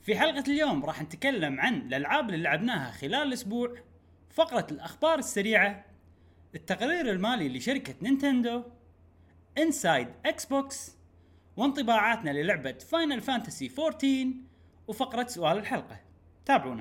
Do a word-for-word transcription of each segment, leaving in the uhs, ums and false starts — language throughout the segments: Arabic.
في حلقة اليوم راح نتكلم عن الألعاب اللي لعبناها خلال الأسبوع، فقرة الأخبار السريعة، التقرير المالي لشركة نينتندو، إنسايد إكس بوكس، وانطباعاتنا للعبة فاينل فانتسي فورتين، وفقرة سؤال الحلقة. تابعونا.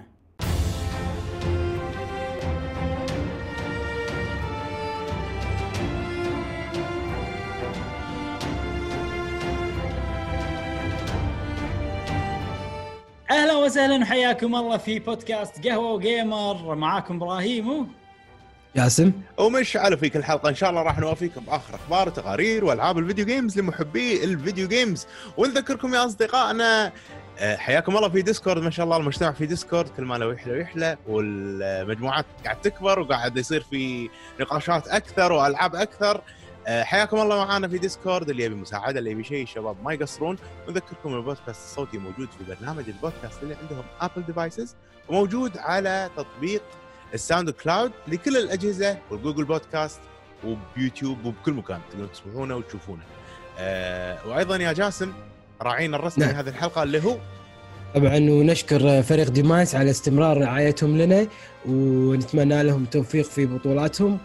أهلا وسهلا وحياكم الله في بودكاست قهوة وجيمر. معاكم إبراهيم ياسم ومشعل. فيك الحلقة إن شاء الله راح نوافيكم بآخر أخبار وتقارير وألعاب الفيديو جيمز لمحبي الفيديو جيمز. ونذكركم يا أصدقائنا حياكم الله في ديسكورد. ما شاء الله المجتمع في ديسكورد كل ما له يحلى ويحلى، والمجموعات قاعد تكبر وقاعد يصير في نقاشات أكثر وألعاب أكثر. حياكم الله معنا في ديسكورد. اللي يبي مساعدة اللي يبي شيء الشباب ما يقصرون. ونذكركم البودكاست الصوتي موجود في برنامج البودكاست اللي عندهم أبل ديفايسز، وموجود على تطبيق الساوند كلاود لكل الأجهزة، والجوجل بودكاست وبيوتيوب وبكل مكان تقدرون تسمعونه وتشوفونه. أه وأيضا يا جاسم راعينا الرسمي نعم. لهذه الحلقة اللي هو طبعا، ونشكر فريق ديمايس على استمرار رعايتهم لنا، ونتمنى لهم التوفيق في بطولاتهم.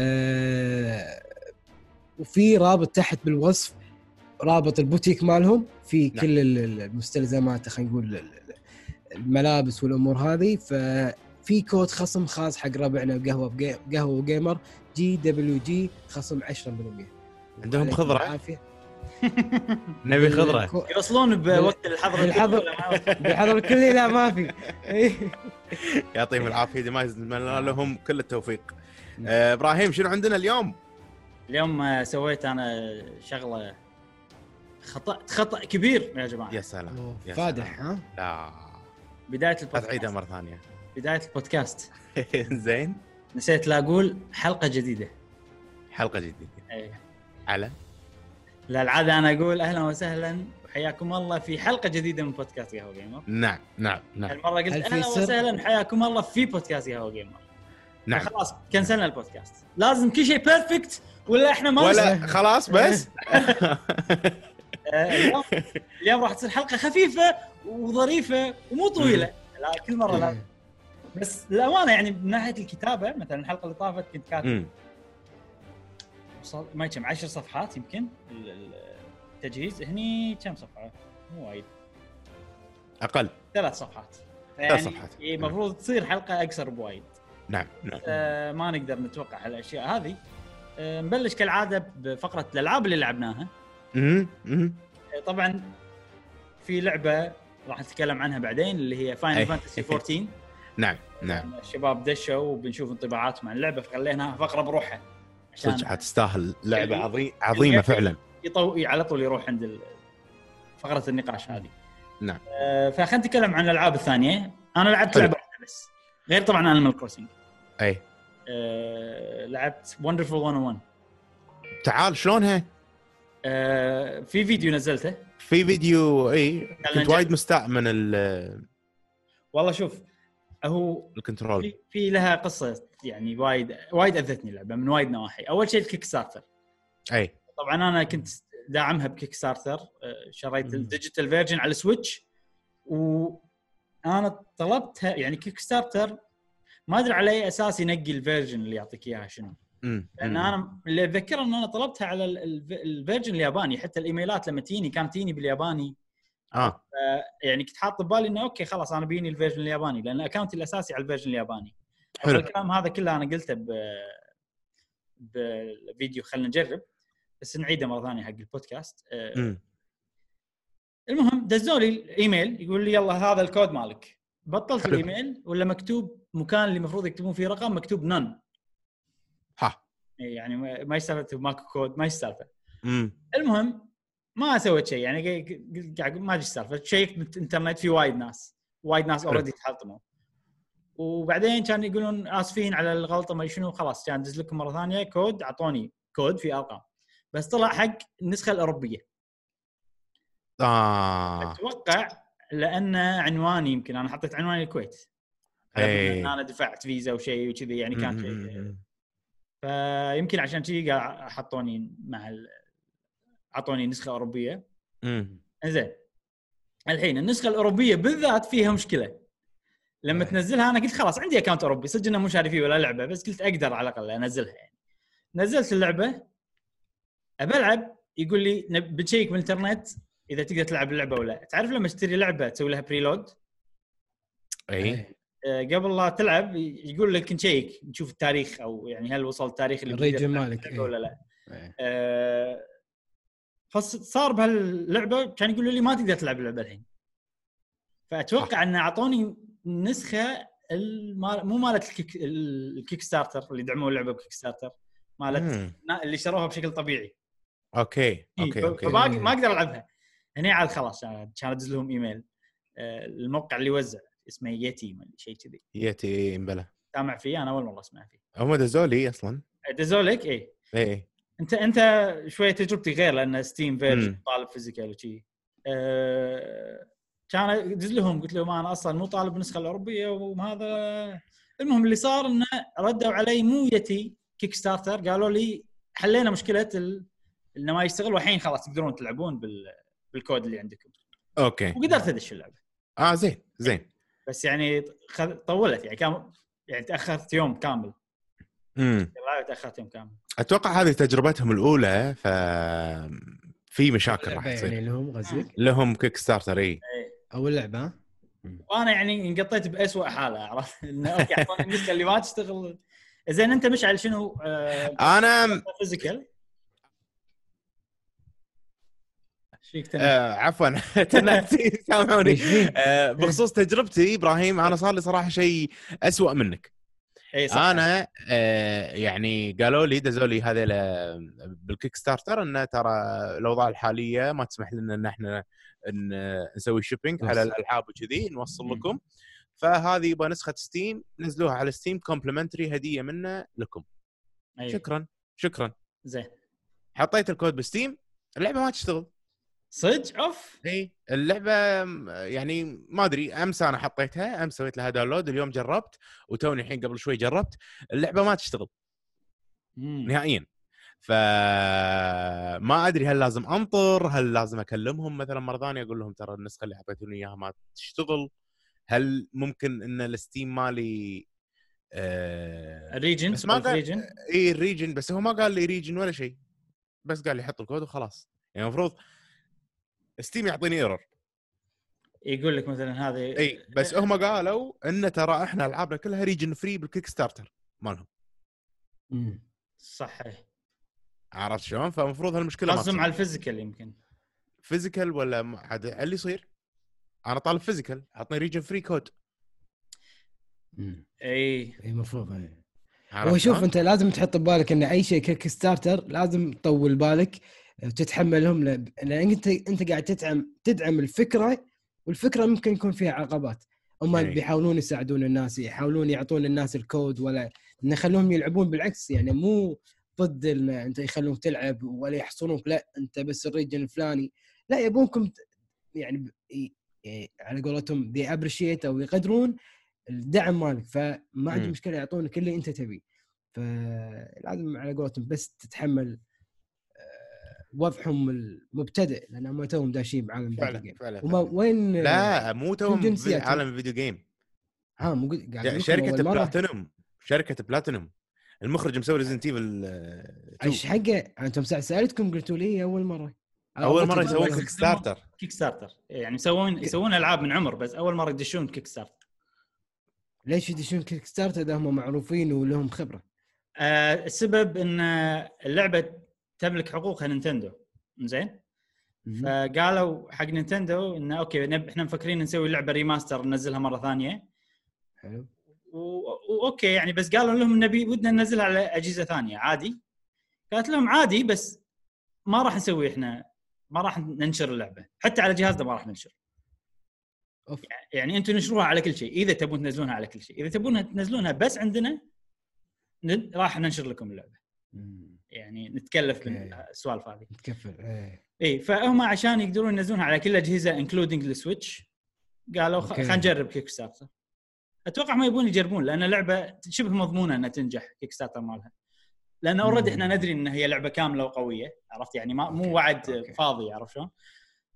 أه وفي رابط تحت بالوصف، رابط البوتيك مالهم في نعم. كل المستلزمات، خلينا نقول الملابس والأمور هذه. ففي كود خصم خاص حق ربعنا بقهوة قهوة وجيمر جي دبليو جي، خصم عشرة بالمئة. عندهم خضرة. عافية. نبي خضرة يوصلون بوقت الحظر الحظر بالحظر الكلي. لا ما في. يعطيهم العافية ديمايز، نتمنى لهم كل التوفيق. آه إبراهيم شنو عندنا اليوم؟ اليوم سويت أنا شغلة خطأ خطأ كبير يا جماعة. يا سلام يا فادح. سلام. ها لا بداية البودكاست، أتعيدها مرة ثانية. بداية البودكاست زين. نسيت لا أقول حلقة جديدة. حلقة جديدة أيه. على لا العادة أنا أقول أهلا وسهلا وحياكم الله في حلقة جديدة من بودكاست قهوة جيمر. نعم نعم نعم. المرة قلت أهلا وسهلا وحياكم الله في بودكاست قهوة جيمر. نعم. خلاص كنسلنا البودكاست، لازم كل شيء بيرفكت ولا إحنا ما ولا نسمع. خلاص بس. اليوم اليوم راح تصير حلقة خفيفة وظريفة ومو طويلة. لا كل مرة لا، بس للأمانة يعني من ناحية الكتابة مثلا الحلقة اللي طافت كنت كاتب ما يكم عشر صفحات يمكن التجهيز. هني كم صفحة؟ مو وايد، أقل ثلاث صفحات. ثلاث صفحات المفروض تصير حلقة أقصر بوايد. نعم نعم. آه ما نقدر نتوقع هالأشياء هذه. آه نبلش كالعادة بفقرة الألعاب اللي لعبناها. امم امم طبعا في لعبة راح نتكلم عنها بعدين اللي هي فاينل فانتسي فورتين. نعم نعم. الشباب دشوا وبنشوف انطباعاتهم عن اللعبة، فخليناها فقرة بروحها صدق حتستاهل. لعبة عظيمة عظيمة فعلا. يطوي على طول يروح عند فقرة النقاش هذه. نعم. آه فخلينا نتكلم عن الألعاب الثانية. أنا لعبت لعبة واحدة بس غير طبعا أنيمال كروسنج. أي آه لعبت وندرفول مية وواحد. تعال شلونها؟ آه في فيديو نزلته. في فيديو اي كنت وايد مستاء من ال والله شوف هو الكنترول. في, في لها قصة يعني وايد وايد أذتني اللعبة من وايد نواحي. أول شيء الكيك ستارتر. أي طبعا أنا كنت داعمها بكيك ستارتر. شريت الديجيتال فيرجن على السويتش، وأنا طلبتها يعني كيك ستارتر ما أدري على أي أساس ينقي الفيرجن اللي يعطيك إياها شنو. لأن أنا اللي أتذكر أن أنا طلبتها على الفيرجن الياباني، حتى الإيميلات لما تيني كانت تيني بالياباني. آه. يعني كنت حاط ببالي إنه أوكي خلاص أنا بيني الفيرجن الياباني لأن أكاونتي الأساسي على الفيرجن الياباني. الكلام هذا كله أنا قلته ب بالفيديو. خلنا نجرب بس نعيده مرة ثانية حق البودكاست. مم. المهم دزوا لي الإيميل يقول لي يلا هذا الكود مالك. بطلت حلو. الإيميل ولا مكتوب مكان اللي مفروض يكتبون فيه رقم مكتوب نون. ها يعني ما يستلفت ماكو كود ما يستلفت. امم المهم ما سويت شيء يعني قاعد ما ادري السالفه. شيكت بالانترنت في وايد ناس وايد ناس اوريدي تحطموا، وبعدين كانوا يقولون اسفين على الغلطه ما شنو. خلاص كان دز لكم مره ثانيه كود. اعطوني كود في ارقام بس طلع حق النسخه الاوروبيه. اه اتوقع لان عنواني يمكن انا حطيت عنواني الكويت. أي. انا دفعت فيزا وشيء وكذي يعني كان شيء. فيمكن عشان كذي قاعد حطوني مع ال... اعطوني نسخه اوروبيه. امم زين. الحين النسخه الاوروبيه بالذات فيها مشكله. لما أيه. تنزلها انا قلت خلاص عندي اكونت اوروبي صدق انه مو شاري فيه ولا لعبه، بس قلت اقدر على الاقل انزلها يعني. نزلت اللعبه ابى العب، يقول لي نب- بتشيك من الانترنت اذا تقدر تلعب اللعبه ولا. تعرف لما تشتري لعبه تسوي لها بريلود اي إيه. آه، قبل لا تلعب يقول لك نشيك نشوف التاريخ، او يعني هل وصل التاريخ اللي الريجن بتقدر تلعب مالك، اللعبة ولا لا. إيه. آه، فصار بهاللعبه كان يقولوا لي ما تقدر تلعب اللعبه الحين. فاتوقع ان اعطوني نسخه المال... مو مالت الكيك... الكيك ستارتر اللي دعموا اللعبه بكيك ستارتر، مالت مم. اللي شروها بشكل طبيعي. اوكي اوكي اوكي فباقي ما اقدر العبها هني عاد خلاص. كان ادز لهم ايميل آه، الموقع اللي يوزع اسمه يتي ولا شيء كذي، يتي امبلا سامع فيه انا اول مره اسمع فيه. هم دزولي اصلا دزولك ايه. ايه انت انت شويه تجربتي غير لان ستيم فيرج مم. طالب فيزيكال وشي. أه كان ادز لهم قلت لهم انا اصلا مو طالب النسخه الاوروبيه وهذا. المهم اللي صار انه ردوا علي مو يتي كيك ستارتر، قالوا لي حلينا مشكله ال... انه ما يشتغل والحين خلاص تقدرون تلعبون بال... بالكود اللي عندكم. اوكي وقدرت ادش اللعبه. اه زين زين بس يعني خذ... طولت يعني كان يعني تاخرت يوم كامل. امم والله تاخرت يوم كامل. اتوقع هذه تجربتهم الاولى، ف في مشاكل راح يعني تصير لهم غزيك لهم كيك ستارتر. اي اول لعبه. وانا يعني انقطيت بأسوأ حاله، عرفت انه اوكي اعطوني النسخه اللي ما تشتغل. زين انت مشعل شنو آه انا فيزيكال شيك آه عفوا تنحتي سامحوني. ايش فيه؟ آه بخصوص تجربتي ابراهيم، انا صار لي صراحه شيء أسوأ منك. اي صح. انا آه يعني قالوا لي دزوا لي هذا بالكيك ستارتر انه ترى الاوضاع الحاليه ما تسمح لنا ان احنا ان نسوي شيبينج على الالعاب وكذي نوصل مم. لكم، فهذه يبغى نسخه ستيم نزلوها على ستيم كومبلمنتري هديه منا لكم. أي. شكرا شكرا. زين حطيت الكود بستيم، اللعبه ما تشتغل. صدق اوف. اي اللعبه يعني ما ادري، امس انا حطيتها، امس سويت لها داونلود، اليوم جربت وتوني الحين قبل شوي جربت، اللعبه ما تشتغل مم. نهائيا. فما ادري هل لازم انطر، هل لازم اكلمهم مثلا مره ثانيه اقول لهم ترى النسخه اللي اعطيتوني اياها ما تشتغل، هل ممكن ان الستيم مالي آه الريجن بس ما قال ريجن. اي الريجن، بس هو ما قال لي ريجن ولا شيء، بس قال لي حط الكود وخلاص. يعني المفروض ستيم يعطيني ايرور يقول لك مثلا هذه اي، بس هم قالوا ان ترى احنا العابنا كلها ريجن فري بالكيك ستارتر مالهم. امم صح. عرفت شلون؟ فالمفروض هالمشكله ما قصدهم على الفيزيكال يمكن فيزيكال ولا عاد اللي يصير. انا طالب فيزيكال، عطني ريجن فري كود. امم اي اي المفروض. هو عرفت شوف شلون؟ انت لازم تحط ببالك ان اي شيء كيك ستارتر لازم تطول بالك وتتحملهم، لان انت انت قاعد تدعم تدعم الفكره، والفكره ممكن يكون فيها عقبات. هم أي. بيحاولون يساعدون الناس، يحاولون يعطون الناس الكود، ولا ان يخلوهم يلعبون. بالعكس يعني مو ضد ان انت يخلوك تلعب ولا يحصرونك، لا انت بس الريجن الفلاني، لا يبونكم ت- يعني ي- ي- على قولتهم دي ابريشيت او يقدرون الدعم مالك، فما عندي مم. مشكله يعطونك اللي انت تبيه. فلازم على قولتهم بس تتحمل آه، وضعهم المبتدئ، لان ما توهم داشين بعالم الفيديو فعلا جيم. فعلا, وما فعلا. وين لا مو شو توهم جنسياتهم؟ عالم الفيديو جيم. ها مو قاعد اقول لكم شركه اول مره. بلاتينوم، شركه بلاتينوم المخرج مسوي ريزنت ايفل ايش حقه؟ انتم سالتكم قلتوا لي اول مره اول مره أعطيتكم يسوون بالهم. كيك ستارتر. كيك ستارتر يعني يسوون يسوون العاب من عمر، بس اول مره يدشون كيك ستارتر. ليش يدشون كيك ستارتر اذا هم معروفين ولهم خبره؟ آه السبب ان اللعبه تملك حقوقها نينتندو. زين فقالوا حق نينتندو انه اوكي نب... احنا مفكرين نسوي لعبه ريماستر ننزلها مره ثانيه. حلو. واوكي يعني بس قالوا لهم نبي ودنا ننزلها على اجهزه ثانيه عادي. قالت لهم عادي بس ما راح نسوي احنا ما راح ننشر اللعبه حتى على جهازنا ما راح ننشر. أوف. يعني انتم نشروها على كل شيء اذا تبون تنزلونها على كل شيء، اذا تبون تنزلونها بس عندنا ن... راح ننشر لكم اللعبه. مم. يعني نتكلف أوكي. بالسوالف هذه. متكفل ايه. اي فهم عشان يقدرون ينزلونها على كل الاجهزه انكلودينج السويتش قالوا خ... أوكي. خلينا نجرب كيك ستارتر. اتوقع ما يبون يجربون لان اللعبه شبه مضمونه انها تنجح كيك ستارتر مالها، لان اوريدي احنا ندري ان هي لعبه كامله وقويه، عرفت يعني ما مو وعد أوكي. فاضي، عرفت شلون؟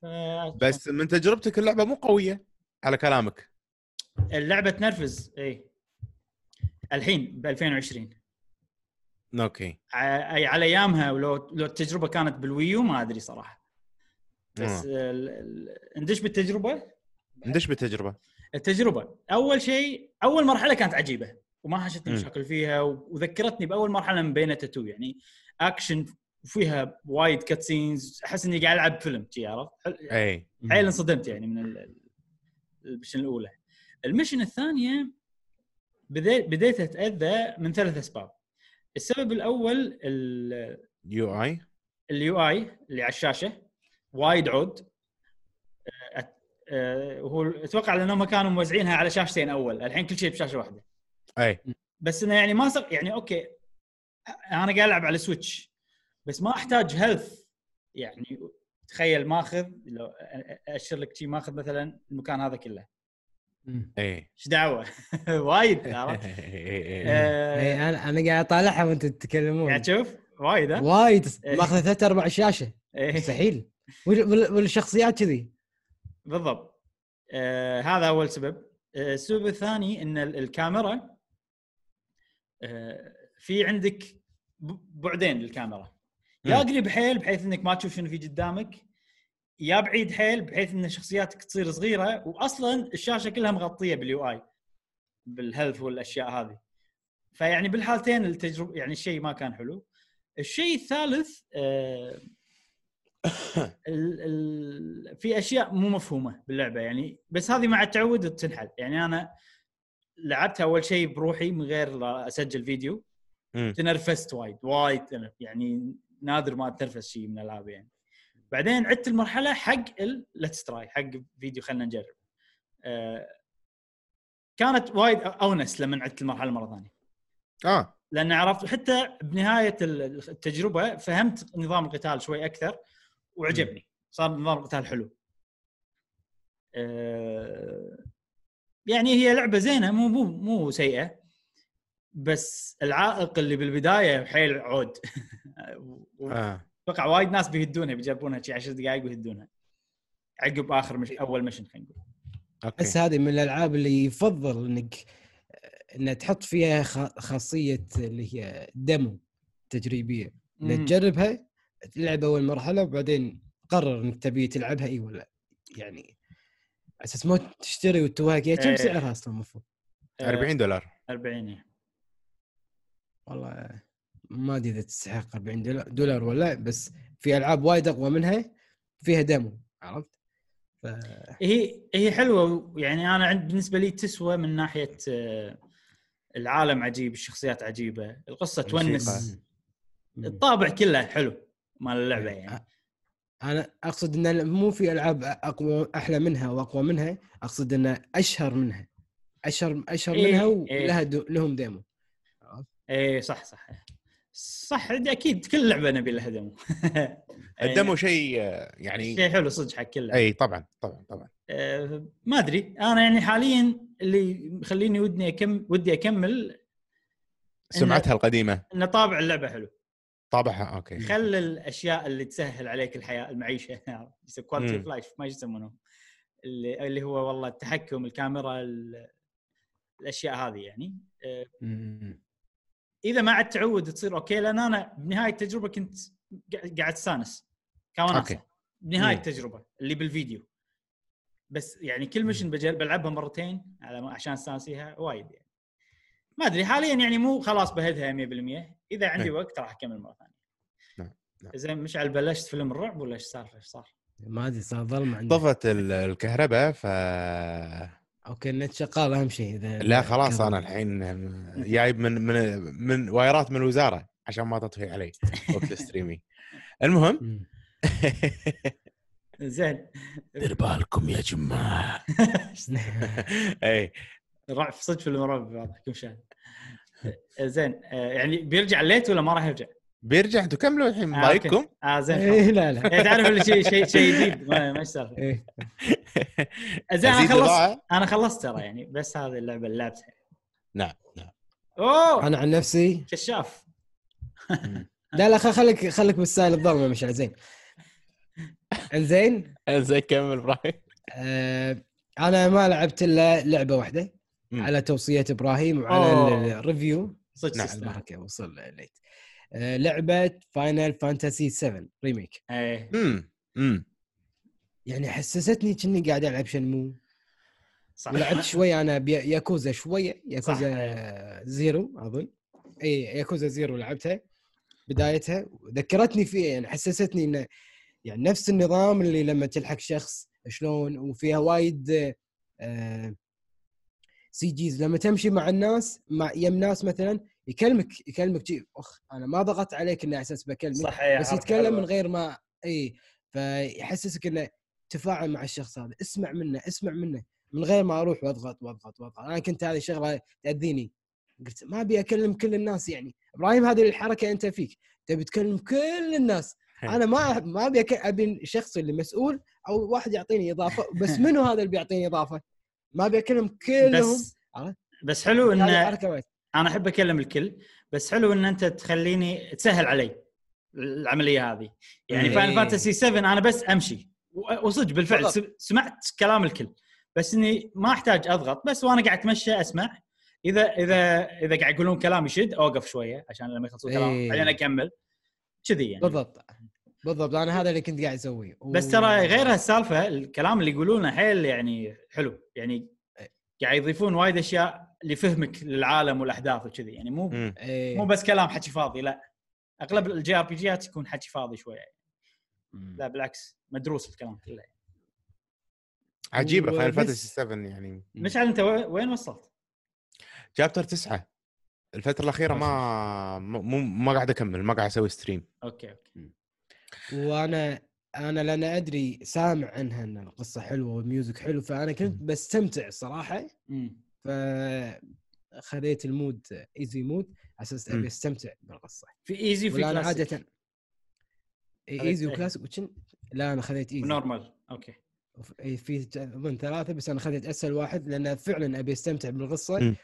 بس من تجربتك اللعبه مو قويه على كلامك. اللعبه تنرفز اي الحين ب ألفين وعشرين. اوكي. اي على ايامها ولو لو التجربه كانت بالويو ما ادري صراحه. بس ال... ال... ندش بالتجربه. ندش بالتجربه. التجربه اول شيء اول مرحله كانت عجيبه وما حشتني مشاكل فيها، وذكرتني باول مرحله من بينتا تو، يعني اكشن وفيها وايد كاتسينز، احس اني قاعد العب فيلم جي، عرفت؟ اي حيل انصدمت يعني من المشن الاولى. المشن الثانيه بديت بديت اتاذى من ثلاث اسباب. السبب الاول اليو اي اليو اي اللي على الشاشه وايد عود. أه هو اتوقع لانهم كانوا موزعينها على شاشتين اول، الحين كل شيء بشاشه واحده. اي بس انه يعني ما صار يعني اوكي انا قاعد العب على سويتش بس ما احتاج هيلث. يعني تخيل ماخذ لو اشر لك شيء ماخذ مثلا المكان هذا كله. ايه ايش دعوه وايد عرفت. اي انا انا قاعد اطالعها وانت تتكلمون قاعد تشوف وايد ها وايد ماخذ ثلاث اربع شاشه مستحيل والشخصيات كذي بالضبط. آه هذا اول سبب. آه السبب الثاني ان الكاميرا آه في عندك بعدين للكاميرا، يا قريب حيل بحيث انك ما تشوف شنو في قدامك، يا بعيد حيل بحيث ان شخصياتك تصير صغيره، واصلا الشاشه كلها مغطيه باليو اي بالهيلث والاشياء هذه. فيعني بالحالتين التجربه يعني الشيء ما كان حلو. الشيء الثالث آه ال ال في اشياء مو مفهومه باللعبه يعني، بس هذه مع التعود وتنحل. يعني انا لعبتها اول شيء بروحي من غير اسجل فيديو، تنرفزت وايد وايد يعني نادر ما اتنرفز شيء من الالعاب يعني. بعدين عدت المرحله حق ليتس تراي حق فيديو خلينا نجرب. آه كانت وايد اونس لما عدت المرحله مره ثانيه اه لان عرفت حتى بنهايه التجربه فهمت نظام القتال شوي اكثر وعجبني، صار نظام القتال حلو. أه يعني هي لعبه زينه مو مو مو سيئه، بس العائق اللي بالبدايه حيل عود. اه اتوقع وايد ناس بيهدونها بيجربونها شي عشر دقائق ويهدونها عقب اخر مش اول مشن خلينا نقول. اوكي بس هذه من الالعاب اللي يفضل انك ان تحط فيها خاصيه اللي هي ديمو تجريبيه، انك تجربها تلعب اول مرحله وبعدين قرر انك تبي تلعبها اي ولا يعني اساس ما تشتري وتواجه. كم سعرها اصلا المفروض؟ أربعين دولار. أربعين والله ما ادري اذا تستحق أربعين دولار ولا، بس في العاب وايد اقوى منها فيها ديمو عرفت. ف... هي هي حلوه يعني. انا عند بالنسبه لي تسوى من ناحيه العالم عجيب، الشخصيات عجيبه، القصه تونس، الطابع كله حلو مال اللعبه يعني. انا اقصد ان مو في العاب اقوى احلى منها واقوى منها، اقصد ان اشهر منها اشهر اشهر إيه منها ولها إيه دو لهم ديمو. ايه صح صح صح اكيد كل لعبه نبي لها ديمو. الديمو شيء يعني شيء حلو صدق حق كل اي طبعا طبعا طبعا. أه ما ادري انا يعني حاليا اللي مخليني ودني اكمل ودي اكمل سمعتها إن القديمه ان طابع اللعبه حلو، طابعها اوكي. خل الاشياء اللي تسهل عليك الحياه المعيشه كواليتي اوف لايف ما يسمونه اللي اللي هو والله التحكم الكاميرا الاشياء هذه يعني. أه اذا ما عاد تعود تصير اوكي، لان انا بنهايه التجربه كنت قاعد استانس كوناسه بنهايه التجربه اللي بالفيديو، بس يعني كل مشن بجرب بلعبها مرتين على عشان استانسيها وايد يعني. ما ادري حاليا يعني مو خلاص بهدها مية بالمية، اذا عندي نعم. وقت راح اكمل مره ثانيه. نعم نعم. زين مشعل بلشت فيلم الرعب ولا ايش صار ايش صار؟ ما ادري صار ظلمه عندي. طفت الكهرباء ف اوكي النت شغال اهم شيء. اذا لا خلاص انا الحين جايب من من من وايرات من الوزاره عشان ما تطفي علي وقت ستريمي. المهم زين دير بالكم يا جماعه. اي الرعب صدق فيلم رعب واضح كم شاهد. زين يعني بيرجع الليت ولا ما راح يرجع؟ بيرجع. انتم كملوا الحين آه بايكم. اه زين إيه لا لا إيه تعرف اللي شيء شيء شيء جديد ما ما يصير. إيه. زين انا خلصت انا خلصت ترى يعني، بس هذه اللعبه اللي لعبتها. نعم نعم. اوه انا عن نفسي كشاف. لا لا خليك خليك بالسائل الظلمه مش زين. انزين زي كمل ابراهيم. آه انا ما لعبت الا لعبه واحده مم. على توصيه ابراهيم وعلى أوه. الريفيو. صدق نعم، تستاهل. البركه وصل ليت. آه لعبه فاينل فانتسي سبعة ريميك. ايه امم امم يعني حسستني كني قاعد العب شنمو. صح. ولعبت شوي انا بياكوزا شويه صح، ياكوزا أيه. زيرو اظن. اي ياكوزا زيرو لعبتها بدايتها وذكرتني فيه يعني حسستني انه يعني نفس النظام اللي لما تلحق شخص شلون وفيها وايد آه سي جيز لما تمشي مع الناس مع يم ناس مثلا يكلمك يكلمك شيء اخ انا ما ضغطت عليك انه اساس بكلمك صح، أيه، بس حركة يتكلم حلوة. من غير ما اي فيحسسك انه تفاعل مع الشخص هذا اسمع منه اسمع منه من غير ما اروح واضغط واضغط واضغط. انا كنت هذه الشغله تاذيني قلت ما ابي اكلم كل الناس. يعني ابراهيم هذه الحركه انت فيك تبي تكلم كل الناس. انا ما ما ابي ابي الشخص اللي مسؤول او واحد يعطيني اضافه بس منو هذا اللي بيعطيني اضافه ما ابي اكلم كلهم. بس بس حلو ان انا احب اكلم الكل بس حلو ان انت تخليني تسهل علي العمليه هذه. يعني فاينل فانتسي سبعة انا بس امشي وصدق بالفعل بالضبط. سمعت كلام الكل بس اني ما احتاج اضغط بس وانا قاعد اتمشى اسمع. اذا اذا اذا قاعد يقولون كلام يشد اوقف شويه عشان لما يخلصوا كلام بعدين اكمل كذي يعني. بالضبط بالضبط انا هذا اللي كنت قاعد اسويه و... بس ترى غير هالسالفه الكلام اللي يقولونه حيل يعني حلو يعني قاعد يضيفون وايد اشياء لفهمك للعالم والاحداث وكذي يعني مو م. مو بس كلام حكي فاضي لا اغلب الجي ار بي جيات يكون حكي فاضي شويه يعني. لا بالعكس مدروس الكلام كله يعني. عجيبه فاينل فانتسي سبعة يعني. مشعل انت وين وصلت؟ شابتر تسعة. الفتره الاخيره ما مو ما قاعد اكمل ما قاعد اسوي ستريم. اوكي اوكي. وانا انا لان ادري سامع عنها ان القصه حلوه والميوزك حلو فانا كنت بستمتع الصراحه. ف خذيت المود ايزي مود اساس ابي استمتع بالقصه. في ايزي وفي كلاسيك. عاده ايزي وكلاسيك وشن لا انا خذيت ايزي نورمال. اوكي في اظن ثلاثه بس انا خذيت اسهل واحد لان فعلا ابي استمتع بالقصه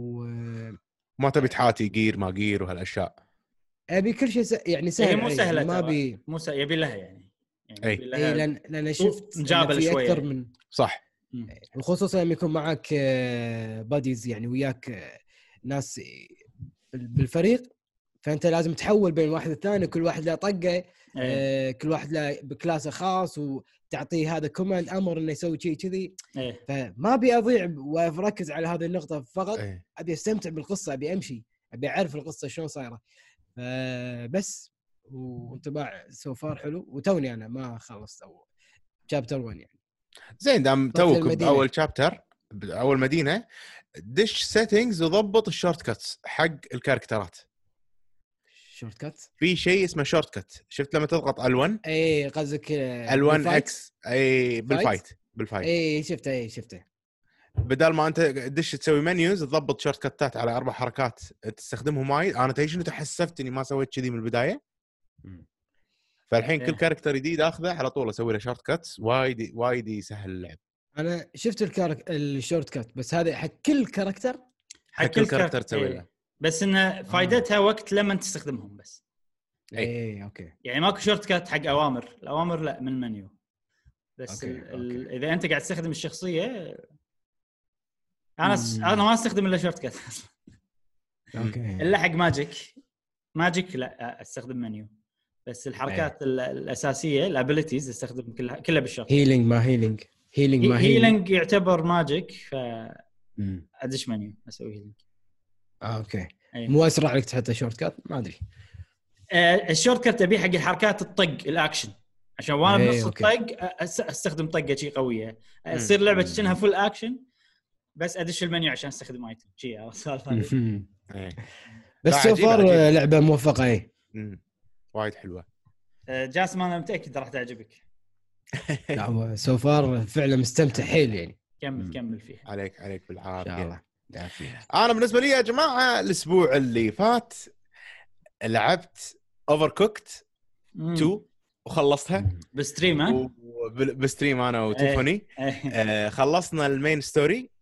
وما تبي تحاتي جير ما جير وهالاشياء. ابي كل شيء س... يعني سهل مو سهله يعني ما بي مو س... يبي لها يعني, يعني اي يبي لها... لان لان شفت مجابل في شويه اكثر من صح وخصوصا لما يكون معك باديز يعني وياك ناس بالفريق فانت لازم تحول بين واحد والثاني كل واحد له طقه آه كل واحد له بكلاسه خاص وتعطيه هذا كوماند امر انه يسوي شيء كذي. فما ابي اضيع واركز على هذه النقطه فقط. أيه. ابي استمتع بالقصه ابي امشي ابي اعرف القصه شلون صايره بس وانطباع سوفار حلو وتوني انا ما خلصت اول شابتر واحد يعني. زين دام توك باول شابتر باول مدينه دش سيتنجز وضبط الشورت كاتس حق الكاركترات. شورت كات في شيء اسمه شورت كات شفت لما تضغط ال1 اي قصدك ال1 اكس اي بالفايت بالفايت اي شفته اي شفته بدل ما انت تدش تسوي منيوز تضبط شورت كاتات على اربع حركات تستخدمهم وايد. انا تدري شنو تحسفت اني ما سويت كذي من البدايه م. فالحين كل كاركتر جديد اخذه على طول اسوي له شورت كاتس وايد وايد يسهل اللعب. انا شفت الكارك الشورت كات بس هذا حق كل كاركتر حق كل كاركتر تسوي له إيه. بس انه فائدتها آه. وقت لما تستخدمهم بس اي إيه. اوكي يعني ماكو شورت كات حق اوامر الاوامر لا من المنيو بس أوكي. ال أوكي. اذا انت قاعد تستخدم الشخصيه انا س... انا ما استخدم الا شورت كات اوكي الا حق ماجيك ماجيك لا استخدم منيو بس الحركات أيه. الاساسيه الابيليتيز استخدم كلها كلها بالشورت. هيلينج ما هيلينج هيلينج ما هيلينج يعتبر ماجيك ف ادش منيو اسوي هيلينج. اه اوكي أيه. مو اسرع لك تحط شورت كات ما ادري. آه الشورت كات ابي حق الحركات الطق الاكشن عشان وانا بنص الطق استخدم طقه شيء قويه تصير لعبه كأنها فول اكشن بس ادش المنيو عشان استخدم ايتم شيء السالفه. بس سوفر لعبه موفقه اي وايد حلوه. جاسم انا متاكد راح تعجبك. لا سوفر فعلا مستمتع حيل يعني. كمل كمل فيها عليك عليك بالعافيه ان شاء الله. انا بالنسبه لي يا جماعه الاسبوع اللي فات لعبت اوفر كوكت تو وخلصتها بستريم ها بستريم انا وتيفوني. آه خلصنا المين ستوري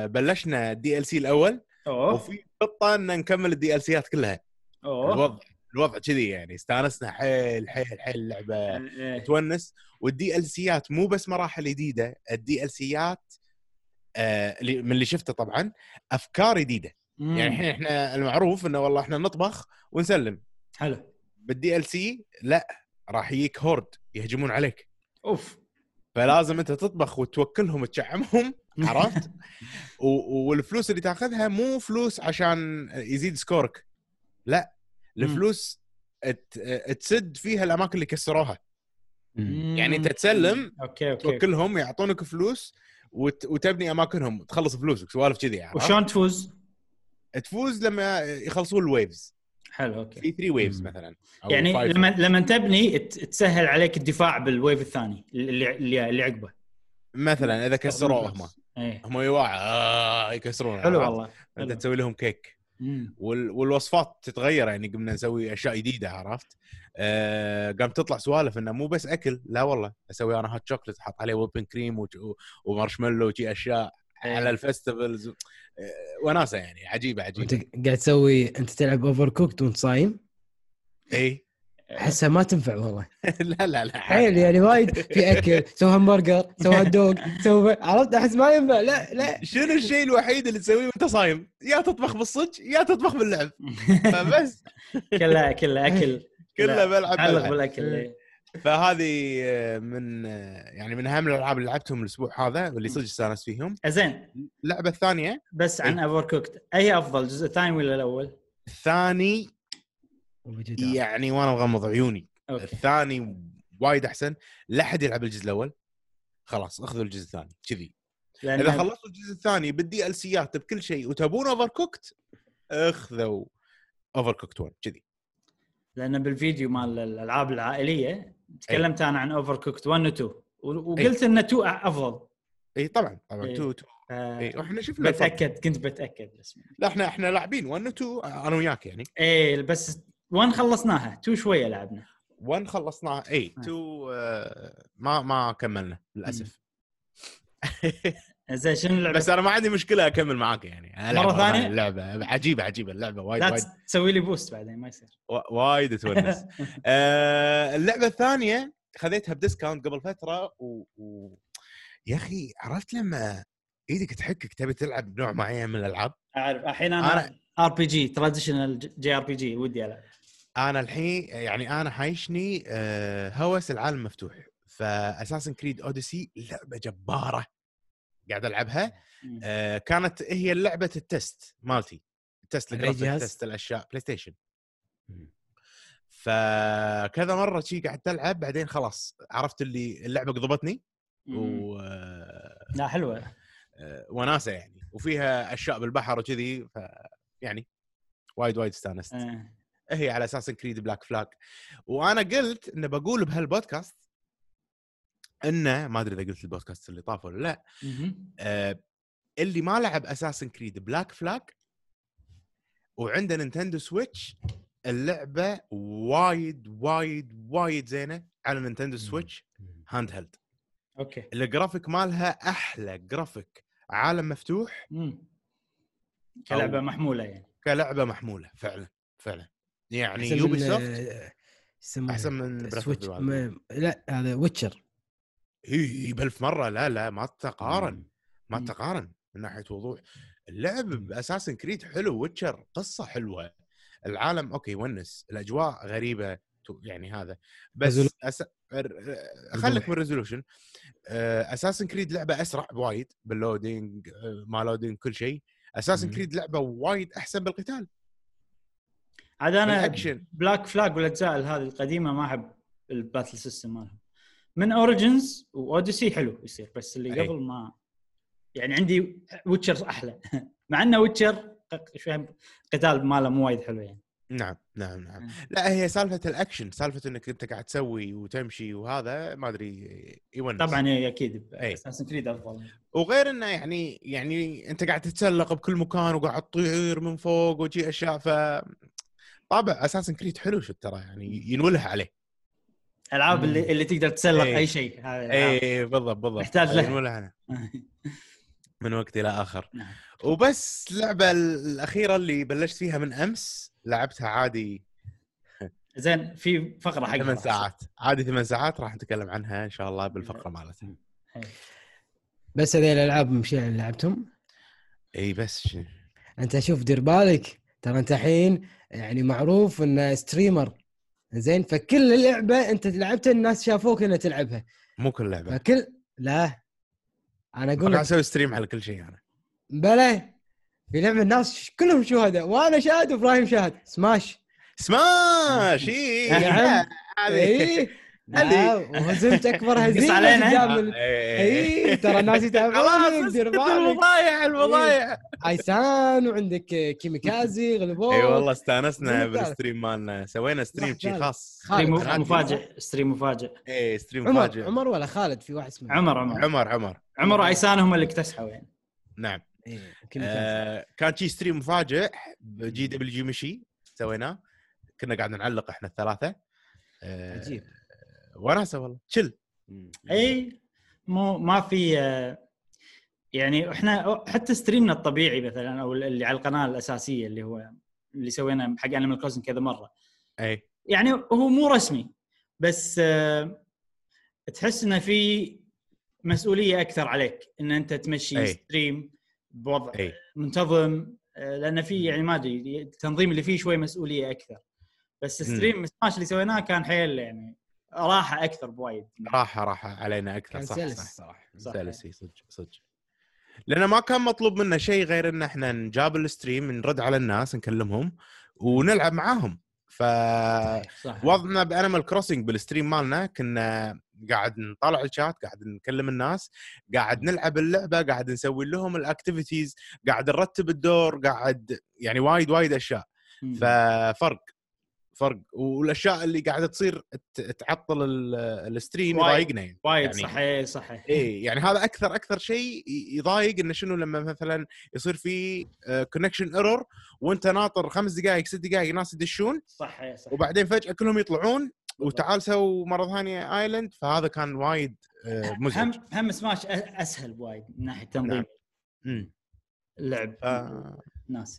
وبلشنا الدي ال سي الاول. أوه. وفي خطه ان نكمل الدي ال سيات كلها. أوه. الوضع الوضع كذي يعني استانسنا حيل حيل حيل اللعبه إيه. تونس. والدي ال سيات مو بس مراحل جديده، الدي ال سيات آه اللي من اللي شفته طبعا افكار جديده. مم. يعني الحين احنا المعروف انه والله احنا نطبخ ونسلم. حلو. بالدي ال سي لا، راح يجيك هورد يهجمون عليك، اوف. فلازم انت تطبخ وتوكلهم وتشعمهم، عرفت؟ و- والفلوس اللي تاخذها مو فلوس عشان يزيد سكورك، لا، الفلوس ت- تسد فيها الاماكن اللي كسروها. يعني انت تسلم اوكي اوكي توكلهم يعطونك فلوس وت... وتبني اماكنهم، تخلص فلوسك، سوالف كذي يعني. وشلون تفوز؟ تفوز لما يخلصون الويفز. حلو اوكي. في ثلاثة ويفز مثلا أو يعني five لما waves. لما تبني ت- تسهل عليك الدفاع بالويف الثاني اللي اللي, اللي عقبه مثلا اذا كسروه هم ايه. هم يوعى آه يكسرون. حلو عرفت؟ والله. انت حلو. تسوي لهم كيك. مم. وال... والوصفات تتغير، يعني قمنا نسوي اشياء جديده، عرفت؟ آه... قام تطلع سوالف انه مو بس اكل، لا والله اسوي انا هات شوكليت احط عليه ويبن كريم و... ومارشميلو وشي اشياء إيه. على الفستيفالز. آه... وناسه يعني عجيبه عجيبه. انت قاعد تسوي انت تلعب اوفر كوكت وانت صايم؟ اي احسها ما تنفع والله. لا لا لا حيل يعني وايد في اكل، سوي همبرجر، سوي هوت دوغ، سوي، عرفت؟ احس ما ينفع. لا لا شنو الشيء الوحيد اللي تسويه وانت صايم؟ يا تطبخ بالصج يا تطبخ باللعب، فبس كلها كلها اكل. كله بلعب تعلق بلعب. بالاكل. إيه. فهذه من يعني من اهم الالعاب اللي لعبتهم الاسبوع هذا واللي صدق استانست فيهم. زين. اللعبه الثانيه بس عن اوفر كوكت، اي افضل الجزء الثاني ولا الاول؟ الثاني يعني وانا مغمض عيوني أوكي. الثاني وايد احسن. لا حد يلعب الجزء الاول، خلاص اخذوا الجزء الثاني كذي. لأن اذا خلصوا الجزء الثاني بالدي ال سيات بكل شيء وتبون اوفر كوكت، اخذوا اوفر كوكت واحد كذي. لان بالفيديو مال الالعاب العائليه تكلمت أي. انا عن اوفر كوكت واحد و اثنين وقلت ان اثنين افضل. اي طبعا طبعا إيه. اثنين آه اي واحنا شفنا بتاكد كنت بتاكد بس لا احنا احنا لاعبين واحد و اثنين انا وياك يعني. ايه بس واحد خلصناها، اثنين شويه لعبنا. واحد خلصناها اي اثنين آه ما ما كملنا للاسف. زين شنو اللعبه؟ بس انا ما عندي مشكله اكمل معاك يعني. مره ثانيه اللعبه عجيبه عجيبه اللعبه وايد لا وايد تسوي لي بوست بعدين ما يصير وايد تونس. آه اللعبه الثانيه خذيتها بديسكاونت قبل فتره و... و... يا اخي عرفت لما ايدك تحكك تبي تلعب نوع معين من الالعاب. اعرف الحين انا ار بي جي تراديشنال جي ار بي جي ودي العب. انا الحين يعني انا حايشني آه هوس العالم مفتوح. فاساسن كريد اوديسي لعبه جباره قاعد العبها. آه كانت هي لعبه التست مالتي، التست الجرافيك، تست الاشياء بلاي ستيشن. فكذا مره شي قاعد تلعب بعدين خلاص عرفت اللي اللعبه قضبتني و لا حلوه آه وناسه يعني، وفيها اشياء بالبحر وكذي، ف يعني وايد وايد استانست. آه. هي على اساس كريد بلاك فلاج. وانا قلت انه بقول بهالبودكاست انه ما ادري اذا قلت البودكاست اللي طاف ولا لا، آه اللي ما لعب اساسن كريد بلاك فلاج وعنده نينتندو سويتش، اللعبه وايد وايد وايد زينه على نينتندو سويتش هاند هيلد. اوكي. الجرافيك مالها احلى جرافيك عالم مفتوح. مم. كلعبه محموله يعني. كلعبه محموله فعلا فعلا يعني. يوبي سوفت احسن من سويتش. لا هذا ويتشر هي بألف مرة. لا لا ما تقارن ما تقارن من ناحية وضوح اللعب. بأساسن كريد حلو، ويتشر قصة حلوة، العالم أوكي ونس، الأجواء غريبة يعني. هذا بس أس... خليك من ريزولوشن. أساسن كريد لعبة أسرع بوايد باللودينج ما لودينج كل شيء. أساسن كريد لعبة وايد أحسن بالقتال. عاد أنا بلاك فلاج والأجزاء هذه القديمة ما أحب الباتل سيستم مالهم. من اوريجينز واوديسي حلو يصير، بس اللي قبل ما يعني عندي ويتشر احلى. مع انه ويتشر شوي قتال ماله مو وايد حلو يعني. نعم نعم نعم. لا هي سالفه الاكشن، سالفه انك انت قاعد تسوي وتمشي وهذا ما ادري يونس. طبعا هي اكيد اساسن كريد افضل. وغير انه يعني يعني انت قاعد تتسلق بكل مكان وقاعد تطير من فوق وجي اشياء. ف طابع اساسن كريد حلو شو ترى يعني ينوله عليه. العاب اللي اللي تقدر تسلق اي, أي شيء. اي بالضبط بالضبط محتاج له ينوله انا من وقت الى اخر. نعم. وبس اللعبه الاخيره اللي بلشت فيها من امس لعبتها عادي زين في فقره حق ثمان ساعات عادي، ثمان ساعات راح نتكلم عنها ان شاء الله بالفقره مالتها. بس هذه الالعاب مش اللي لعبتهم. اي بس ش... انت شوف دير بالك ترى انت الحين يعني معروف ان ستريمر زين، فكل لعبه انت لعبتها الناس شافوك انك تلعبها. مو كل لعبه، فكل لا انا اقول قاعد لك اسوي ستريم على كل شيء انا. بلا في لعبه الناس كلهم شهداء وانا شاهد وابراهيم شاهد. سماش سماش اي نعم هذه اي نعم وهزمت اكبر هزيمه علينا. قدام ال- اي ترى الناس يتابعونك دير بالك. المضايع المضايع ايسان وعندك كيميكازي غلبوك. اي والله استانسنا زين بالستريم مالنا، سوينا ستريم شي خاص. خالد. ستريم مفاجئ ستريم مفاجئ اي ستريم عمر مفاجئ. عمر ولا خالد؟ في واحد اسمه عمر عمر عمر عمر عمر وايسان هم اللي اكتسحوا يعني. نعم. إيه، كيميكازي. آه كان شي ستريم مفاجئ بجي دبليو جي مشي سويناه، كنا قاعد نعلق احنا الثلاثه. آه عجيب وناسه والله تشل. اي مو ما في آه، يعني احنا حتى ستريمنا الطبيعي مثلا او اللي على القناه الاساسيه اللي هو اللي سوينا حق انيمال كروسنج كذا مره، اي يعني هو مو رسمي بس آه، تحس انه في مسؤوليه اكثر عليك ان انت تمشي أي. ستريم بوضع اي منتظم، آه، لان في يعني ما ادري التنظيم اللي فيه شوي مسؤوليه اكثر. بس ستريم سماش اللي سويناه كان حيل يعني راحه اكثر بوايد. راحه راحه علينا اكثر. كان صح سلس صح صراحه. سلسي صدق صدق، لأنه ما كان مطلوب منا شيء غير إن إحنا نجاب الستريم نرد على الناس نكلمهم ونلعب معاهم. ف وضعنا بأنيمال كروسنج بالستريم مالنا كنا قاعد نطالع الشات، قاعد نكلم الناس، قاعد نلعب اللعبة، قاعد نسوي لهم الأكتيفيتيز، قاعد نرتب الدور، قاعد يعني وايد وايد أشياء. ففرق فرق والاشياء اللي قاعده تصير تعطل الستريم يضايقنا يعني. وايد يعني صحيح صحيح اي يعني هذا اكثر اكثر شيء يضايق، انه شنو لما مثلا يصير في كونكشن ايرور وانت ناطر خمس دقائق ست دقائق ناس يدشون صحيح صحيح وبعدين فجاه كلهم يطلعون وتعال سو مره ثانيه ايلاند. فهذا كان وايد مزعج. هم هم سماش اسهل وايد من ناحيه تنظيم نعم. اللعب ف... ناس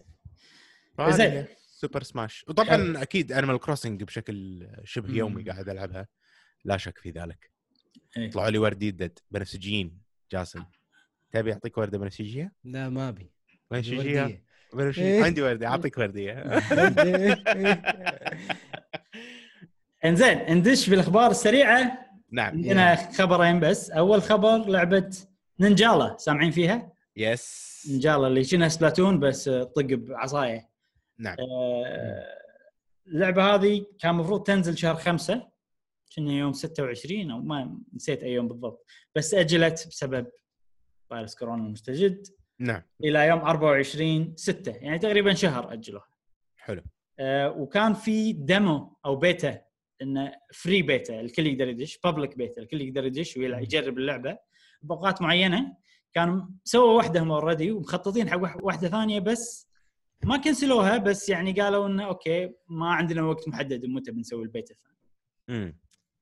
زين سوبر سماش. وطبعا حلو. اكيد انيمال كروسنج بشكل شبه يومي مم. قاعد العبها لا شك في ذلك. إيه. طلعوا لي وردي دد بنفسجيين. جاسم تبي اعطيك ورده بنفسجيه؟ لا ما ابي بنفسجيه بنفسجيه عندي ورده اعطيك ورديه. انزين ندش بالاخبار السريعه. نعم عندنا خبرين بس. اول خبر لعبه نينجالا، سامعين فيها؟ يس نينجالا اللي شنها سبلاتون بس طق بعصايه. نعم. آه اللعبه هذه كان المفروض تنزل شهر خمسة، كنا يوم ستة وعشرين او ما نسيت اي يوم بالضبط، بس اجلت بسبب فيروس كورونا المستجد. نعم. الى يوم أربعة وعشرين ستة، يعني تقريبا شهر اجلوها. حلو. آه وكان في ديمو او بيتا، انه فري بيتا الكل يقدر يدش، بابليك بيتا الكل يقدر يدش ويجرب اللعبه باوقات معينه. كانوا سووا واحده هم اوريدي ومخططين حق واحده ثانيه بس ما كنسلوها، بس يعني قالوا انه اوكي ما عندنا وقت محدد متى بنسوي البيتا الثاني. امم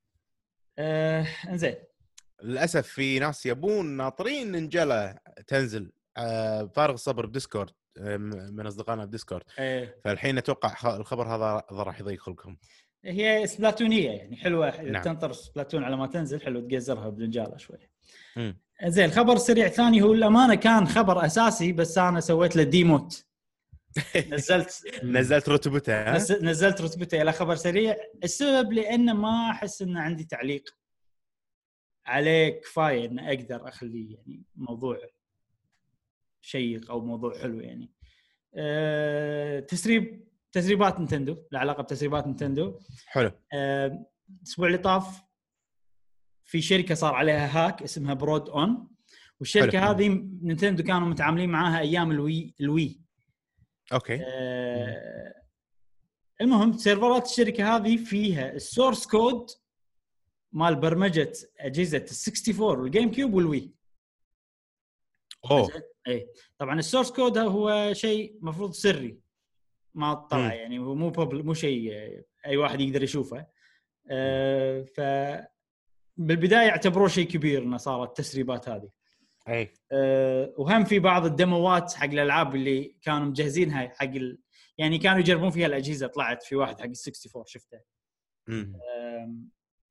آه انزين للاسف في ناس يبون ناطرين نينجالا تنزل آه فارغ الصبر بديسكورد آه من اصدقائنا بديسكورد. آه. فالحين اتوقع الخبر هذا راح يضيق خلقهم. هي سبلاتونيه يعني حلوه اذا نعم. تنطر سبلاتون على ما تنزل حلو تجزرها بنينجالا شوي. امم زين الخبر السريع الثاني هو الامانه كان خبر اساسي بس انا سويت له ديموت. نزلت نزلت رتبته. نزلت رتبته الى خبر سريع. السبب لانه ما احس ان عندي تعليق عليه كفايه ان اقدر اخليه يعني موضوع شيق او موضوع حلو يعني. أه تسريب تسريبات نينتندو، له علاقه بتسريبات نينتندو. حلو. أه الاسبوع اللي طاف في شركه صار عليها هاك اسمها برود اون، والشركه حلو. هذه نينتندو كانوا متعاملين معاها ايام الوي الوي اوكي. أه المهم سيرفرات الشركه هذه فيها السورس كود مال برمجه اجهزه ال أربعة وستين والجيم كيوب والوي. اوه اي طبعا السورس كود هو شيء مفروض سري ما طلع يعني هو مو مو شيء اي واحد يقدر يشوفه. أه ف بالبدايه يعتبروه شيء كبير انه صارت التسريبات هذه. اي أه وهم في بعض الديموات حق الالعاب اللي كانوا مجهزينها حق ال... يعني كانوا يجربون فيها الاجهزه. طلعت في واحد حق ال أربعة وستين شفته مم. أم،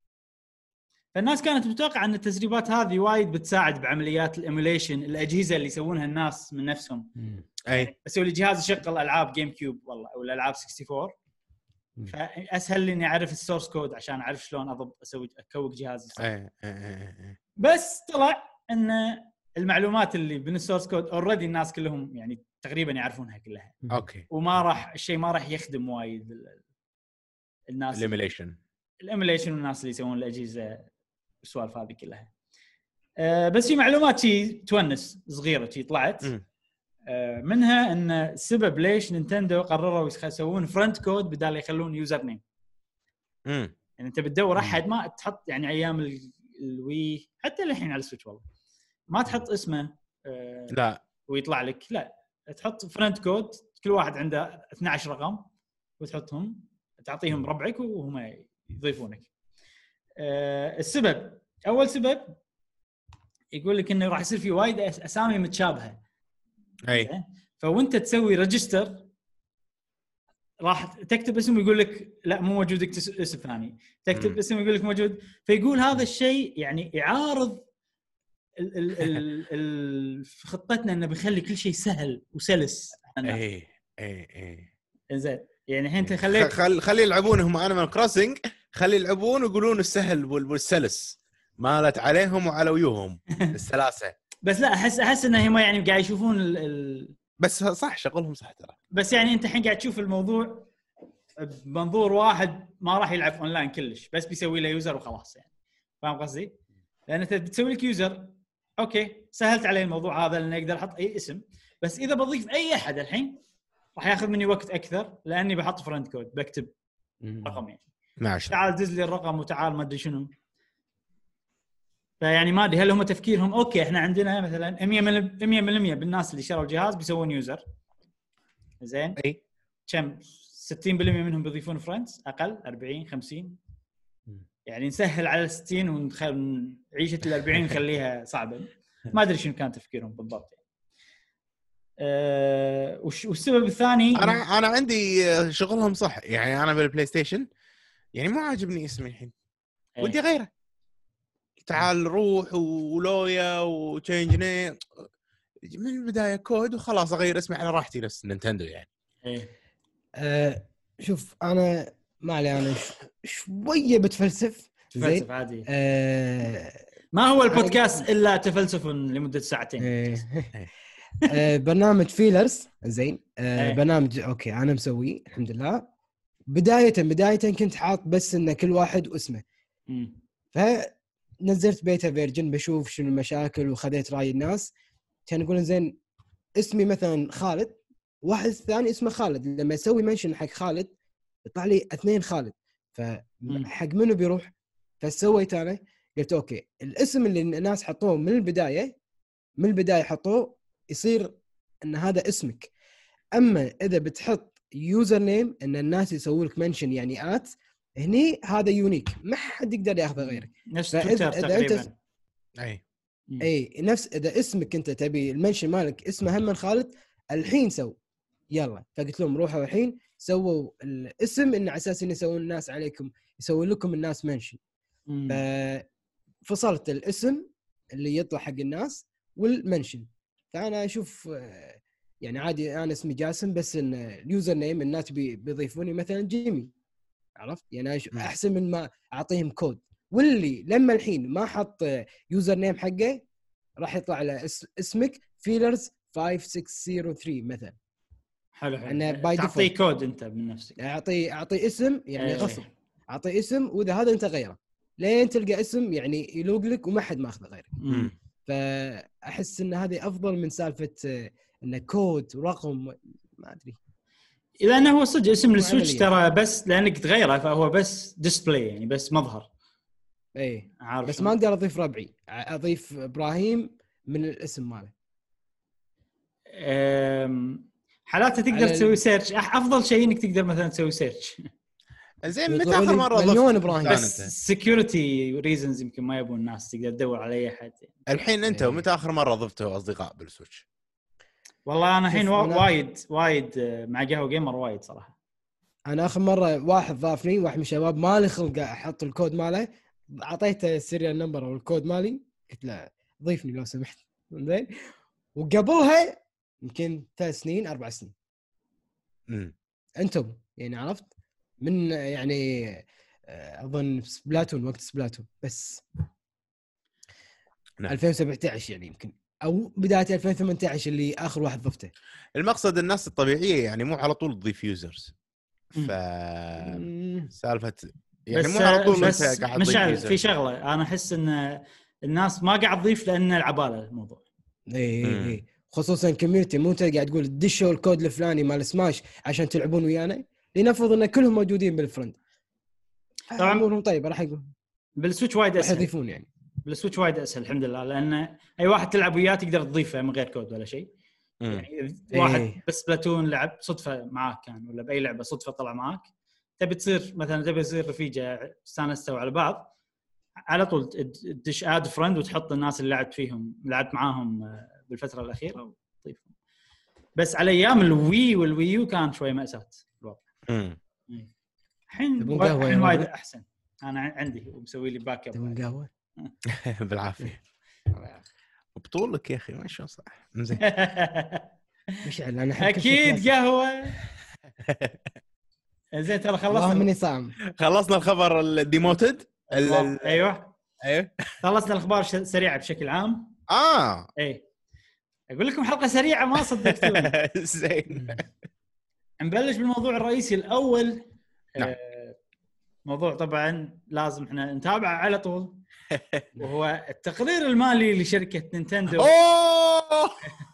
فالناس كانت متوقعه ان التسريبات هذه وايد بتساعد بعمليات الايميوليشن، الاجهزه اللي يسوونها الناس من نفسهم. اي اسوي لي جهاز يشغل العاب جيم كيوب والله او الالعاب أربعة وستين، مم. فاسهل لي اني اعرف السورس كود عشان اعرف شلون اضبط اسوي اكوك جهازي صح. اي اي بس طلع ان المعلومات اللي من السورس كود اوريدي الناس كلهم يعني تقريبا يعرفونها كلها، اوكي. وما راح الشيء ما راح يخدم وايد ال- الناس الايميليشن الايميليشن والناس اللي يسوون الاجهزه والسوالف هذه كلها. أه بس في معلومات شي تونس صغيره شي طلعت. مم. أه منها ان السبب ليش نينتندو قرروا يسوون فرونت كود بدال يخلون يوزر نيم. امم يعني انت بتدور احد ما تحط يعني ايام ال- الوي حتى الحين على السويتش والله ما تحط اسمه أه لا ويطلع لك، لا تحط فرونت كود كل واحد عنده اثنا عشر رقم وتحطهم تعطيهم ربعك وهم يضيفونك. أه السبب اول سبب يقول لك انه راح يصير في وايد اسامي متشابهه. اي فوانت تسوي ريجستر راح تكتب اسم يقول لك لا مو موجود اسم ثاني، تكتب مم. اسم يقول لك موجود، فيقول هذا الشيء يعني يعارض ال ال ال ال خطتنا انه بيخلي كل شيء سهل وسلس. اي اي اي زين يعني الحين انت خليت خل خلي يلعبون هم انيمال كروسنج، خلي يلعبون ويقولون السهل والسلس مالت عليهم وعلى ويوهم السلاسه. بس لا احس احس انه هم يعني قاعد يشوفون ال ال بس صح شغلهم صح ترى. بس يعني انت الحين قاعد تشوف الموضوع بمنظور واحد ما راح يلعب اونلاين كلش، بس بيسوي له يوزر وخلاص. يعني فاهم قصدي؟ لان انت بتسوي لك يوزر اوكي سهلت عليه الموضوع هذا لاني اقدر احط اي اسم، بس اذا بضيف اي احد الحين راح ياخذ مني وقت اكثر لاني بحط فرند كود بكتب رقم يعني ماشي تعال دز لي الرقم وتعال ما ادري شنو. فيعني ما ادري هل هم تفكيرهم اوكي احنا عندنا مثلا مية بالمية بالناس اللي شروا الجهاز بيسوون يوزر زين اي كم ستين بالمية منهم بيضيفون فريندز اقل أربعين خمسين يعني نسهل على ستين ونخل عيشه ال أربعين نخليها صعبه. ما ادري شنو كان تفكيرهم بالضبط يعني. أه والسبب الثاني انا انا عندي شغلهم صح يعني. انا بالبلاي ستيشن يعني مو عاجبني اسمي الحين ايه. ودي غيره. تعال روح ولويا وتشينج نيم من البدايه كود وخلاص اغير اسمي على راحتي نفس نينتندو يعني. ايه أه شوف انا ما علي انا ش... شويه بتفلسف تفلسف عادي. أه ما هو البودكاست الا تفلسف لمده ساعتين. أه أه برنامج فيلرز زين أه أيه. برنامج اوكي انا مسويه الحمد لله. بدايه بدايه كنت حاط بس ان كل واحد واسمه امم فنزلت بيتا فيرجن بشوف شنو المشاكل وخذيت راي الناس. كان يقولون زين اسمي مثلا خالد واحد ثاني اسمه خالد لما يسوي منشن حق خالد يطلع لي اثنين خالد فحق منو بيروح. فسويت انا قلت اوكي الاسم اللي الناس حطوه من البدايه من البدايه حطوه يصير ان هذا اسمك. اما اذا بتحط يوزر نيم ان الناس يسووا لك منشن يعني ات هني هذا يونيك ما حد يقدر ياخذه غيرك. نفس تويتر تقريبا. اي اي نفس اذا اسمك انت تبي المنشن مالك اسمه هم خالد الحين سو يلا. فقلت لهم روحوا الحين سووا الاسم ان على اساس ان يسوون الناس عليكم يسوون لكم الناس منشن. ففصلت الاسم اللي يطلع حق الناس والمنشن. فانا اشوف يعني عادي انا اسمي جاسم بس ان اليوزر نيم الناس بيضيفوني مثلا جيمي عرفت يعني احسن من ما اعطيهم كود. واللي لما الحين ما حط يوزر نيم حقه راح يطلع على اسمك فيلرز خمسة ستة صفر ثلاثة مثلا. حلو حلو انا تعطي كود انت من نفسك اعطي اعطي اسم يعني ايه. غصب اعطي اسم واذا هذا انت غيره لين تلقى اسم يعني يلوق لك وما حد ماخذه غيرك. فاحس ان هذه افضل من سالفه انه كود ورقم ما ادري. اذا انه هو صدق اسم السويتش ترى بس لانك تغيره فهو بس ديسبلاي يعني بس مظهر. ايه عارف بس ما اقدر اضيف ربعي اضيف ابراهيم من الاسم ماله. حالاته تقدر تسوي سيرش. افضل شيء انك تقدر مثلا تسوي سيرش. زين متى اخر مره مليون ابراهيم بس سكيورتي ريزنز يمكن ما يبون الناس تقدر تدور على اي احد يعني. الحين انت إيه. ومتى اخر مره ضفتوا اصدقاء بالسويتش؟ والله انا الحين وايد وايد مع قهوه جيمر وايد صراحه. انا اخر مره واحد ضافني، واحد من الشباب مالي خلق احط الكود ماله، اعطيته السيريال نمبر او الكود مالي، قلت له ضيفني لو سمحت. زين. وقبلها يمكن ثلاث سنين اربع سنين امم انتم يعني عرفت من يعني اظن سبلاتون، وقت سبلاتون بس نعم. ألفين وسبعة عشر يعني يمكن، او بدايه ألفين وثمانية عشر اللي اخر واحد ضفته. المقصد الناس الطبيعيه يعني مو على طول تضيف يوزرز، ف مم. سالفه يعني بس مو على طول بس انت قاعد تضيف مشعل يوزرز. في شغله انا احس ان الناس ما قاعد تضيف لان العباله الموضوع. اي مم. اي خصوصا كوميونتي، مو انت قاعد تقول دشوا الكود الفلاني مال سماش عشان تلعبون ويانا، لنفرض ان كلهم موجودين بالفرند، طبعاً. امورهم طيب راح يقول بالسويتش وايد راح اسهل، يضيفون يعني. بالسويتش وايد اسهل الحمد لله، لان اي واحد تلعب وياه تقدر تضيفه من غير كود ولا شيء. مم. يعني واحد إيه. بس بلاتون لعب صدفه معاك كان، ولا باي لعبه صدفه طلع معاك، تبي تصير مثلا تبي تصير رفيجه استانستوا على بعض، على طول تدش اد فريند وتحط الناس اللي لعبت فيهم لعبت معاهم بالفتره الاخيره وتضيفهم. بس على ايام الوي والويو كان شوي مأساة الوضع. امم الحين تبون قهوة يا الحين وايد ربع؟ احسن. انا عندي ومسوي لي باك اب. تبون قهوه؟ بالعافيه. بطولك يا اخي ما شاء صح. زين. مشعل انا احب كل شيء اكيد كلاسيك. قهوه. زين ترى والله خلصنا مني صام. خلصنا الخبر الديموتد. ال- ال- ايوه ايوه خلصنا الاخبار ش- سريعه بشكل عام. اه اي اقول لكم حلقه سريعه ما صدقتون. زين. نبلش بالموضوع الرئيسي الاول. نعم. آه، موضوع طبعا لازم احنا نتابعه على طول، وهو التقرير المالي لشركه نينتندو. اوه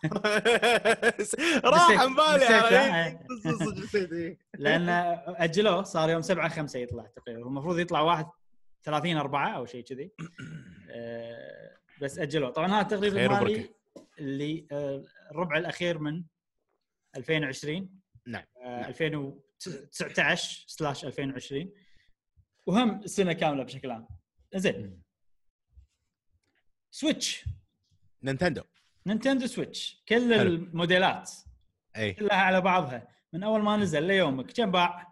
راح نسيت- عن بالي نسيت، على آه. صدق نسيت إيه. لان اجلوه صار يوم سبعة خمسة يطلع التقرير، المفروض يطلع واحد ثلاثين أربعة او شيء كذي، آه، بس اجلوه. طبعا هذا التقرير خير المالي وبركة. اللي آه، الربع الاخير من ألفين وعشرين، نعم. آه، ألفين وتسعة عشر سلاش ألفين وعشرين، وهم السنه كامله بشكل عام. زين. سويتش نينتندو. نينتندو سويتش كل حلو. الموديلات اي كلها على بعضها من اول ما نزل ليومك كم باع؟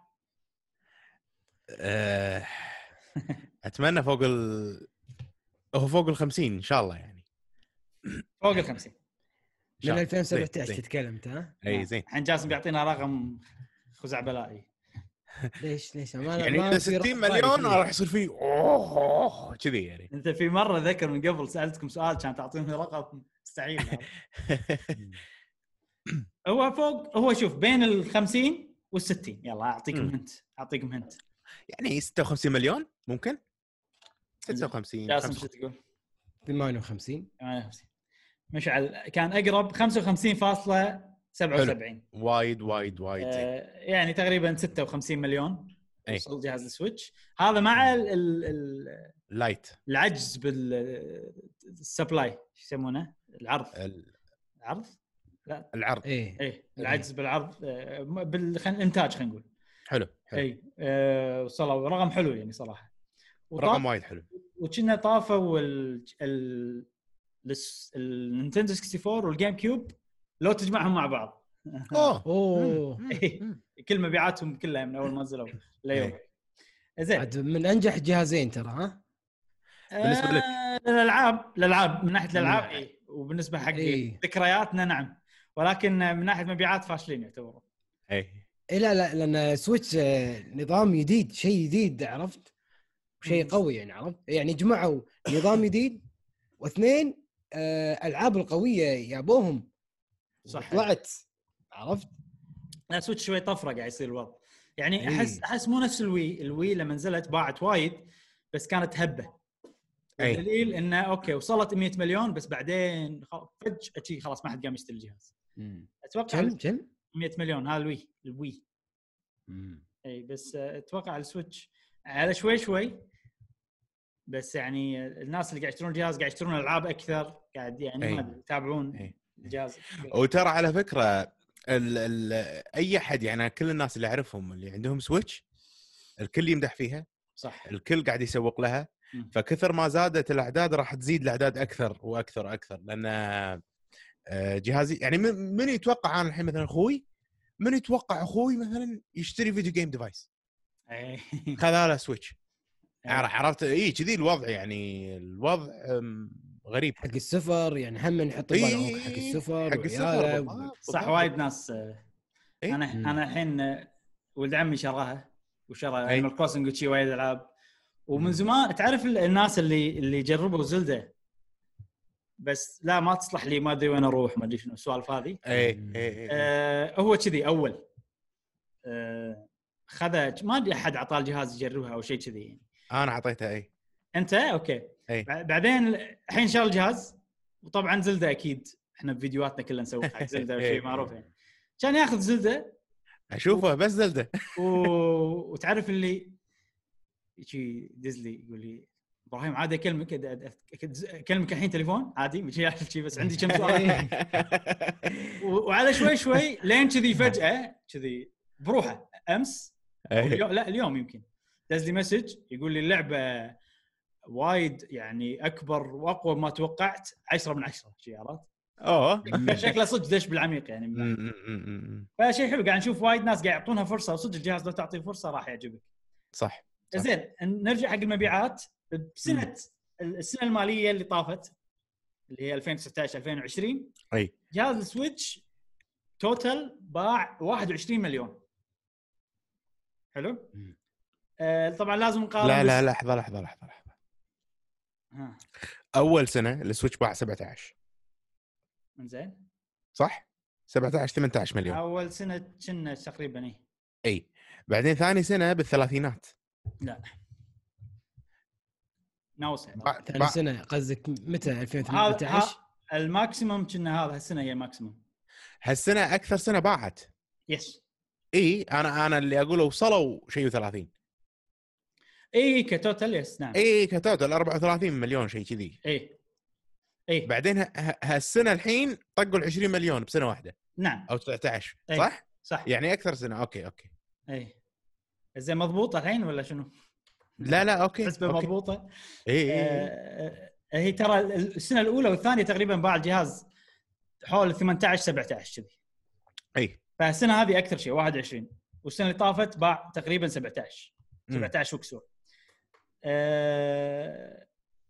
أه... اتمنى فوق ال هو فوق ال خمسين ان شاء الله يعني. فوق ال خمسين. من ألفين وسبعة عشر زين. تتكلم انت ها؟ اي زين. الحين جاسم بيعطينا رقم خزعبلائي. ليش ليش ما يعني ما اذا في ستين رقم مليون بالي. راح يصير فيه اوه كذي يعني. انت في مره ذكر من قبل سالتكم سؤال كان تعطوني رقم مستحيل. هو فوق، هو شوف بين ال خمسين وال ستين. يلا اعطيكم مم. هنت اعطيكم هنت يعني ستة وخمسين مليون ممكن. ستة وخمسين جاسم خمسة شو تقول؟ ثمانية وخمسين. ثمانية وخمسين. مشعل كان اقرب خمسة وخمسين فاصلة سبعة وسبعين. وايد وايد وايد زين. آه يعني تقريبا ستة وخمسين مليون أي. وصل جهاز السويتش هذا مع ال ال ال لايت العجز بالسبلاي شو يسمونه العرض ال- العرض لا العرض. ايه ايه العجز بالعرض آه، بالانتاج خلينا نقول. حلو حلو. اي آه، وصلوا رقم حلو يعني صراحه. رقم وايد حلو. وكنا طافوا ال ال الس- النينتندو أربعة وستين والجيم كيوب لو تجمعهم مع بعض. اوه اوه مم. إيه. مم. كل مبيعاتهم كلها من اول ما نزلوا ليوم. زين. عاد من انجح جهازين ترى ها. بالنسبة لك. آه، الالعاب الالعاب من ناحيه الالعاب من- اي، وبالنسبه حق إيه. ذكرياتنا نعم، ولكن من ناحيه مبيعات فاشلين يعتبروا. اي إيه لا لا لان سويتش آه، نظام جديد، شيء جديد عرفت، شيء مم. قوي يعني عرفت، يعني جمعوا نظام جديد واثنين آه، العاب القويه جابوهم صح. طلعت عرفت. لا سويتش شوي طفره قاعد يصير الوضع يعني. إيه. احس احس مو نفس الوي. الوي لما نزلت باعت وايد بس كانت هبه. أي. الدليل انه اوكي وصلت مية مليون بس بعدين خ- فجاه شي خلاص ما حد قام يشتري الجهاز. اتوقع كم كم مية مليون هذا الوي الوي اي. بس آه، اتوقع السويتش على شوي شوي، بس يعني الناس اللي قاعد يشترون الجهاز قاعد يشترون العاب اكثر، قاعد يعني أي. ما أدري يتابعون أي. الجهاز. وترى على فكره ال ال اي احد يعني كل الناس اللي اعرفهم اللي عندهم سويتش الكل يمدح فيها، صح. الكل قاعد يسوق لها. مم. فكثر ما زادت الاعداد راح تزيد الاعداد اكثر واكثر اكثر، لان آه، جهازي يعني من من يتوقع انا الحين مثلا اخوي من يتوقع اخوي مثلا يشتري فيديو جيم ديفايس اي خذ له سويتش عرفت اي كذي الوضع يعني الوضع أم، غريب حق السفر يعني هم نحط إيه، بالهم حق السفر حق السفر وعياله بالضبط، صح بالضبط. وايد ناس. إيه؟ انا مم. انا الحين ولد عمي شراها وشرى أي. انيمال كروسنج وشي وايد العاب. ومن مم. زمان تعرف ال- الناس اللي اللي جربوا زلدة بس لا ما تصلح لي ما ادري وين اروح ما ادري شنو السوالف هذه. اي اي اي آه هو كذي اول آه خذ ما ادري احد اعطاه الجهاز يجربها او شيء كذي يعني. انا اعطيتها اي انت اوكي اي بع- بعدين الحين شال الجهاز وطبعا زلدة اكيد احنا بفيديوهاتنا كلنا نسوي حق زلدة وشيء معروف يعني. كان ياخذ زلدة اشوفه بس زلده و... وتعرف اللي شي ديزلي يقول لي ابراهيم عادي اكلمك أد- أد- أد- اكلمك الحين تليفون عادي مش يعرف شيء بس عندي كم سؤال. و- وعلى شوي شوي لين كذي فجاه كذي بروحه امس أو اليوم لا اليوم يمكن دز لي مسج يقول لي اللعبه وايد يعني اكبر واقوى ما توقعت عشرة من عشرة شي عرفت. اوه شكله صدق دش بالعميق يعني من م- م- م- م. فشيء حلو قاعد نشوف وايد ناس قاعد يعطونها فرصه وصدق الجهاز لو تعطيه فرصه راح يعجبك. صح صح. زين نرجع حق المبيعات بسنه السنه الماليه اللي طافت اللي هي ألفين وتسعة عشر ألفين وعشرين اي جهاز السويتش توتال باع واحد وعشرين مليون. حلو. مم. آه طبعا لازم نقارن لا لا بس- لحظه لحظه لحظه لحظه ها اول سنه السويتش باع سبعة عشر زين صح سبعة عشر ثمانية عشر مليون اول سنه كنا تقريبا ايه اي بعدين ثاني سنه بالثلاثينات لا نوصل باع- ثاني باع- سنه قصدك متى ألفين هذا وثمانية عشر؟ ها- الماكسيموم كنا هذا هالسنه هي الماكسيموم. هالسنه اكثر سنه باعت يس اي انا انا اللي اقول وصلوا شيء ثلاثين اي كتوتال يس نعم اي كتوتال أربعة وثلاثين مليون شيء كذي. اي اي بعدين ه- ه- هالسنه الحين طقوا ال عشرين مليون بسنه واحده نعم او تسعة عشر إيه. صح صح يعني اكثر سنه اوكي اوكي اي زين مضبوطه الحين ولا شنو؟ لا لا اوكي حسبه أوكي. مضبوطه. اي اي آه، آه، هي ترى السنه الاولى والثانيه تقريبا باع الجهاز حول ثمانية عشر سبعة عشر كذي. اي فالسنه هذه اكثر شيء واحد وعشرين والسنه اللي طافت باع تقريبا سبعة عشر مم. سبعة عشر وكسور. أه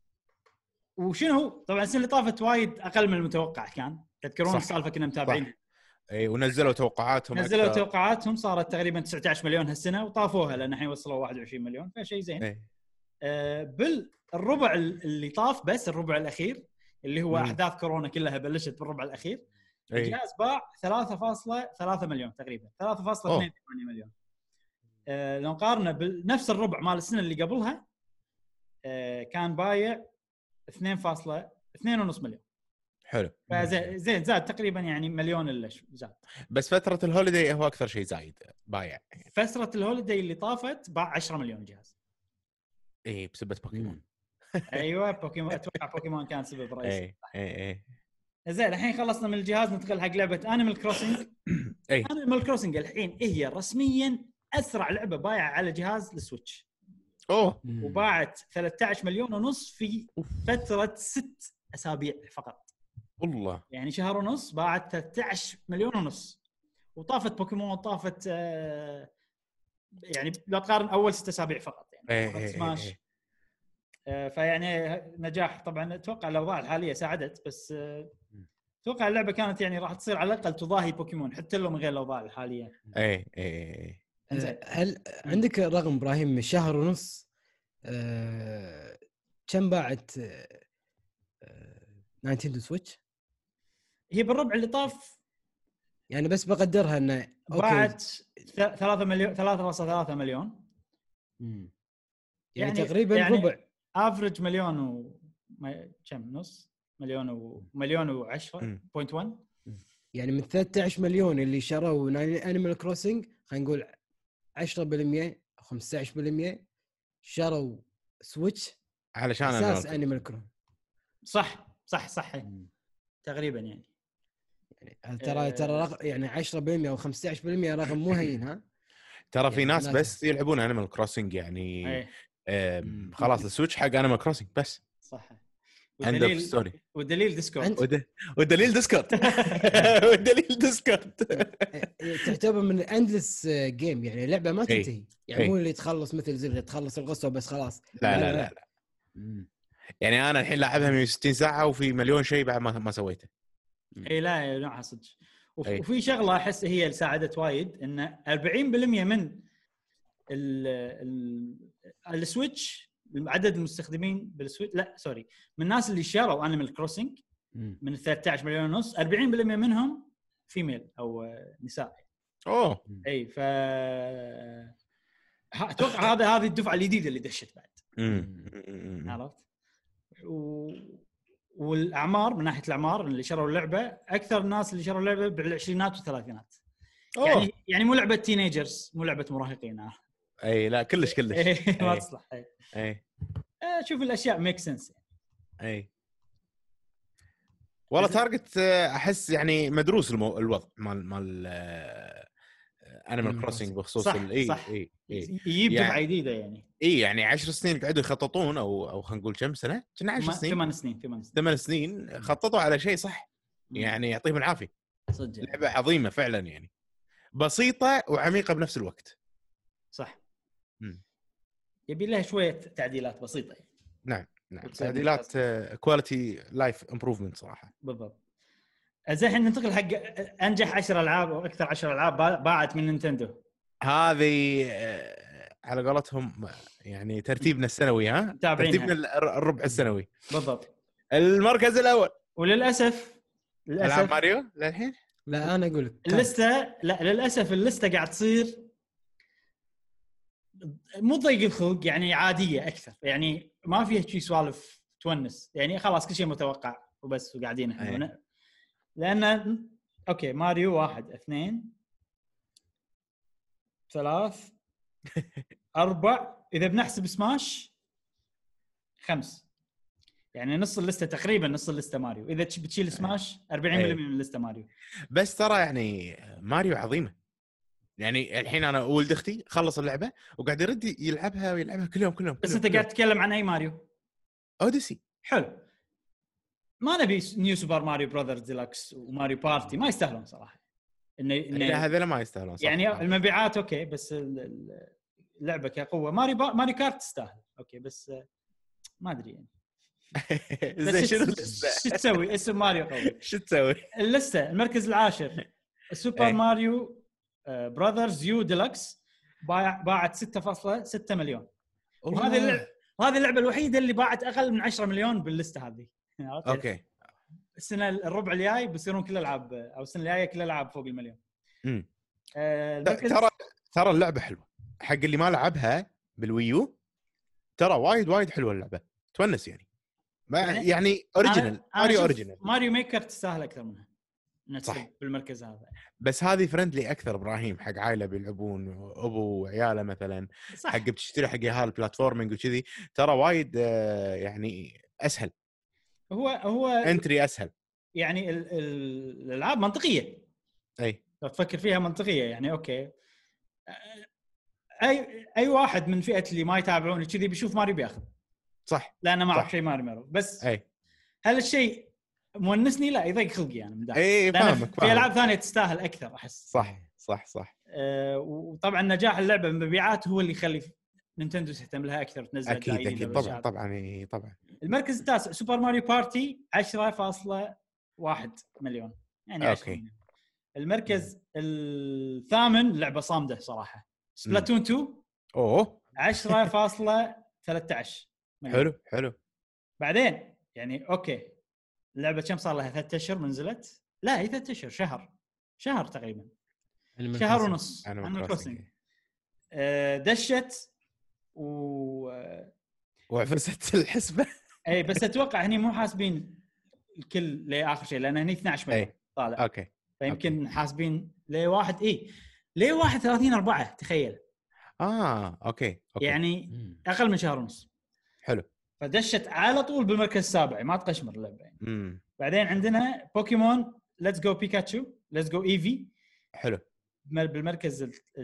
وشنو طبعا السنه اللي طافت وايد اقل من المتوقع كان تذكرون صح. السالفه كنا متابعين اي ونزلوا توقعاتهم نزلوا أكثر. توقعاتهم صارت تقريبا تسعة عشر مليون هالسنه وطافوها لان الحين وصلوا واحد وعشرين مليون فشيء زين. إيه. أه بالربع اللي طاف بس الربع الاخير اللي هو مم. احداث كورونا كلها بلشت بالربع الاخير. إيه. الجهاز باع ثلاثة فاصلة ثلاثة مليون تقريبا ثلاثة فاصلة اثنين وثمانين مليون. آه لو نقارنه بنفس الربع مال السنه اللي قبلها آه كان بايع اثنين فاصلة اثنين ونص مليون. حلو فزين زين زاد تقريبا يعني مليون الا ش- زاد. بس فتره الهوليداي هو اكثر شيء زايد بايع فتره الهوليداي اللي طافت باع عشرة مليون جهاز. اي بسبه بوكيمون ايوه بوكيمون اتوقع بوكيمون كان سبب رئيسي. اي اي اي زين الحين خلصنا من الجهاز ندخل حق لعبه انيمال كروسنج. اي انيمال كروسنج الحين هي رسميا اسرع لعبه بايعه على جهاز السويتش اوه وباعت ثلاثة عشر مليون ونص في فتره ست اسابيع فقط. والله يعني شهر ونص باعت ثلاثة عشر مليون ونص وطافت بوكيمون طافت آه يعني لا تقارن اول ست اسابيع فقط يعني إيه طافت إيه سماش. إيه. آه فيعني نجاح طبعا اتوقع الاوضاع الحاليه ساعدت بس آه اتوقع اللعبه كانت يعني راح تصير على الاقل تضاهي بوكيمون حتى لو من غير الاوضاع الحاليه. اي اي إنزين. هل عندك رقم ابراهيم من شهر ونص أه... كم باعت أه... ناينتندو سويتش؟ هي بالربع اللي طاف يعني بس بقدرها انه باعت ثلاثة مليون ثلاثة فاصلة ثلاثة مليون مم. يعني, يعني تقريبا يعني ربع افريج مليون و ما- كم نص مليون ومليون وعشرة بوينت واحد. يعني من ثلاثة عشر مليون اللي شروا انيمال كروسنج خلينا نقول عشرة بالمية أو خمسة عشر بالمية شروا سويتش علشان اساس انا انيمال كروسنج. صح صح صح تقريبا يعني يعني ترى ترى رق... يعني عشرة بالمية او خمسة عشر بالمية رقم مو هين ها. ترى في يعني ناس لازم. بس يلعبون انيمال كروسنج يعني ايه آم، خلاص السويتش حق انيمال كروسنج بس صح. والدليل ستوري والدليل ديسكورد ود... ودليل ديسكورد ودليل ديسكورد تعتبر من اندلس جيم يعني لعبه ما إيه. تنتهي يعني إيه. مو اللي تخلص مثل زلدة تخلص القصه بس خلاص لا لا لا, لا. مم. يعني انا الحين لاعبها مية وستين ساعه وفي مليون شيء بعد ما ما سويته. اي لا لا صدق. وف... أي. وفي شغله احس هي اللي ساعدت وايد ان أربعين بالمية من ال... ال... السويتش عدد المستخدمين بالسويتش لا سوري من الناس اللي شروا انيمال كروسنج من ثلاثة عشر مليون ونص أربعين بالمية منهم فيميل او نساء. اوه اي ف اتوقع هذا هذه الدفعه الجديده اللي دشت بعد. امم عرفت و... والاعمار من ناحيه الاعمار اللي شروا اللعبه اكثر الناس اللي شروا اللعبه بالعشرينات والثلاثينات. يعني يعني مو لعبه تينيجرز مو لعبه مراهقين. اي لا كلش كلش ما تصلح. اي اي شوف الاشياء ميك سنس. اي والله تارجت احس يعني مدروس المو... الوضع مال مال انيمال كروسنج بخصوص الاي اي اي يجيب دفعه يعني جديده يعني اي يعني عشر سنين قعدوا يخططون او او خلينا نقول كم سنه كنا عشر سنين ثمان سنين ثمان سنين ثمان سنين خططوا على شيء صح. يعني يعطيهم العافيه صدق لعبه عظيمه فعلا يعني بسيطه وعميقه بنفس الوقت. صح مم. يبي لها شويه تعديلات بسيطه يعني. نعم نعم تعديلات كواليتي لايف امبروفمنت صراحه. بالضبط. زين الحين ننتقل حق انجح عشر العاب او اكثر عشر العاب باعت من نينتندو. هذه على قولتهم يعني ترتيبنا السنوي ها ترتيبنا الربع السنوي بالضبط. المركز الاول وللاسف للاسف العاب ماريو للحين. لا انا اقول لك اللسته لا للاسف اللسته قاعد تصير مو ضيق الخلق يعني عاديه اكثر يعني ما فيها شيء سوالف تونس يعني خلاص كل شيء متوقع وبس وقاعدين احنا لان اوكي ماريو واحد اثنين ثلاث اربع اذا بنحسب سماش خمس يعني نص اللسته تقريبا نص اللسته ماريو اذا بتشيل سماش أربعين بالمية من اللسته ماريو. بس ترى يعني ماريو عظيمه يعني الحين انا ولد اختي خلص اللعبه وقاعد يرد يلعبها ويلعبها كل يوم كل يوم بس انت قاعد تتكلم عن اي ماريو؟ اوديسي. حلو ما نبي نيو سوبر ماريو براذرز ديلكس وماريو بارتي ما يستاهلون صراحه انه لا هذول ما يستاهلون صح يعني صح. المبيعات اوكي بس اللعبه كقوه ماريو با... ماريو كارت تستاهل اوكي بس ما ادري يعني زين شنو شو تسوي اسم ماريو قوي شو تسوي اللسته المركز العاشر سوبر ماريو براذرز يو ديلكس باعت ستة فاصلة ستة مليون وهذه اللعبه هذه اللعبه الوحيده اللي باعت اقل من عشرة مليون باللسته هذه. اوكي السنه الربع الجاي بيصيرون كل الالعاب او السنه الجايه كل الالعاب فوق المليون. امم آه ترى ترى اللعبه حلوه حق اللي ما لعبها بالويو ترى وايد وايد حلوه اللعبه تونس يعني ما يعني, يعني اوريجينال ماريو اوريجينال ماريو ميكر تستاهل اكثر منها صح بالمركز هذا بس هذه فرندلي اكثر ابراهيم حق عائله بيلعبون ابو وعياله مثلا صح. حق بتشتري حق اهل البلاتفورمينج وكذي ترى وايد يعني اسهل هو هو انتري اسهل يعني الالعاب منطقيه اي لو تفكر فيها منطقيه يعني اوكي اي اي واحد من فئه اللي ما يتابعون كذي بيشوف ماريو بياخذ صح لانه ما اعرف شيء ماريو ماريو بس اي هل الشيء مونسني لا يضيق خلقي يعني من داخل اي فاهمك في العاب ثانيه تستاهل اكثر احس صح صح صح أه وطبعا نجاح اللعبه مبيعات هو اللي يخلي نينتندو تهتم لها اكثر وتنزل اكيد اكيد طبعا طبعا طبعا. المركز التاسع سوبر ماريو بارتي عشرة فاصلة واحد مليون يعني اوكي. المركز الثامن لعبه صامده صراحه سبلاتون اثنين اوه عشرة فاصلة ثلاثة عشر مليون. حلو حلو بعدين يعني اوكي اللعبه كم صار لها ثلاثة اشهر منزلت لا هي ثلاثة اشهر شهر شهر تقريبا شهر ونص انا كروسنج دشت و وعفست الحسبه اي بس اتوقع هني مو حاسبين الكل لاخر شيء لان هني اثنا عشر مليون طالع اوكي فيمكن أوكي. حاسبين لواحد اي ليه واحد ثلاثين أربعة تخيل اه اوكي, أوكي. يعني اقل من شهر ونص حلو فدشت على طول بالمركز السابع ما تقشمر اللعبه يعني. امم بعدين عندنا بوكيمون ليتس جو بيكاتشو ليتس جو ايفي حلو بالمركز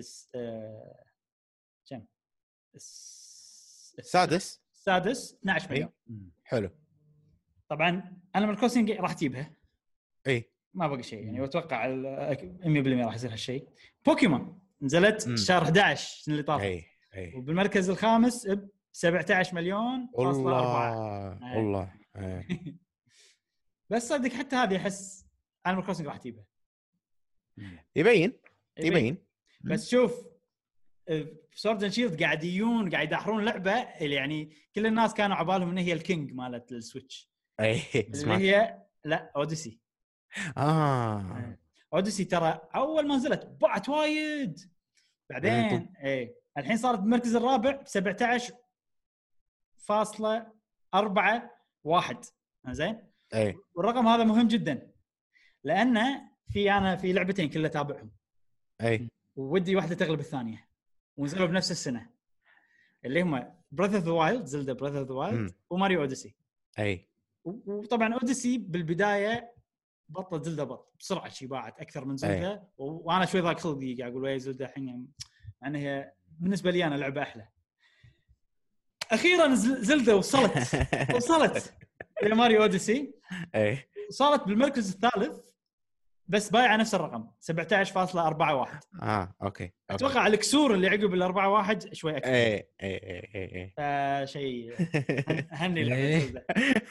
كم السادس السادس اثنا عشر مليون حلو طبعا انا كروسنج راح تجيبها اي ما بقى شيء يعني واتوقع مية بالمية راح يصير هالشيء. بوكيمون نزلت مم. شهر أحد عشر اللي طاف اي اي وبالمركز الخامس ب سبعة عشر مليون فاصلة أربعة. والله والله اي. بس صدق حتى هذه احس انيمال كروسنج راح تجيبها يبين يبين بس شوف سورد اند شيلد قاعد يجون قاعد يدحرون لعبه اللي يعني كل الناس كانوا عبالهم ان هي الكينج مالت السويتش اي اللي هي لا اوديسي. اه اوديسي ترى اول ما نزلت باعت وايد بعدين اي الحين صارت بالمركز الرابع ب سبعة عشر فاصلة أربعة واحد. زين اي والرقم هذا مهم جدا لانه في انا في لعبتين كلها تابعهم اي وودي واحده تغلب الثانيه ونزلوا بنفس السنه اللي هم براذر اوف ذا وايلد زلدا براذر اوف ذا وايلد وماريو اوديسي. اي وطبعا اوديسي بالبدايه بطلت زلدا بط بسرعه شي باعت اكثر من زلدا وانا شوي ضاق خلقي قاعد اقول ويا زلدا الحين يعني هي بالنسبه لي انا لعبه احلى. اخيرا زلدا وصلت وصلت لماريو اوديسي اي صارت بالمركز الثالث بس بايعه نفس الرقم سبعة عشر فاصلة أربعة واحد. اه اوكي اتوقع الكسور اللي عقب الأربعة واحد شوي اكثر. اي اي اي اي اي شيء هني لعبه.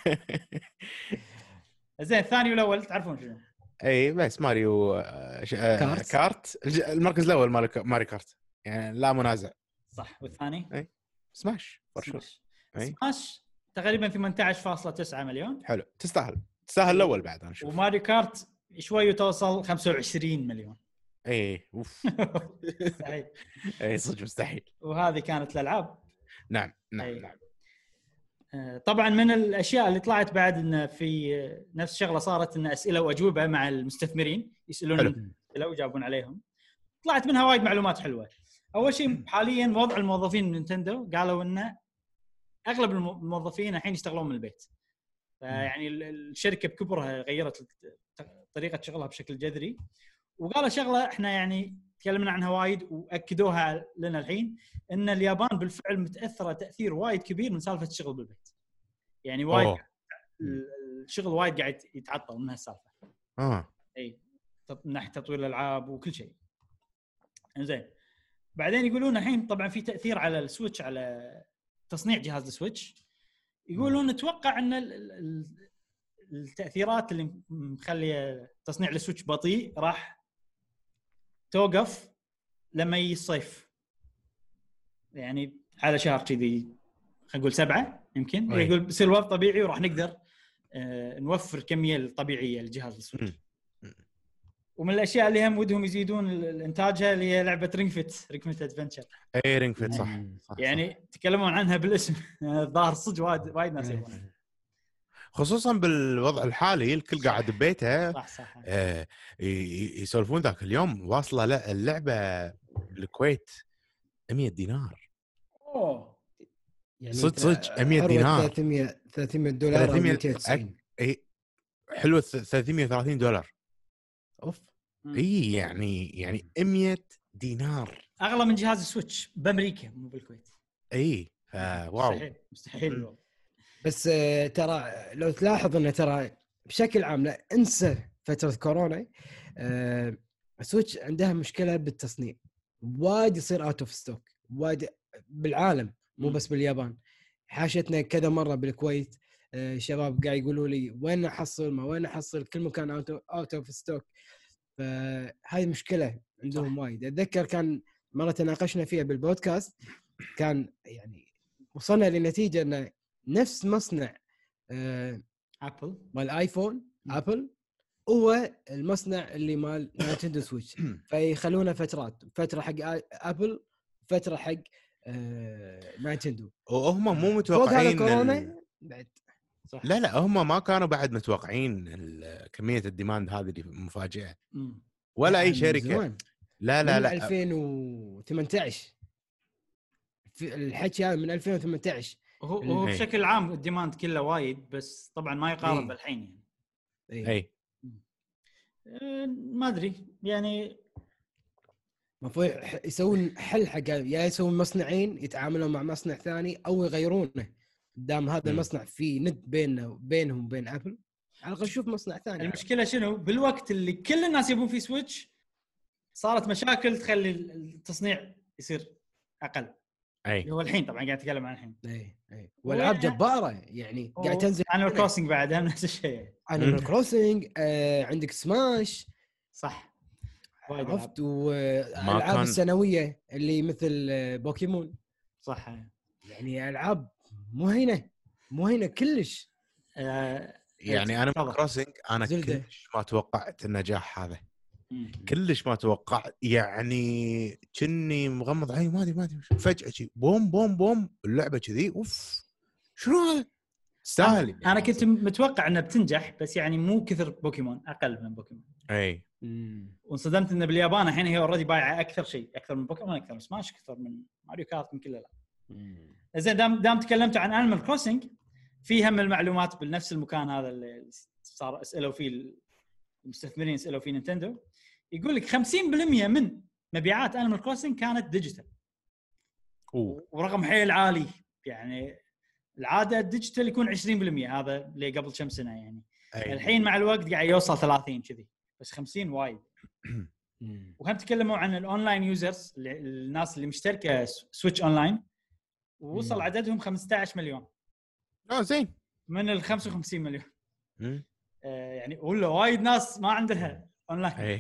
زين الثاني والاول تعرفون شنو؟ اي بس ماريو كارت, كارت. المركز الاول مال ماريو كارت يعني لا منازع صح. والثاني اي سماش سماش, سماش. تقريبا ثمانية عشر فاصلة تسعة مليون. حلو تستاهل تستاهل الاول بعد انا اشوف. وماريو كارت شوي توصل خمسة وعشرين مليون. اي اوف مستحيل. اي صدق مستحيل. وهذه كانت الالعاب. نعم نعم نعم. طبعا من الاشياء اللي طلعت بعد ان في نفس شغله صارت ان اسئله واجوبه مع المستثمرين يسالون اسئله ويجاوبون عليهم. طلعت منها وايد معلومات حلوه. اول شيء حاليا وضع الموظفين نينتندو قالوا ان اغلب الموظفين الحين يشتغلون من البيت فيعني الشركه بكبرها غيرت طريقه شغلها بشكل جذري وقالوا شغله احنا يعني تكلمنا عنها وايد واكدوها لنا الحين ان اليابان بالفعل متاثره تاثير وايد كبير من سالفه الشغل بالبيت. يعني وايد أوه. الشغل وايد قاعد يتعطل من هالسالفه. اه اي من ناحيه تطوير الالعاب وكل شيء. زين بعدين يقولون الحين طبعا في تاثير على السويتش على تصنيع جهاز السويتش. يقولون نتوقع ان التاثيرات اللي مخليه تصنيع السويتش بطيء راح توقف لما يجي الصيف يعني على شهر كذي خلينا نقول سبعة يمكن أي. يقول بيصير الوضع طبيعي وراح نقدر آه نوفر كميه الطبيعيه لجهاز السويتش. ومن الاشياء اللي هم ودهم يزيدون الانتاجها اللي هي لعبه رينج فيت رينج فيت ادفنتشر. اي رينج فيت صح, صح يعني صح. تكلمون عنها بالاسم الظاهر صدق وايد وايد ناس يبغون خصوصا بالوضع الحالي الكل صح. قاعد ببيته صح صح آه يسولفون ذاك اليوم واصله اللعبه بالكويت مية دينار. اوه يعني صدق صدق مية دينار ثلاثمية ثلاثمية دولار او مئتين وتسعين. اي حلو ثلاثمية وثلاثين دولار اوف. اي يعني يعني مية دينار اغلى من جهاز السويتش بامريكا مو بالكويت. اي واو مستحيل مستحيل. بس ترى لو تلاحظ انه ترى بشكل عام لا انسى فتره كورونا أه السويتش عندها مشكله بالتصنيع وايد يصير اوت اوف ستوك وايد بالعالم مو بس باليابان. حاشتنا كذا مره بالكويت أه شباب قاعد يقولوا لي وين احصل ما وين احصل كل مكان اوت اوف ستوك. فهاي مشكله عندهم وايد. اتذكر كان مره تناقشنا فيها بالبودكاست كان يعني وصلنا لنتيجه ان نفس مصنع آه ابل مال ايفون ابل هو المصنع اللي مال نينتندو سويتش فيخلونا فترات فتره حق ابل فتره حق آه نينتندو وهم مو متوقعين ال... بعد صح. لا لا هم ما كانوا بعد متوقعين كميه الديماند هذه اللي مفاجئه ولا اي شركه. لا لا لا ألفين وثمانية عشر في الحكي هذا من ألفين وثمانية عشر هو هو بشكل عام الديماند كله وايد بس طبعا ما يقارب إيه. الحين يعني اي أه ما ادري يعني المفروض يسوون حل حق يا يسوون مصنعين يتعاملون مع مصنع ثاني او يغيرونه دام هذا مم. المصنع فيه ند بيننا وبينهم وبين ابل، على الاقل شوف مصنع ثاني. المشكله شنو؟ بالوقت اللي كل الناس يبون فيه سويتش صارت مشاكل تخلي التصنيع يصير اقل. اي هو الحين طبعا قاعد اتكلم عن الحين. اي اي والعاب جباره يعني قاعد تنزل. انا الكروسنج بعد هم نفس الشيء. انا الكروسنج آه عندك سماش صح، عرفت، والالعاب كان... السنويه اللي مثل بوكيمون. صح، يعني العاب مو هينه مو هينه كلش. آه يعني انا كروسنج انا زلدة. كلش ما توقعت النجاح هذا، مم. كلش ما توقعت. يعني كني مغمض عيني ما ادري ما ادري فجاه شي بوم بوم بوم اللعبه كذي اوف شنو هذا سهل. انا, أنا كنت متوقع انها بتنجح بس يعني مو كثر بوكيمون، اقل من بوكيمون. اي وانصدمت انه باليابان الحين هي اوريدي بايعه اكثر شيء، اكثر من بوكيمون، اكثر من سماش، اكثر من ماريو كارت، من كل الالعاب. زين دام دام تكلمتوا عن انيمال كروسنج، في هم المعلومات بنفس المكان هذا اللي صار اسالوا فيه المستثمرين، اسالوا فيه نينتندو، يقول لك خمسين بالمئة من مبيعات انيمال كروسنج كانت ديجيتال. أوه. ورقم حيل عالي، يعني العاده الديجيتال يكون عشرين بالمئة، هذا اللي قبل كم سنه يعني. أي. الحين مع الوقت قاعد يوصل ثلاثين كذي، بس خمسين وايد. وهم تكلموا عن الاونلاين يوزرز، الناس اللي مشتركه سويتش اونلاين، ووصل عددهم خمسة عشر مليون. اه زين من ال خمسة وخمسين مليون. مم. آه يعني ولا وايد ناس ما عندها اونلاين. اي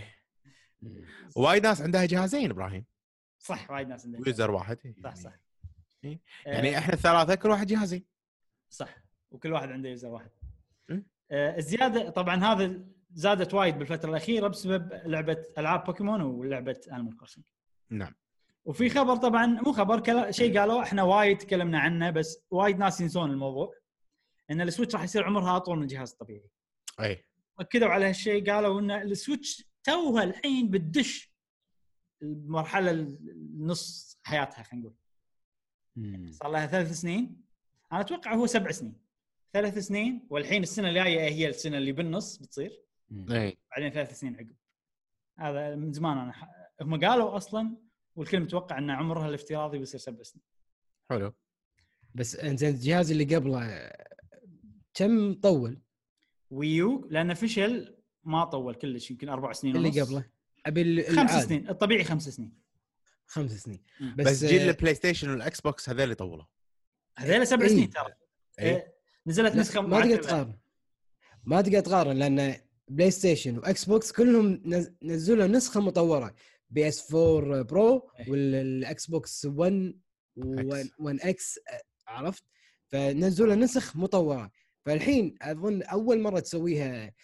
وايد ناس عندها جهازين ابراهيم. صح، وايد ناس عندها يوزر واحد. صح صح. يعني, يعني احنا الثلاثه كل واحد جهازين. صح، وكل واحد عنده يوزر واحد. آه الزياده طبعا هذا زادت وايد بالفتره الاخيره بسبب لعبه العاب بوكيمون ولعبه انيمال كروسنج. نعم. وفي خبر طبعا مو خبر كلا شيء قالوا احنا وايد تكلمنا عنه، بس وايد ناس ينسون الموضوع، ان السويتش راح يصير عمرها اطول من الجهاز الطبيعي. اي اكدوا على هالشيء، قالوا ان السويتش توها الحين بتدش المرحله النص حياتها، خلينا نقول صار لها ثلاث سنين. انا اتوقع هو سبع سنين، ثلاث سنين، والحين السنه الجايه هي السنه اللي بالنص بتصير. اي بعدين ثلاث سنين عقب. هذا من زمان انا ح... هم قالوا اصلا، والكل متوقع ان عمرها الافتراضي بيصير سبع سنين. حلو. بس انزين الجهاز اللي قبله كم طول؟ ويو لانه فشل ما طول كلش، يمكن اربع سنين ونص. اللي قبله ابي خمس سنين، الطبيعي خمس سنين. خمس سنين بس, بس جيل البلاي ستيشن والاكس بوكس هذول اللي طولوا، هذول سبع سنين ترى. إيه؟ نزلت نسخه ما تقدر تقارن ما تقدر تقارن لان بلاي ستيشن واكس بوكس كلهم نزلوا نسخه مطوره، بي اس أربعة برو والاكس بوكس واحد و1 اكس، عرفت؟ فنزلوا نسخ مطوره. فالحين اظن اول مره تسويها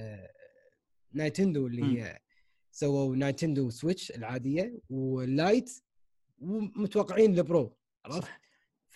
نايتندو اللي هي سووا نايتندو سويتش العاديه واللايت، ومتوقعين البرو، عرفت؟ ف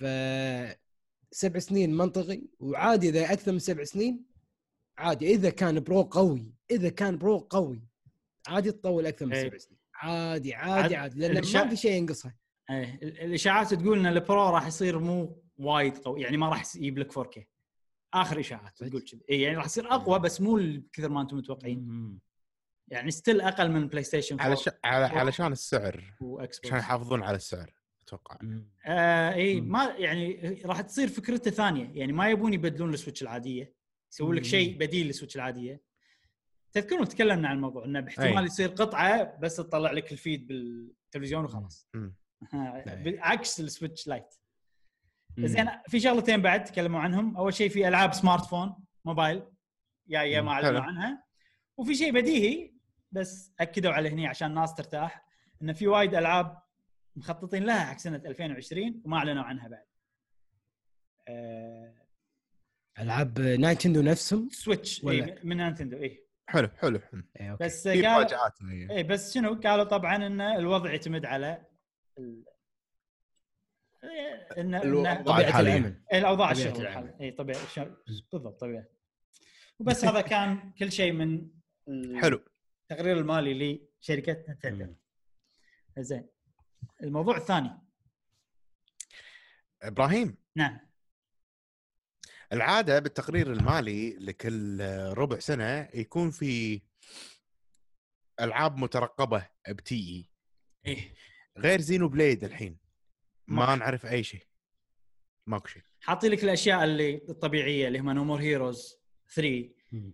سبع سنين منطقي، وعادي اذا اكثر من سبع سنين عادي، اذا كان برو قوي اذا كان برو قوي عادي تطول اكثر من سبع سنين، عادي عادي عادي لان الشا... ما في شيء ينقصها. ايه الاشاعات تقول ان البرو راح يصير مو وايد قوي، يعني ما راح يجيب لك فور كي. اخر اشاعات تقول كذا، اي يعني راح يصير اقوى بس مو كثر ما انتم متوقعين. يعني ستيل اقل من بلاي ستيشن على ش... على علشان السعر، عشان يحافظون على السعر اتوقع. آه اي ما يعني راح تصير فكرته ثانيه، يعني ما يبون يبدلون السويتش العاديه، يسوون لك شيء بديل للسويتش العاديه. تذكرون تكلمنا عن الموضوع انه باحتمال يصير قطعه بس تطلع لك الفيد بالتلفزيون وخلاص. عكس السويتش لايت. زين في شغلتين بعد تكلموا عنهم. اول شيء في العاب سمارت فون موبايل جايه ما اعلنوا عنها، وفي شيء بديهي بس اكدوا عليه هنا عشان الناس ترتاح، ان في وايد العاب مخططين لها حق سنه ألفين وعشرين وما اعلنوا عنها بعد. أه... العاب نايتندو نفسهم سويتش إيه من نايتندو. ايه حلو حلو إيه بس قال ايه بس شنو قالوا طبعا ان الوضع يعتمد على ال... ان الوضع الحالي، الاوضاع الشغل الحالي. اي طبيعي بالضبط طبيعي. وبس هذا كان كل شيء من حلو التقرير المالي لشركه نينتندو. زين الموضوع الثاني ابراهيم. نعم. العاده بالتقرير المالي لكل ربع سنه يكون في العاب مترقبه بتي ايه غير زينو بليد الحين ما نعرف اي شيء. ماكو شيء. حاطين لك الاشياء اللي الطبيعيه اللي هم نو مور هيروز ثري،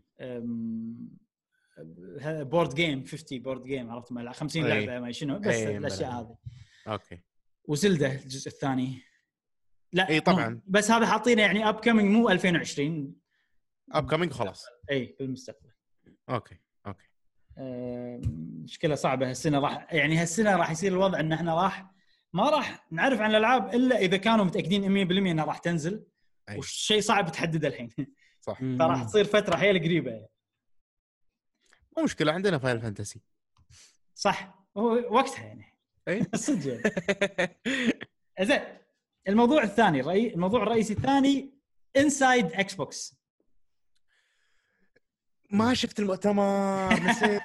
بورد جيم خمسين بورد جيم، عرفت مع خمسين أي. لعبه ما شنو، بس أي الاشياء بلا. هذه. اوكي. وزلده الجزء الثاني لا اي طبعا بس هذا حاطينه يعني اب كامينج مو ألفين وعشرين، اب كامينج خلاص. اي بالمستقبل. اوكي اوكي. أه مشكله صعبه هالسنه، راح يعني هالسنه راح يصير الوضع ان احنا راح ما راح نعرف عن الالعاب الا اذا كانوا متاكدين مية بالمية انها راح تنزل، أي. والشيء صعب تحدده الحين. صح. فراح تصير فتره حيل قريبه. مو مشكله، عندنا فاينل فانتسي. صح هو وقتها يعني. اي صدق. زين الموضوع الثاني الرئي... الموضوع الرئيسي الثاني انسايد اكس بوكس. ما شفت المؤتمر نسيت.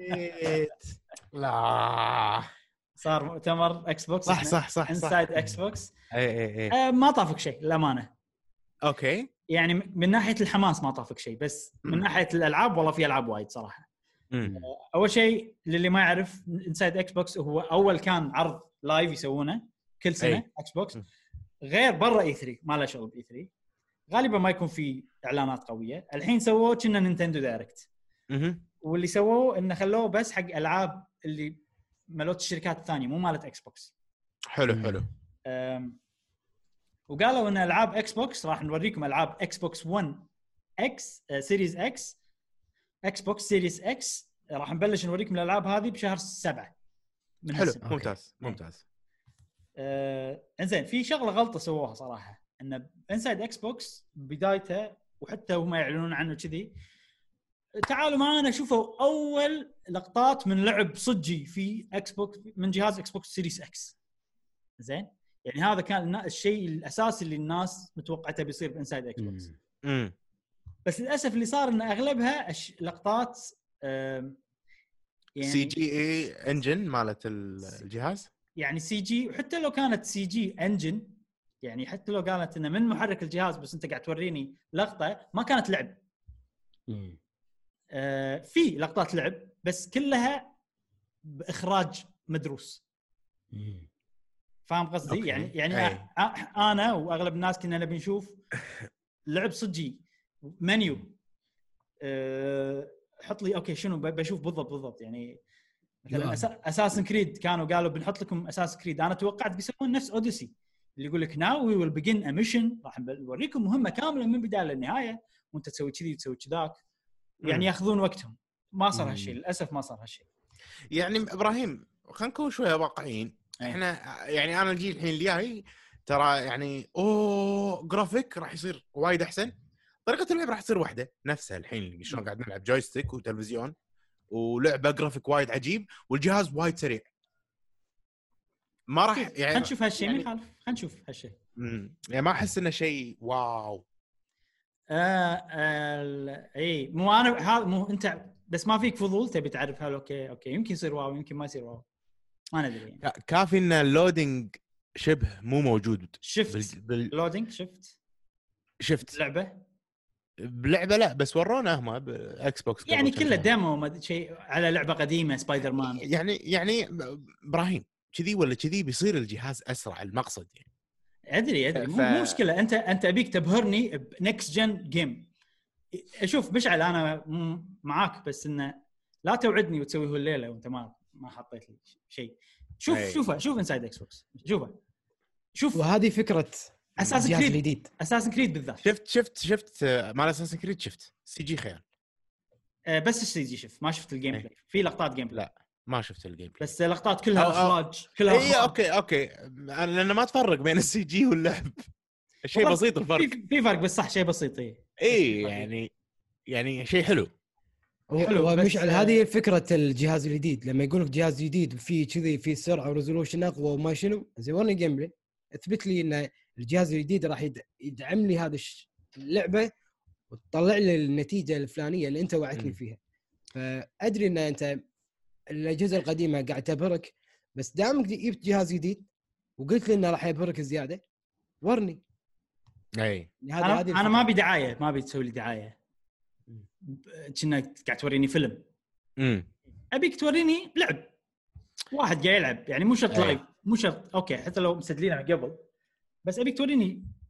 لا صار مؤتمر اكس بوكس صح صح صح انسايد اكس بوكس. اي اي اي آه ما طافك شيء للامانه. اوكي. يعني من ناحيه الحماس ما طافك شيء، بس من ناحيه الالعاب والله في العاب وايد صراحه. مم. اول شيء للي ما يعرف انسايد اكس بوكس هو اول كان عرض لايف يسوونه كل سنه أي. اكس بوكس غير برا اي ثري، ما له شغل باي ثري، غالبا ما يكون في اعلانات قويه. الحين سووه كنا نينتندو دايركت، اها واللي سووه انه خلوه بس حق العاب اللي مالت الشركات الثانيه مو مالت اكس بوكس. حلو حلو. أم، وقالوا ان العاب اكس بوكس راح نوريكم العاب اكس بوكس ون اكس سيريز اكس اكس بوكس سيريز اكس، راح نبلش نوريكم الالعاب هذه بشهر سبعة من حلو السنة. ممتاز ممتاز. آه، انزين في شغله غلطه سووها صراحه، ان انسايد اكس بوكس بدايته وحتى هم يعلنون عنه كذي، تعالوا معنا شوفوا اول لقطات من لعب صجي في اكس بوكس من جهاز اكس بوكس سيريس اكس. زين يعني هذا كان الشيء الاساسي اللي الناس متوقعته بيصير بانسايد اكس بوكس. امم بس للاسف اللي صار ان اغلبها أش... لقطات آم، يعني سي جي اي انجن مالت الجهاز، يعني سي جي، وحتى لو كانت سي جي انجن، يعني حتى لو قالت انه من محرك الجهاز بس انت قاعد توريني لقطه ما كانت لعب. آه في لقطات لعب بس كلها باخراج مدروس. فاهم قصدي؟ أوكي. يعني يعني أي. أ- أ- انا واغلب الناس كنا نبي نشوف لعب صجي منيو. أه حط لي اوكي شنو ب- بشوف بالضبط بالضبط يعني مثلا أسا- اساسن كريد كانوا قالوا بنحط لكم اساس كريد، انا توقعت بيسوون نفس اوديسي اللي يقول لك ناو وي ويل بيجن ا ميشن، راح نوريكم مهمه كامله من بدايه للنهايه وانت تسوي كذي وتسوي كذاك، يعني ياخذون وقتهم. ما صار هالشيء للاسف، ما صار هالشيء. يعني ابراهيم خلينا نكون شويه واقعيين. أي. احنا يعني انا الجيل الحين الجاي ترى يعني اوه جرافيك راح يصير وايد احسن، طريقه اللعب راح تصير واحده نفسها. الحين شلون قاعد نلعب جويستيك وتلفزيون ولعبه جرافيك وايد عجيب والجهاز وايد سريع، ما راح يعني خلينا نشوف هالشيء يعني ما يخالف، خلينا نشوف هالشيء. امم يعني ما احس انه شيء واو. آه آه اي مو انا هذا مو انت بس ما فيك فضول تبي تعرف هل اوكي اوكي يمكن يصير واو يمكن ما يصير واو، ما ندري يعني. كا- كافي ان اللودينج شبه مو موجود. شفت بال... بال... لودينج شفت شفت لعبه بلعبه لا بس ورونا هم باكس بوكس يعني كله ديمو ما شيء على لعبه قديمه سبايدر مان. يعني يعني ابراهيم كذي ولا كذي بيصير الجهاز اسرع المقصد يعني. ادري ادري ف... مو مو مشكله. انت انت ابيك تبهرني بنكست جن جيم. شوف مشعل انا معاك بس انه لا توعدني وتسويه الليله وانت ما ما حطيت لي شيء. شوف أي. شوفه شوف انسايد اكس بوكس شوفه شوف وهذه فكره اساس الجهاز كريد الجديد. اساس كريد بالذات شفت شفت شفت مال اساسن كريد شفت سي جي خيال. أه بس السي جي شوف ما شفت الجيم بلاي. في لقطات جيم بلاي لا ما شفت الجيم بلاي بس لقطات كلها أو أو اخراج كلها اي اخراج. اوكي اوكي لان ما تفرق بين السي جي واللعب شيء بسيط الفرق. في, في فرق بس صح شيء بسيط. اي اي يعني يعني شيء حلو حلو ومشعل هذه فكره الجهاز الجديد. لما يقول لك جهاز جديد وفي كذي في سرعه وريزولوشن اقوى وما شنو زي ورني جيم بلاي اثبت لي ان الجهاز الجديد راح يدعم لي هذا اللعبه وتطلع لي النتيجه الفلانيه اللي انت وعدتني فيها. فادري ان انت الاجهزه القديمه قاعد تبهرك، بس دامك جبت جهاز جديد وقلت لي انه راح يبهرك زياده ورني. اي انا انا ما ابي دعايه، ما ابي تسوي لي دعايه كنا قاعد توريني فيلم. امم ابيك توريني لعب واحد قاعد يلعب، يعني مو شرط لايف مو شرط اوكي حتى لو مسجلينه قبل، بس ابيك توريني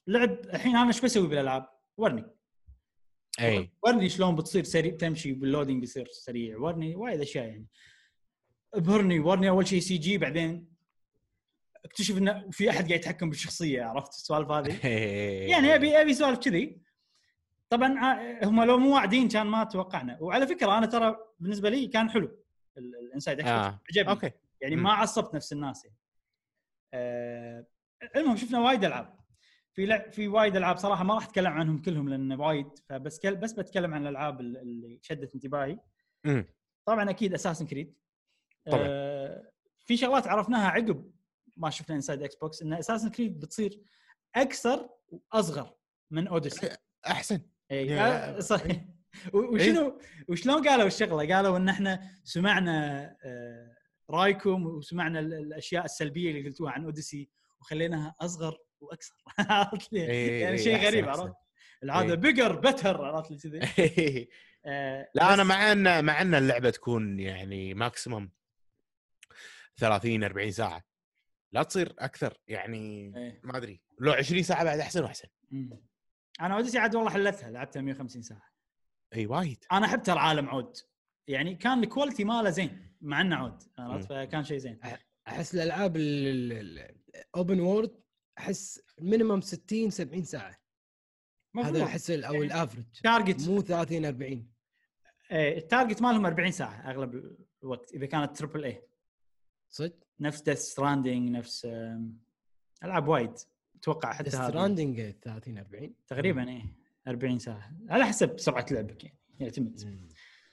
لعب الحين انا ايش بسوي بالالعاب؟ ورني اي ورني شلون بتصير سريع تمشي باللودينج بيصير سريع، ورني وايد اشياء يعني ابهرني. ورني اول شيء سي جي، بعدين اكتشف انه في احد قاعد يتحكم بالشخصيه، عرفت السوالف هذه يعني ابي ابي سوالف كذي. طبعا هم لو مو واعدين كان ما توقعنا. وعلى فكره انا ترى بالنسبه لي كان حلو الانسايد اكسبوكس آه. عجبني اوكي يعني م. ما عصبت نفس الناس يعني. آه المهم شفنا وايد العاب في لع... في وايد العاب صراحه ما راح اتكلم عنهم كلهم لان وايد، فبس كل... بس بتكلم عن الالعاب اللي شدت انتباهي. م. طبعا اكيد اساسن كريد. طبعا آه في شغلات عرفناها عقب ما شفنا انسايد اكس بوكس، ان اساسن كريد بتصير اكثر واصغر من اوديسي. احسن اي آه صحيح. وشنو وشلون قالوا الشغله؟ قالوا ان احنا سمعنا آه رايكم وسمعنا الاشياء السلبيه اللي قلتوها عن اوديسي وخليناها اصغر واكثر. يعني شيء غريب عرفت العاده بيجر بتر عرفت كذي. آه لا انا مع ان مع ان اللعبه تكون يعني ماكسيمم ثلاثين أربعين ساعه، لا تصير اكثر يعني. ايه. ما ادري لو عشرين ساعه بعد احسن واحسن. مم. انا اوديسي عاد والله حلتها، لعبتها مية وخمسين ساعه. اي وايد. انا احب ترى عالم عود يعني كان الكواليتي ماله زين مع انه عود عرفت، فكان شيء زين. احس الالعاب الاوبن وورد احس مينيمم ستين سبعين ساعه هذا احس او يعني الافرج تارجت مو ثلاثين أربعين. ايه التارجت مالهم أربعين ساعه اغلب الوقت اذا كانت تريبل اي صدق. نفس ديث ستراندينج نفس العاب وايد اتوقع حتى هذا ستراندينج ثلاثين أربعين تقريبا. ايه أربعين ساعه على حسب سرعه لعبك يعني يعتمد.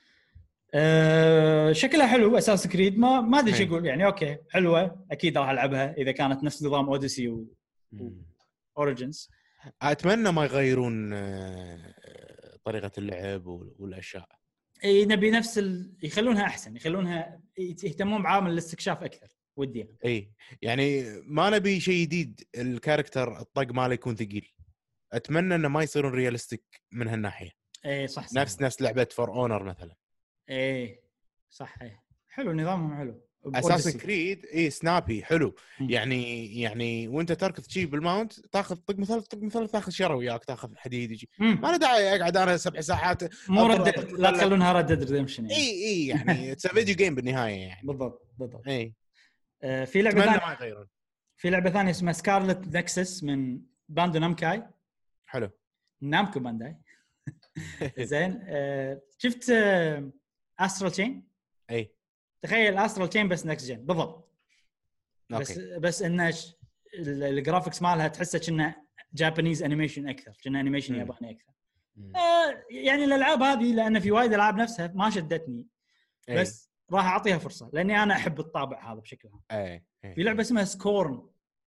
أه شكلها حلو اساس كريد ما ما ادري ايش اقول يعني. اوكي حلوه اكيد راح العبها اذا كانت نفس نظام اوديسي و اوريجينز. اتمنى ما يغيرون طريقه اللعب والاشياء. اي نبي نفس ال... يخلونها احسن، يخلونها يهتمون بعامل الاستكشاف اكثر ودي. اي يعني ما نبي شيء جديد، الكاركتر الطق ماله يكون ثقيل. اتمنى انه ما يصيرون رياليستيك من هالناحيه. اي صح, صح نفس نفس لعبه فور اونر مثلا. اي صح. اي حلو نظامهم حلو. اساسن كريد اي سنابي حلو. م. يعني يعني وانت تركض شيء بالماونت تاخذ طق مثلا طق مثلا تاخذ شره وياك تاخذ حديد يجي. ما له داعي اقعد انا سبع ساعات. مو ردد لا تخلونها ردد ريدمشن يعني. اي اي يعني اتس فيديو جيم بالنهايه يعني. بالضبط بالضبط. اي آه في لعبه ثانيه ما يغيرون. في لعبه ثانيه اسمها سكارلت نكسس من باندو نامكاي. حلو نامكو بانداي. زين آه شفت آه استرال تشين؟ اي تخيل استرال تشين بس نكست جن بالضبط. بس أوكي. بس انه الجرافيكس مالها تحسه كأنه جابانيز انيميشن اكثر، كأنه انيميشن ياباني اكثر. آه يعني الالعاب هذه لان في وايد العاب نفسها ما شدتني أي. بس راح اعطيها فرصه لاني انا احب الطابع هذا بشكل عام. اي في لعبه اسمها سكورن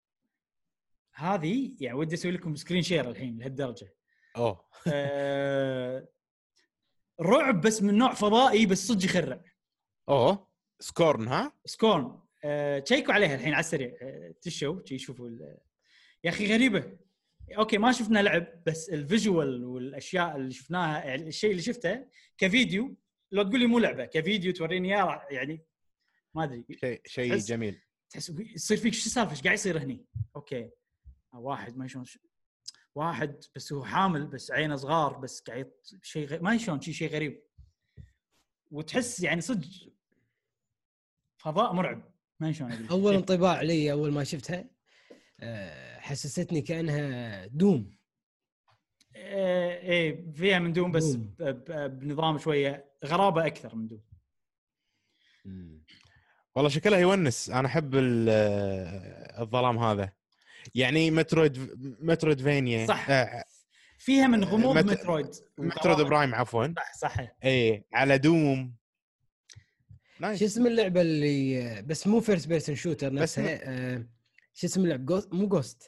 هذه يعني ودي اسوي لكم سكرين شير الحين لهالدرجه. اوه آه رعب بس من نوع فضائي بس صدق يخرع. اوه سكورن ها سكورن تشيكوا أه عليها الحين على السريع. أه تشوفوا تشوفوا يا اخي غريبه. اوكي ما شفنا لعب بس الفيجوال والاشياء اللي شفناها يعني الشيء اللي شفته كفيديو لو تقول لي مو لعبه كفيديو توريني اياه يعني ما ادري شيء شيء جميل. تحس يصير فيك شو السالفه ايش قاعد يصير هني. اوكي واحد ما شلون واحد بس هو حامل بس عينه صغار بس قاعد شيء غ... ما شلون شيء شيء غريب وتحس يعني صدق فضاء مرعب. ما شلون اقول اول انطباع لي اول ما شفتها حسستني كانها دوم. ايه فيها من دوم بس دوم. بنظام شويه غرابه اكثر من دوم. والله شكلها يونس. انا احب الظلام هذا يعني مترويد مترويد فينيا صح. آه فيها من غموض مت... مترويد مترويد برايم عفوا. صح صح ايه على دوم. نايس. شو اسم اللعبه اللي بس مو فيرست بيرسون شوتر نفسها؟ آه شو اسم اللعبه؟ جوست مو جوست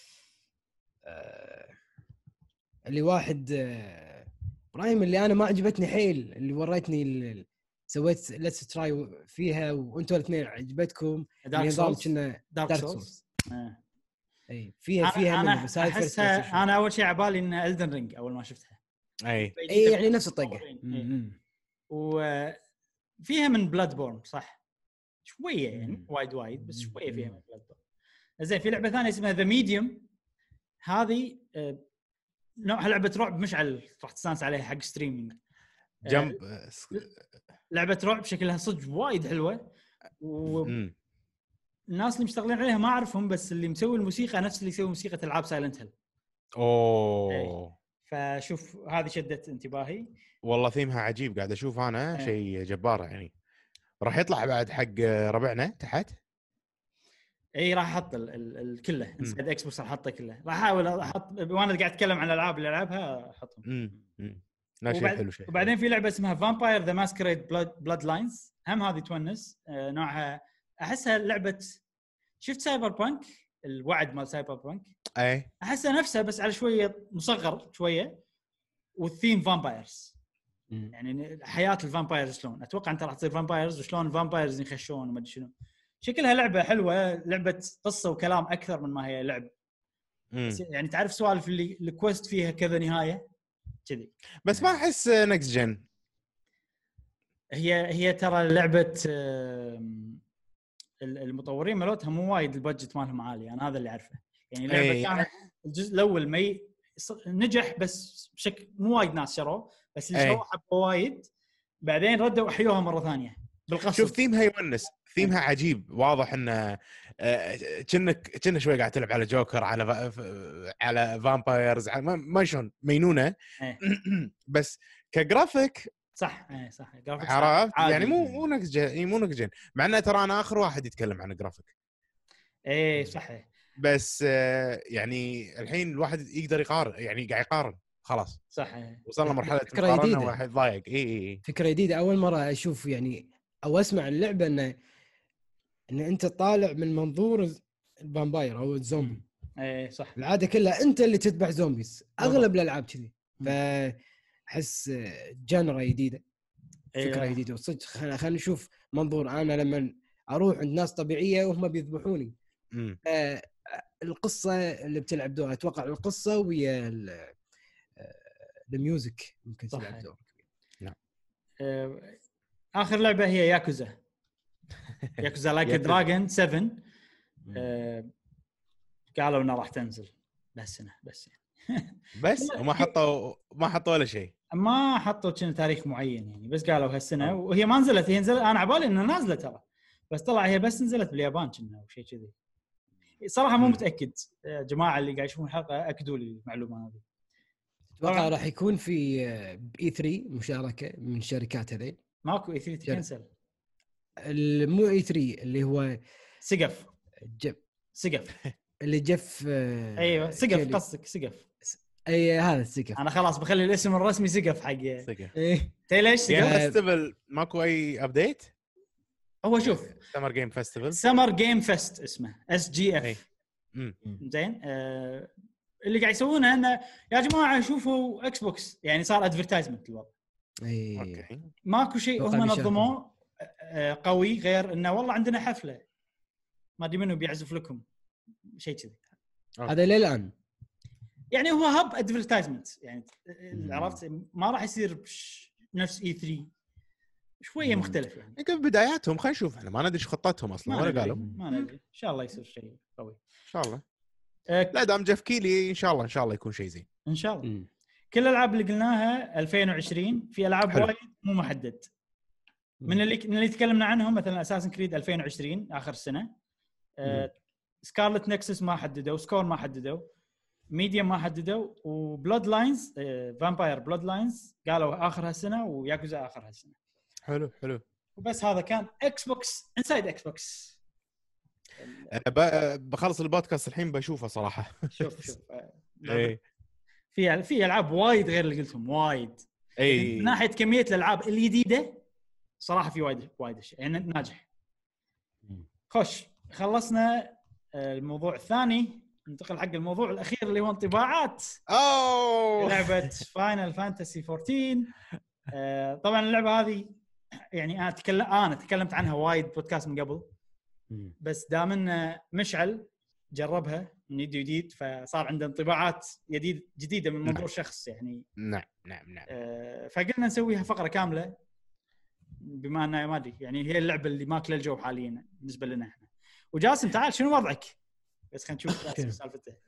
آه اللي واحد آه برايم اللي انا ما عجبتني حيل اللي وريتني اللي سويت ليتس تراي فيها وانتوا الاثنين عجبتكم نظام كنا دارك سولز. آه. اي فيها فيها أنا, بس أنا, انا اول شيء عبالي ان إلدن رينج اول ما شفتها. اي اي يعني نفس الطقه. وفيها من بلاد بورن صح شويه يعني وايد وايد بس شويه فيها من بلاد بورن. زين في لعبه ثانيه اسمها ذا ميديوم هذه آه، نوعها لعبه رعب مشعل، راح تستانس عليها حق ستريمينج. جنب لعبه رعب شكلها صدق وايد حلوه، والناس اللي مشتغلين عليها ما اعرفهم، بس اللي مسوي الموسيقى نفس اللي يسوي موسيقى العاب سايلنت هيل. اوه فشوف هذه شدت انتباهي والله، ثيمها عجيب، قاعد اشوف انا أيه. شيء جبار يعني. راح يطلع بعد حق ربعنا تحت. اي راح احط الكله انسايد اكس بوكس، راح احطه كله، راح احاول احط وانا قاعد اتكلم عن الالعاب اللي العبها احطهم. امم لا شيء حلو شيء. وبعدين في لعبه اسمها فامباير ذا ماسكريد بلاد لاينز، هم هذه تونس. آه نوعها احسها لعبه، شفت سايبر بانك الوعد مال سايبر بانك؟ اي احسها نفسها بس على شويه مصغر شويه، والثيم فامبايرز. يعني حياه الفامبايرز شلون، اتوقع انت راح تصير فامبايرز وشلون الفامبايرز يخشون وما ادري شنو. شكلها لعبه حلوه، لعبه قصه وكلام اكثر من ما هي لعب. يعني تعرف سوالف اللي الكويست فيها كذا نهايه كذي، بس ما احس نكست جن. هي هي ترى لعبه المطورين مالتها مو وايد البادجت مالهم عالي، انا هذا اللي اعرفه. يعني لعبه أي. كانت الجزء الاول ما ي... نجح بس بشكل مو وايد ناس شروه، بس اللي شروه حبوا وايد، بعدين ردوا احيوها مره ثانيه بالقصد. شوف ثيمها يونس، ثيمها عجيب، واضح انه كأنك كأنه شوي قاعد تلعب على جوكر، على على فامبايرز، ما شلون مينونه. بس كجرافيك صح اي صح، جرافيك عرفت يعني مو مو نكست جن، مو نكست جن، مع انه ترى انا اخر واحد يتكلم عن جرافيك. اي صح، بس يعني الحين الواحد يقدر يقارن، يعني قاعد يقارن خلاص. صح، وصلنا مرحله مقارنه واحد ضايق. اي اي فكره جديده، اول مره اشوف يعني او اسمع اللعبه انه ان انت طالع من منظور الفامباير او الزومبي. اي صح، العاده كلها انت اللي تذبح زومبيز، اغلب الالعاب كذي. فاحس جنرا جديده، فكره أيه. جديده وصدق. خلينا خلينا نشوف منظور انا لما اروح عند ناس طبيعيه وهم بيذبحوني. آه القصه اللي بتلعب دور، اتوقع القصه ويا الميوزك ممكن تلعب دور. نعم. آه اخر لعبه هي ياكوزا ياكوزا لايك دراجون سبعة. آه قالوا انها راح تنزل بهالسنه، بس يعني بس وما حطوا ما حطوا ولا شيء، ما حطوا كنا تاريخ معين يعني، بس قالوا هالسنه. وهي ما نزلت، هي نزلت انا عبالي انها نازله ترى، بس طلع هي بس نزلت باليابان كنا او شيء كذي. صراحه مو متاكد، يا جماعه اللي قاعد يشوفون الحلقه اكدوا لي المعلومه هذه. اتوقع راح يكون في اي ثري مشاركه من الشركات هذين. ماكو اي ثري كنسل، المو اي ثري اللي هو سقف جف سقف اللي جف. ايوه سقف، قصدك سقف. اي هذا السقف. انا خلاص بخلي الاسم الرسمي سقف حق سقف. ايه تي ليش سقف فيستيفال ماكو اي ابديت. هو شوف سمر جيم فيستيفال، سمر جيم فيست اسمه اس جي اف. امم زين. آه اللي قاعد يسوونه انه يا جماعه شوفوا اكس بوكس، يعني صار ادفرتايزمنت الوضع. اي اوكي ماكو شيء هم نظموه آه قوي، غير انه والله عندنا حفله ما ادري منو بيعزف لكم شيء كذي. هذا للان يعني هو هب ادفرتايزمنت يعني، عرفت؟ ما راح يصير نفس اي ثري، شويه مم. مختلف يعني. يمكن بداياتهم، خلينا نشوف، احنا ما ندري ايش خطتهم اصلا ولا قالوا. ما ندري، ان شاء الله يصير شيء قوي ان شاء الله. أه لا دام جيف كيلي ان شاء الله ان شاء الله يكون شيء زين ان شاء الله. مم. كل الالعاب اللي قلناها ألفين وعشرين، في العاب وايد مو محدد. من اللي من اللي تكلمنا عنهم مثلا اساسن كريد ألفين وعشرين اخر السنه، أه سكارلت نكسس ما حددوا، سكور ما حددوا، ميديم ما حددوا، وبلود لاينز فامباير بلود لاينز قالوا اخر هالسنه، وياكوزا اخر هالسنه. حلو حلو. وبس هذا كان اكس بوكس انسايد اكس بوكس. بخلص البودكاست الحين بشوفه صراحه. شوف شوف اي في في العاب وايد غير اللي قلتهم وايد. اي من ناحيه كميه الالعاب الجديده صراحه في وايد وايد شيء يعني ناجح. خوش خلصنا الموضوع الثاني، ننتقل حق الموضوع الاخير اللي هو انطباعات اوه لعبه فاينل فانتسي فورتين. آه طبعا اللعبه هذه يعني انا تكلم انا تكلمت عنها وايد بودكاست من قبل، بس دام ان مشعل جربها من يد جديد فصار عنده انطباعات جديد جديده من منظور شخص يعني. نعم نعم نعم. آه فقلنا نسويها فقره كامله، بما انه ما ادري يعني هي اللعبه اللي ماكله الجو حاليا بالنسبه لنا احنا. وجاسم تعال شنو وضعك؟ بس خلينا نشوف سالفته.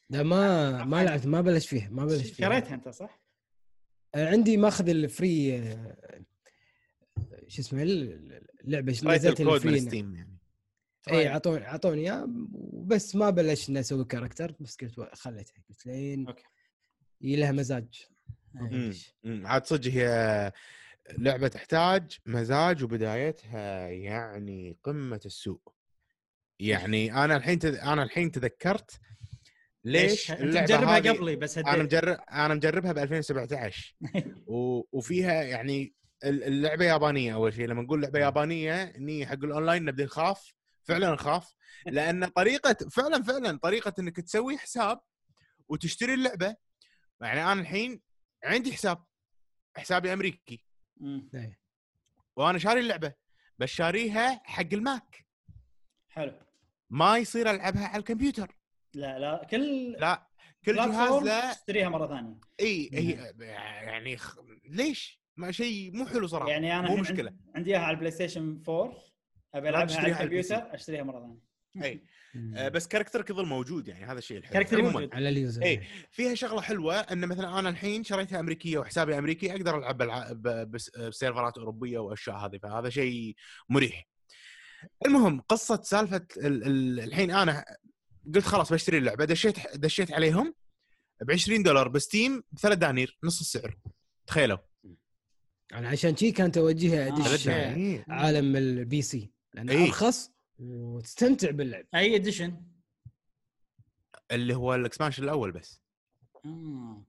لا ما ما لعبت ما بلش فيه ما بلش فيه. شريتها انت صح؟ عندي ماخذ الفري آه، شو اسمه اللعبه شريت نزلت الكود من الفري ستيم يعني. اي اعطوني اعطوني اياه بس ما بلش اني اسوي كاركتر بس قلت خليته قلت لين اوكي لها مزاج. امم عاد صدق هي لعبه تحتاج مزاج وبدايتها يعني قمه السوء. يعني انا الحين تذ... انا الحين تذكرت ليش انت مجربها هذه قبلي بس هديت. انا مجرب انا مجربها ب ألفين وسبعة عشر و... وفيها يعني اللعبه يابانيه. اول شيء لما نقول لعبه يابانيه اني حق الاونلاين نبدا نخاف فعلا نخاف لان طريقه فعلا فعلا طريقه انك تسوي حساب وتشتري اللعبه. يعني انا الحين عندي حساب حسابي امريكي وانا شاري اللعبه بس شاريها حق الماك. حلو ما يصير العبها على الكمبيوتر. لا لا كل لا كل جهاز له تشتريها مره ثانيه. اي هي يعني خ... ليش ما شيء مو حلو صراحه. يعني انا مو مشكله عند... عندي اياها على البلاي ستيشن فور ابي العبها على الكمبيوتر اشتريها مره ثانيه. اي آه بس كاركترك يظل موجود يعني هذا الشيء الحلو. كاركتري موجود على اليوزر. اي فيها شغله حلوه ان مثلا انا الحين شريتها امريكيه وحسابي امريكي اقدر العب بسيرفرات اوروبيه واشياء هذه فهذا شيء مريح. المهم قصه سالفه ال... ال... الحين انا قلت خلاص بشتري اللعبه دشيت دشيت عليهم ب عشرين دولار بستيم بثلاث دنانير نص السعر. تخيلوا انا عشان شي كان توجهي ادش آه. عالم البي سي لانه إيه؟ ارخص وتستمتع باللعب. اي اديشن اللي هو الاكسبانشن الاول بس. اه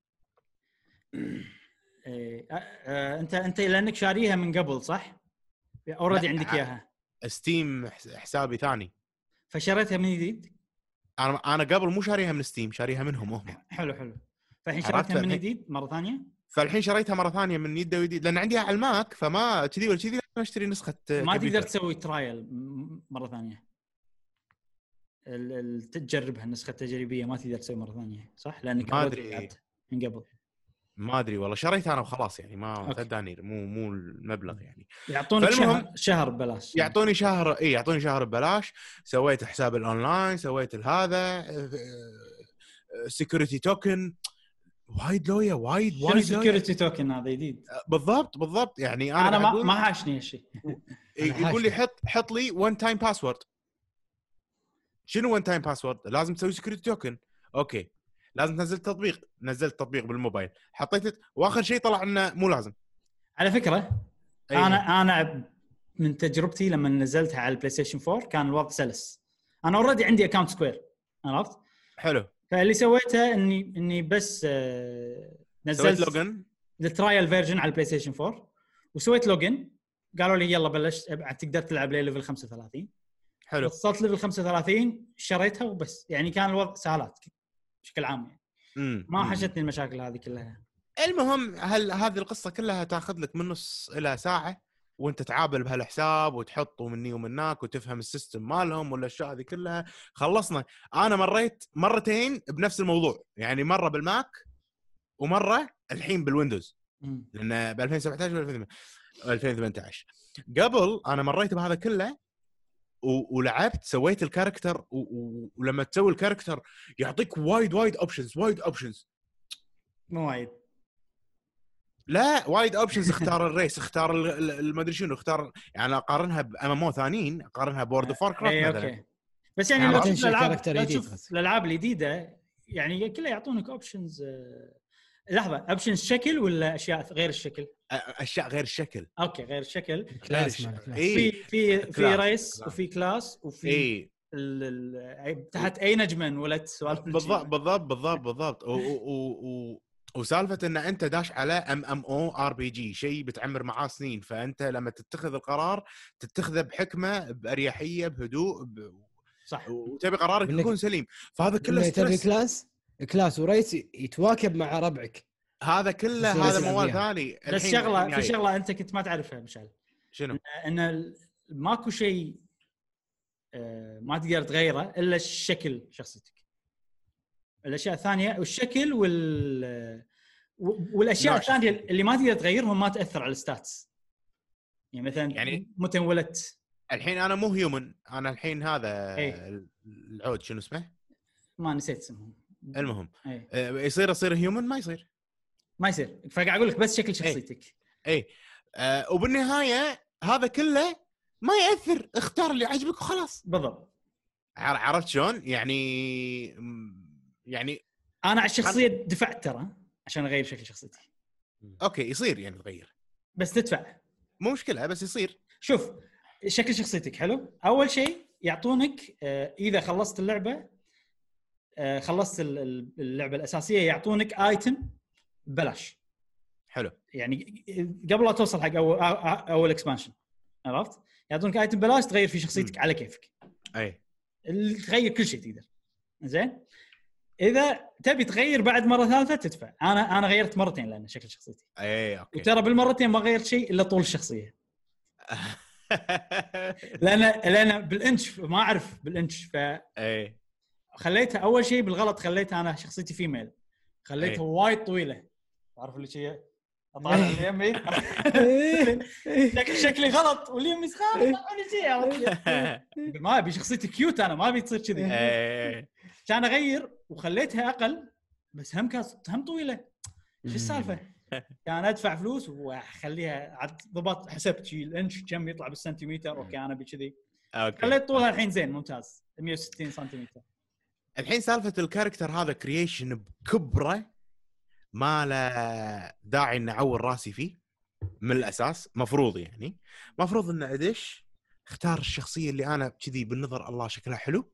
إيه. آه. انت انت لانك شاريها من قبل صح؟ اوريدي عندك اياها. ستيم حسابي ثاني فشريتها من جديد. انا انا قبل مو شاريها من ستيم شاريها منهم هم. حلو حلو. فالحين شريتها من جديد مره ثانيه. فالحين شريتها مره ثانيه من يد ويدي لان عندي على الماك فما كذي ولا كذي لازم اشتري نسخه ما تقدر تسوي ترايل مره ثانيه. ال تجربها النسخه التجريبيه ما تقدر تسوي مره ثانيه صح لانك ما ادري من قبل. ما ادري والله شريتها انا وخلاص يعني ما تدانير مو مو المبلغ يعني. يعطونك شهر شهر ببلاش. يعطوني شهر اي يعطوني شهر ببلاش. سويت حساب الاونلاين سويت هذا سيكوريتي توكن وايد لويا وايد وايد سيكوريتي توكن هذا جديد. بالضبط بالضبط يعني انا, أنا ما ما حاشني هالشيء. يقول لي حط حط لي وان تايم باسورد. شنو وان تايم باسورد؟ لازم تسوي سيكوريتي توكن. اوكي لازم تنزل تطبيق. نزلت تطبيق بالموبايل حطيت واخر شيء طلع انه مو لازم. على فكره أيه. انا انا من تجربتي لما نزلتها على البلاي ستيشن فور كان الوضع سلس. انا اوريدي عندي اكونت سكوير عرفت. حلو. فاللي سويته اني اني بس نزلت لوجن الترايل فيرجن على البلاي ستيشن فور وسويت لوجن. قالوا لي يلا بلش تقدر تلعب ليفل خمسة وثلاثين. حلو. وصلت ليفل خمسة وثلاثين شريتها وبس يعني كان الوضع سهالات بشكل عام يعني. مم. ما حشتني المشاكل هذه كلها. المهم هل هذه القصه كلها تاخذ لك من نص الى ساعه وانت تعامل بهالحساب وتحطه مني ومناك وتفهم السيستم مالهم ولا الاشياء هذه كلها. خلصنا. انا مريت مرتين بنفس الموضوع يعني مره بالماك ومره الحين بالويندوز لان ب ألفين وسبعة عشر ألفين وثمانية عشر قبل انا مريت بهذا كله ولعبت سويت الكاركتر ولما تسوي الكاركتر يعطيك وايد وايد اوبشنز وايد اوبشنز مو وايد لا وايد اوبشنز. اختار الريس اختار المدري شنو اختار يعني اقارنها بام ام او ثانيين اقارنها بورد اوف واركرافت مثلا. اوكي بس يعني لو تشوف الالعاب الالعاب الجديده يعني كلها يعطونك اوبشنز. لحظه اوبشنز شكل ولا اشياء غير الشكل؟ اشياء غير الشكل. اوكي غير الشكل. غير الشكل. في في في ريس وفي كلاس وفي اي تحت اي نجمه ولت سوالف بالضبط بالضبط بالضبط بالضبط و وسالفه ان انت داش على ام ام او ار بي جي شيء بتعمر معاه سنين فانت لما تتخذ القرار تتخذه بحكمه باريحيه بهدوء ب... صح وتبي قرارك يكون سليم. فهذا كله تبي كلاس كلاس وريس يتواكب مع ربعك. هذا كله هذا موال ثاني. بس شغله في شغله انت كنت ما تعرفها مشعل. شنو؟ ان ماكو شيء ما تقدر تغيره الا الشكل شخصيتك. الاشياء الثانيه والشكل وال والاشياء الثانيه اللي ما تقدر تغيرهم ما تاثر على الستاتس. يعني مثلا يعني متى ولدت الحين انا مو هيومن انا الحين هذا ايه؟ العود شنو اسمه ما نسيت اسمهم. المهم أي. آه، يصير يصير هيومن ما يصير ما يصير. فقاعد اقول لك بس شكل شخصيتك. اي آه وبالنهايه هذا كله ما ياثر، اختار اللي عجبك وخلاص. بالضبط. عرفت شلون يعني؟ يعني انا على الشخصيه دفعت ترى عشان اغير شكل شخصيتي. اوكي يصير يعني تغير، بس تدفع مو مشكله بس يصير. شوف شكل شخصيتك حلو. اول شيء يعطونك آه اذا خلصت اللعبه آه خلصت اللعبه الاساسيه يعطونك ايتم ببلاش. حلو يعني قبل لا توصل حق اول اول اكسبانشن عرفت يعطونك ايتم ببلاش تغير في شخصيتك م. على كيفك. اي تغير كل شيء تقدر. زين اذا تبي تغير بعد مره ثالثه تدفع. انا انا غيرت مرتين لان شكل شخصيتي. اي اوكي. وترى بالمرتين ما غيرت شيء الا طول الشخصيه. لان لان بالانش ما اعرف بالانش ف اي خليتها اول شيء بالغلط. خليتها انا شخصيتي فيميل خليتها وايد طويله. تعرف اللي شيء اطالع اللي يمي شكل شكلي غلط واللي يمي صغار ولا شيء. ما ابي شخصيتي كيوت انا ما ابي تصير كذي. كان اغير وخليتها اقل بس هم كانت هم طويله. شو السالفه؟ كان ادفع فلوس واخليها عاد ضبط حسبت شيء الانش كم يطلع بالسنتيمتر. اوكي انا بكذي خليت طولها الحين زين ممتاز مية وستين سنتيمتر. الحين سالفه الكاركتر هذا كرييشن بكبره ما له داعي ان نعور راسي فيه من الاساس. مفروض يعني مفروض ان ادش اختار الشخصيه اللي انا كذي بالنظر الله شكلها حلو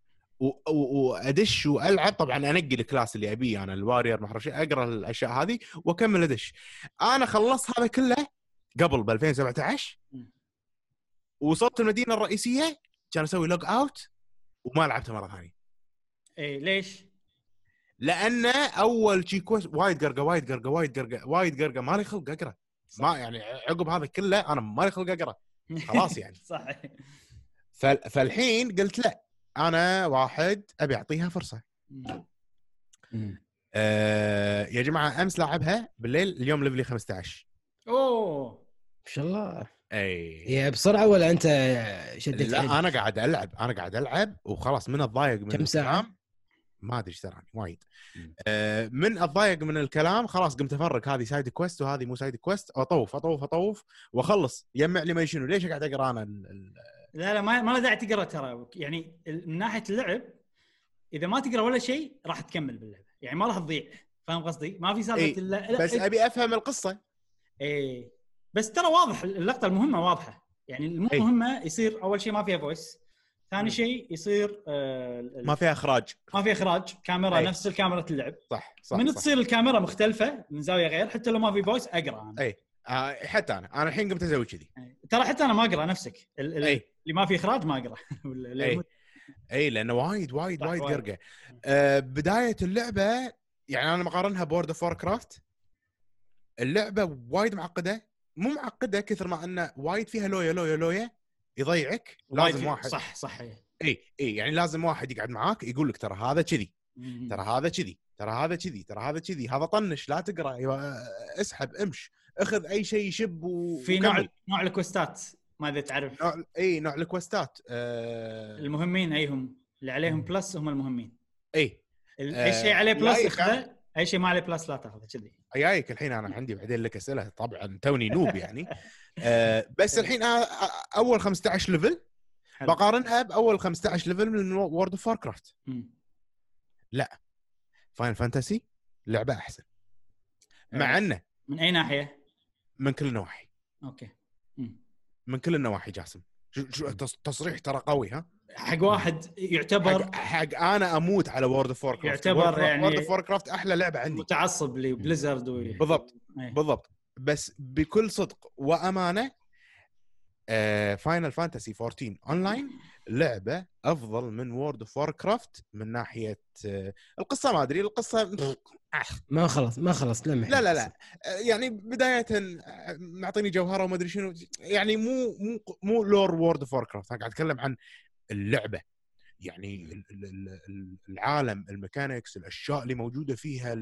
وادش والعب. طبعا انقي الكلاس اللي ابيه انا الوارير ما اعرف شيء اقرا الاشياء هذه واكمل ادش. انا خلصت هذا كله قبل ب ألفين وسبعة عشر ووصلت المدينه الرئيسيه كان اسوي لوج اوت وما لعبتها مره ثانيه. ايه ليش؟ لان اول شي كويس وايد قرقه وايد قرقه وايد قرقه وايد قرقه مالي خلق اقرا. ما يعني عقب هذا كله انا مالي خلق اقرا خلاص يعني. صح. فالحين قلت لا انا واحد ابي اعطيها فرصه. آه يا جماعه امس لاعبها بالليل اليوم ليفلي خمسة عشر. اوه ما شاء الله. اي هي بسرعه ولا انت شديت؟ لا حيل. انا قاعد العب انا قاعد العب وخلاص من الضايق من كم ساعه الكلام ما ادري ايش تراني وايد. آه من الضايق من الكلام خلاص قمت افرق هذه سايد كويست وهذه مو سايد كويست. اطوف اطوف اطوف واخلص يجمع لي ما شنو. ليش قاعد اقرا انا ال ال... لا لا ما ما له داعي تقرا ترى. يعني من ناحيه اللعب اذا ما تقرا ولا شيء راح تكمل باللعبه يعني ما راح تضيع. فاهم قصدي؟ ما في سالفه إيه الا بس ابي افهم القصه. ايه بس ترى واضح اللقطه المهمه واضحه. يعني المهمه إيه؟ يصير اول شيء ما فيها فويس. ثاني شيء يصير آه ما فيها اخراج. ما فيها اخراج كاميرا أي. نفس الكاميرا اللعب. صح صح من صح. تصير الكاميرا مختلفه من زاويه غير حتى لو ما في فويس اقرا انا. اي آه حتى انا انا الحين قمت اسوي كذي. ترى حتى انا ما اقرا نفسك ال- ال- أي. اللي ما في اخراج ما اقرا. اي اي لانه وايد وايد وايد قرقه. آه بدايه اللعبه يعني انا مقارنها بورد اوف واركرافت. اللعبه وايد معقده مو معقده كثر ما انه وايد فيها لويا لويا لويا يضيعك. لازم واحد صح صح اي اي يعني لازم واحد يقعد معاك يقول لك ترى هذا كذي ترى هذا كذي ترى هذا كذي ترى هذا كذي هذا طنش لا تقرا اسحب امش اخذ اي شيء يشب و... في نوع نوع الكوستات ما اذا تعرف. نوع اي نوع الكوستات. أه... المهمين ايهم اللي عليهم بلس هم المهمين. اي اي أه... شيء عليه بلس اخذه اي شيء ما عليه بلس لا تاخذه كذي. جايك الحين انا عندي بعدين لك اسئله طبعا توني نوب يعني. أه... بس الحين اول خمسة عشر ليفل بقارنها باول خمسة عشر ليفل من وورد اوف واركرافت. لا فاين فانتسي لعبه احسن مع انه من اي ناحيه؟ من كل النواحي. اوكي مم. من كل النواحي جاسم. شو تصريح ترى قوي ها حق واحد يعتبر حق, حق انا اموت على وورد اوف واركرافت. يعتبر يعني وورد اوف واركرافت احلى لعبه عندي. متعصب لبليزرد و... بالضبط أيه. بالضبط بس بكل صدق وامانه فاينل فانتسي أربعة عشر اونلاين لعبه افضل من وورد اوف واركرافت من ناحيه آه القصه. ما ادري القصه ما خلص ما خلص لمح. لا لا لا يعني بدايه معطيني جوهره وما ادري شنو يعني مو مو مو لور وورد اوف واركرافت. انا قاعد اتكلم عن اللعبه يعني العالم الميكانيكس الاشياء اللي موجوده فيها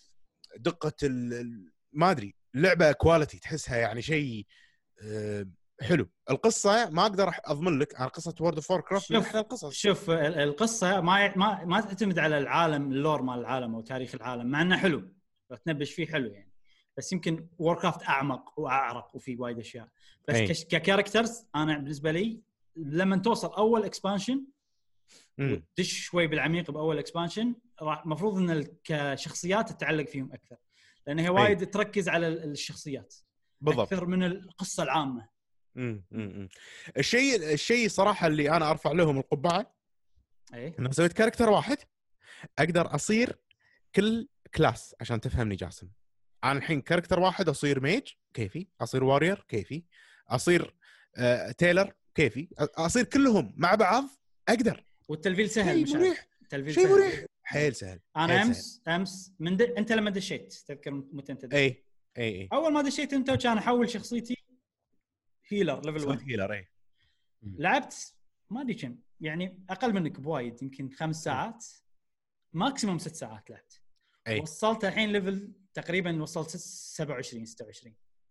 دقه ما ادري لعبه كواليتي تحسها يعني شيء حلو. القصه ما اقدر اضمن لك انا قصه وورد اوف كرافت من شوف- احلى القصص. شوف ال- القصه ما ما ما تعتمد على العالم، اللور مال العالم او تاريخ العالم، مع انه حلو تنبش فيه حلو يعني، بس يمكن ووركرافت اعمق واعرق وفي وايد اشياء. بس أي. كش- ككاركترز انا بالنسبه لي لما توصل اول اكسبانشن مم. وتدش شوي بالعميق باول اكسبانشن، راح المفروض ان ال- كشخصيات تتعلق فيهم اكثر، لان هي وايد تركز على ال- الشخصيات بالضبط. اكثر من القصه العامه. امم امم الشيء الشيء صراحه اللي انا ارفع لهم القبعه اي انه سويت كاركتر واحد اقدر اصير كل كلاس. عشان تفهمني جاسم، انا الحين كاركتر واحد اصير ميج كيفي، اصير وارير كيفي، اصير آه تيلر كيفي، اصير كلهم مع بعض اقدر. والتلفيل سهل، شيء مش مريح، التلفيل شيء سهل. مريح، حيل سهل. انا حيل امس امس من د... انت لما دشيت تذكر متى انت دشيت؟ اي اي اي اول ما دشيت انت وكان احول شخصيتي هيلر ليفل سويت واحد، هيلر. اي لعبت ما ادري كم يعني، اقل منك بوايد، يمكن خمس ساعات ماكسيموم ست ساعات لعبت. أي. وصلت الحين ليفل تقريبا وصلت سبعة وعشرين ستة وعشرين.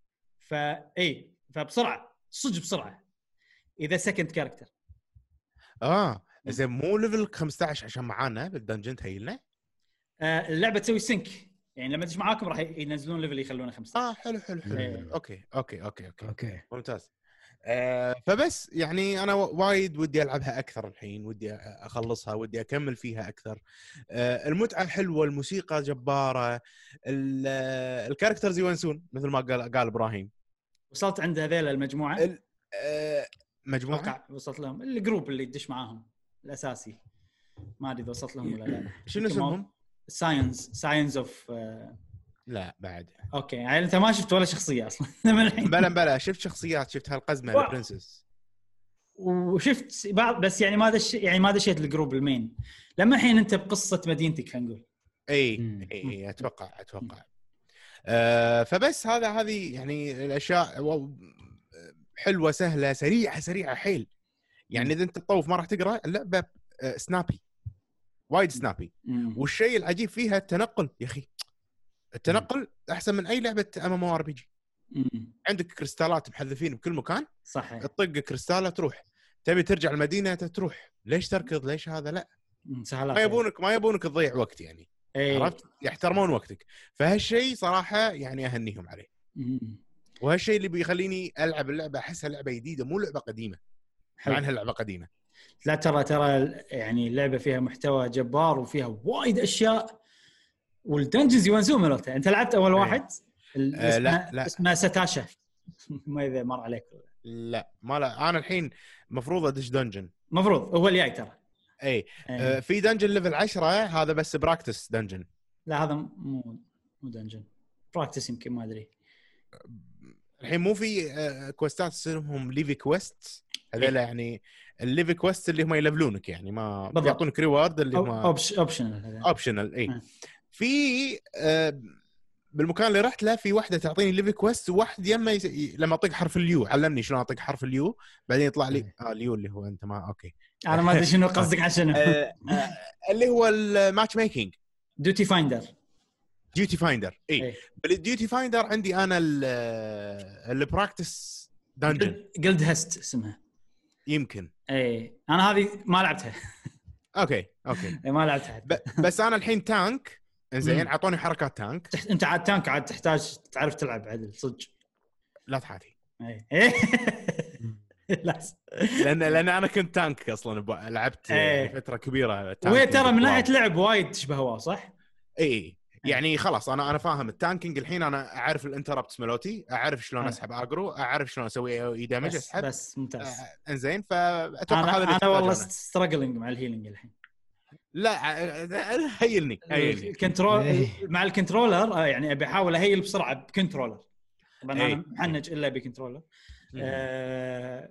فاي فبسرعه صدق بسرعه اذا سكند كاركتر. اه زين، مو ليفل خمسة عشر عشان معانا بالدنجن تهيلنا؟ آه اللعبه تسوي سينك يعني، لما تجي معاكم راح ينزلون ليفل يخلونه خمسة عشر. اه حلو حلو حلو, إيه. حلو. اوكي اوكي اوكي اوكي اوكي ممتاز. آه فبس يعني انا وايد ودي العبها اكثر الحين، ودي اخلصها، ودي اكمل فيها اكثر. آه المتعه حلوه، الموسيقى جباره، الكاركترز يونسون مثل ما قال قال ابراهيم. وصلت عند هذيل المجموعه ال- آه مجموعه اتوقع وصلت لهم الجروب اللي تدش معاهم الاساسي، ما ادري اذا وصلت لهم ولا لا. شنو اسمهم؟ ساينس ساينس اوف لا بعد. اوكي يعني انت ما شفت ولا شخصيه اصلا من الحين. بلا بلا شفت شخصيات، شفت هالقزمه واو. البرنسس، وشفت بعض بس يعني ما دش يعني ما دشيت الجروب المين. لما الحين انت بقصه مدينتك خلينا نقول. اي مم. اي اي اتوقع اتوقع آه فبس هذا هذه يعني الاشياء و- حلوه سهله سريعه سريعه حيل. يعني اذا انت تطوف ما راح تقرا اللعبه آه سنابي، وايد سنابي. مم. والشيء العجيب فيها التنقل يا اخي، التنقل احسن من اي لعبه ام ام ار بي جي. مم. عندك كريستالات محذفين بكل مكان، صحيح. تطق كريستاله تروح، تبي ترجع المدينه تروح، ليش تركض ليش هذا؟ لا مم. سهلات ما يبونك ما يبونك تضيع وقت يعني. أي. عرفت؟ يحترمون وقتك. فهالشيء صراحه يعني اهنيهم عليه. مم. وهالشيء اللي بيخليني العب اللعبه احسها لعبه جديده مو لعبه قديمه، مع انها لعبه قديمه. لا ترى ترى يعني اللعبه فيها محتوى جبار وفيها وايد اشياء، والدنجنز يونسون مالتها. انت لعبت اول واحد ال- آه، لا، اسمها لا. اسمها ستاشا ما اذا مر عليك. لا ما لا انا الحين مفروض ادش دنجن. مفروض هو الجاي ترى. اي إيه. آه في دنجن ليفل عشرة، هذا بس براكتس دنجن. لا هذا مو مو دنجن براكتس، يمكن ما ادري. الحين مو في آه كويستات اسمهم ليفي كويست، هذول يعني الليفي كويست اللي هم يلفلونك يعني، ما بالضبط. يعطونك ريورد اللي هم اوبشنال هذا. اوبشنال. اي آه. في آه بالمكان اللي رحت له في واحده تعطيني ليفي كويست، وواحد يما يس... لما اطق حرف اليو علمني شلون اطق حرف اليو، بعدين يطلع لي اه اليو اللي هو انت ما اوكي انا ما ادري شنو قصدك على شنو. آه آه اللي هو الماتش ميكينج، ديوتي فايندر. ديوتي فايندر. اي إيه. بالديوتي فايندر عندي انا البراكتس دنجن جلد هست اسمها. يمكن. اي انا هذه ما لعبتها. اوكي اوكي إيه، ما لعبتها. ب... بس انا الحين تانك، انزين مم. اعطوني حركات تانك. تحت... انت عاد تانك عاد تحتاج تعرف تلعب عدل صدق. لا تحاتي اي إيه. لا لان لان انا كنت تانك اصلا ب... لعبت إيه. فتره كبيره. وهي ترى من ناحيه لعب وايد تشبه هوا صح؟ اي يعني خلاص انا انا فاهم التانكينج الحين، انا اعرف الانتربت ملوتي، اعرف شلون أه. اسحب اجرو، اعرف شلون اسوي اي دامج بس, اسحب. بس ممتاز. آه انزين فاتوقع انا هذا اللي انا والله تحتاجونه. ستراجلينج مع الهيلينج الحين. لا آه، هيلني هيلني الكنترول مع الكنترولر آه يعني ابي احاول اهيل بسرعه بكنترولر. طبعا أي. انا محنج الا بكنترولر. آه...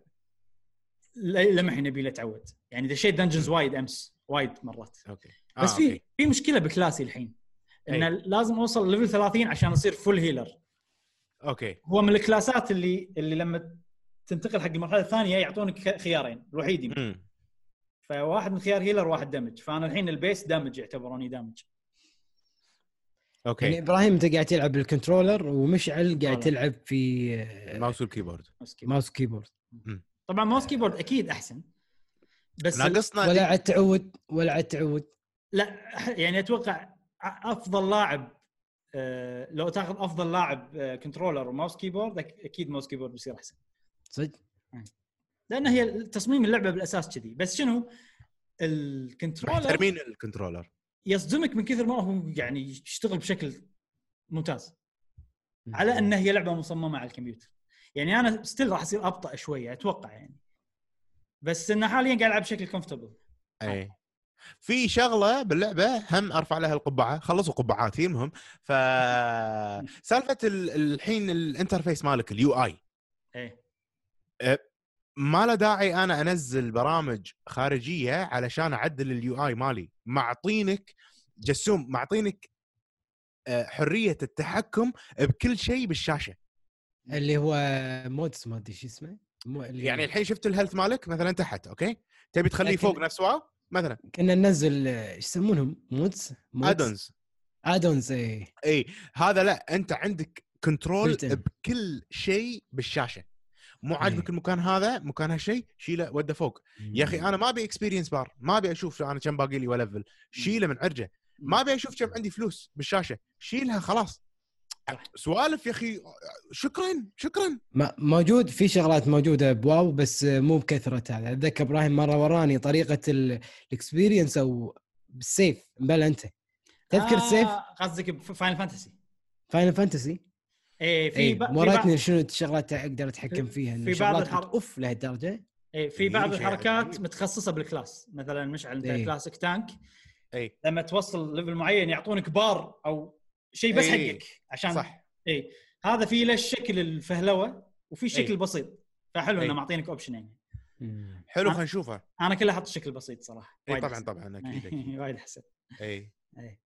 لما الحين ابي له اتعود يعني اذا شيء دنجنز وايد امس وايد مرات. اوكي آه بس أوكي. في في مشكله بكلاسي الحين ان أي. لازم اوصل ليفل ثلاثين عشان اصير فول هيلر. اوكي هو من الكلاسات اللي اللي لما تنتقل حق المرحله الثانيه يعطونك خيارين الوحيد يمكن. امم فواحد من خيار هيلر واحد دامج، فانا الحين البيس دامج يعتبروني دامج. اوكي يعني ابراهيم انت قاعد تلعب بالكنترولر ومشعل قاعد تلعب في الماوس والكيبورد ماوس كيبورد. طبعا ماوس كيبورد اكيد احسن، بس ناقصنا ولا عاد تعود ولا عاد تعود. لا يعني اتوقع افضل لاعب أه لو تاخذ افضل لاعب أه كنترولر وماوس كيبورد اكيد ماوس كيبورد بيصير احسن صدق، لان هي تصميم اللعبه بالاساس كذي. بس شنو الكنترولر محترمين الكنترولر يصدمك من كثر ما هو يعني يشتغل بشكل ممتاز على ان هي لعبه مصممه على الكمبيوتر. يعني انا ستيل راح اصير ابطا شويه اتوقع يعني، بس انه حاليا قاعد العب بشكل كومفورتبل. اي في شغله باللعبه هم ارفع لها القبعه، خلصوا قبعاتي المهم. ف سالفه الحين الانترفيس مالك اليو اي ايه ما له داعي انا انزل برامج خارجيه علشان اعدل اليو اي مالي. معطينك جسوم، معطينك حريه التحكم بكل شيء بالشاشه، اللي هو مودز ما ادري شو اسمه. يعني الحين شفت الهيلث مالك مثلا تحت، اوكي تبي تخليه لكن... فوق نفس واو مثلا، كنا ننزل ايش يسمونهم مودز ادونز ادونز اي اي هذا. لا انت عندك كنترول بلتن. بكل شيء بالشاشه. مو عاجبك أي. المكان هذا مكان هالشيء شيله وده فوق. يا اخي انا ما ابي اكسبيرينس بار، ما ابي اشوف انا كم باقي لي وليفل، شيله من عرجه. ما ابي اشوف كم عندي فلوس بالشاشه، شيلها خلاص. سوالف يا اخي، شكرا شكرا. موجود في شغلات موجوده بواو بس مو بكثره. هذا اتذكر ابراهيم مره وراني طريقه الاكسبيرينس او بالسيف. بلا انت تذكر السيف آه قصدك بفاينل فانتسي فاينل فانتسي ايه في ايه ب... ورتني شنو الشغلات اقدر اتحكم فيها. في بعض الحر... اوف لهالدرجه. ايه في بعض الحركات متخصصه بالكلاس. مثلا مشعل انت إيه. كلاسك تانك اي لما توصل ليفل معين يعطونك بار او شيء بس أي. حقك عشان صح. اي هذا في له الشكل الفهلوه وفي شكل أي. بسيط، فحلو أي. انه معطينك اوبشن يعني. حلو خلينا نشوفه. انا كله احط الشكل بسيط صراحه. اي طبعا طبعا اكيد اكيد وايد احسن. اي اي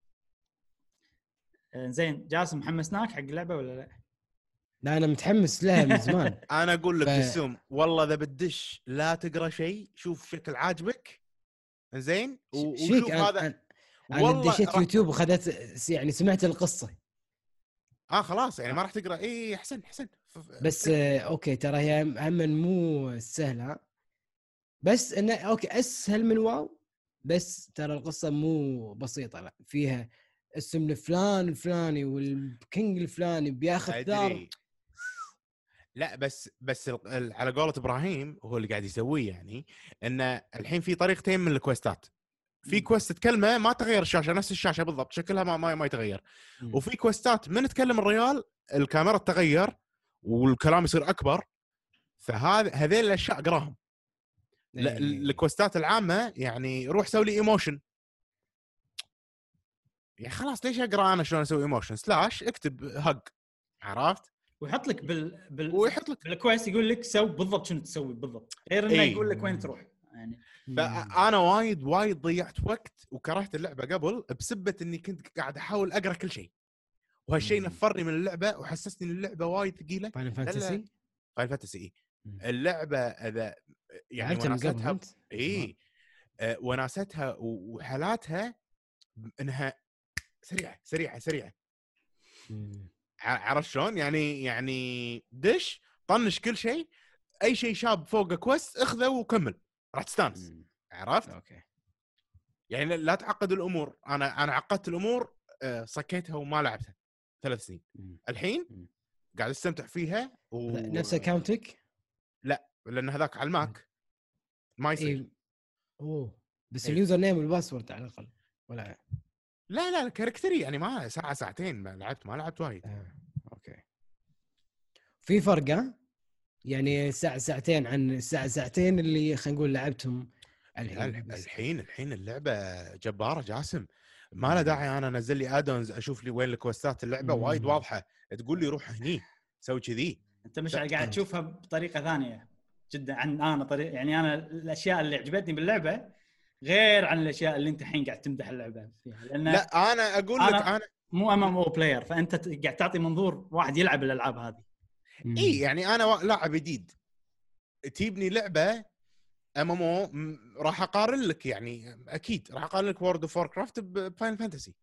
زين. جاسم محمسناك حق اللعبه ولا لا؟ لا انا متحمس لها من زمان. انا اقول لك ف... جسوم والله اذا بدش لا تقرا شيء، شوف شكل عاجبك زين وشوف هذا. أنا... والله دشيت يوتيوب وخذت يعني سمعت القصه. اه خلاص يعني ما راح تقرا. اي احسن احسن بس آه اوكي ترى هي هم مو سهله، بس انه اوكي اسهل من واو، بس ترى القصه مو بسيطه. لا فيها اسم الفلان الفلاني والكينج الفلاني بياخذ ثار. لا بس بس على قولة ابراهيم هو اللي قاعد يسويه، يعني انه الحين في طريقتين من الكويستات. في كويست تكلمه ما تغير الشاشه، نفس الشاشه بالضبط شكلها ما ما, ما يتغير. م. وفي كويستات من تكلم الرجال الكاميرا تتغير والكلام يصير اكبر. فهذا هذيل الاشياء اقراهم. الكويستات العامه يعني روح سوي لي ايموشن، يعني خلاص ليش اقرا انا شلون اسوي ايموشن؟ سلاش اكتب هق، عرفت؟ ويحط لك بال بال ويحط لك بالكويس يقول لك سوي بالضبط شنو تسوي بالضبط، غير انه ايه. يقول لك وين تروح يعني. فانا وايد وايد ضيعت وقت وكرهت اللعبه قبل بسبه اني كنت قاعد احاول اقرا كل شيء، وهالشيء نفرني من اللعبه وحسسني ان اللعبه وايد ثقيله. فاينل فانتسي فاينل فانتسي اللعبه اذا يعني وناستها اي أه وناستها وحالاتها انها سريعه سريعه سريعه. عرفت شلون؟ يعني يعني دش طنش كل شيء، اي شيء شاب فوق كويست اخذه وكمل راح تستانس. عرفت؟ اوكي يعني لا تعقد الامور. انا انا عقدت الامور صكيتها وما لعبتها ثلاث سنين. الحين قاعد استمتع فيها و... نفس اكاونتك؟ لا لان هذاك على الماك ما يصير. إيه. اوه بس إيه. اليوزر نيم والباسورد على الاقل ولا لا لا الكاركتري يعني ما ساعه ساعتين ما لعبت ما لعبت وايد. آه. اوكي في فرق يعني ساعه ساعتين عن الساعه ساعتين اللي خلينا نقول لعبتهم الحين. الحين الحين اللعبه جباره جاسم، ما له داعي انا انزل لي ادونز اشوف لي وين الكوستات. اللعبه مم. وايد واضحه تقول لي روح هني سوي كذي. انت مش قاعد تشوفها بطريقه ثانيه جدا عن انا طريق. يعني انا الاشياء اللي عجبتني باللعبه غير عن الاشياء اللي انت الحين قاعد تمدح اللعبه فيها. لان لا انا اقول لك انا, أنا مو ام ام او بلاير، فانت قاعد تعطي منظور واحد يلعب الالعاب هذه. اي يعني انا لاعب جديد تجيبني لعبه ام ام او راح اقارن لك، يعني اكيد راح اقارن لك وورد اوف ووركرافت بفاينل فانتسي.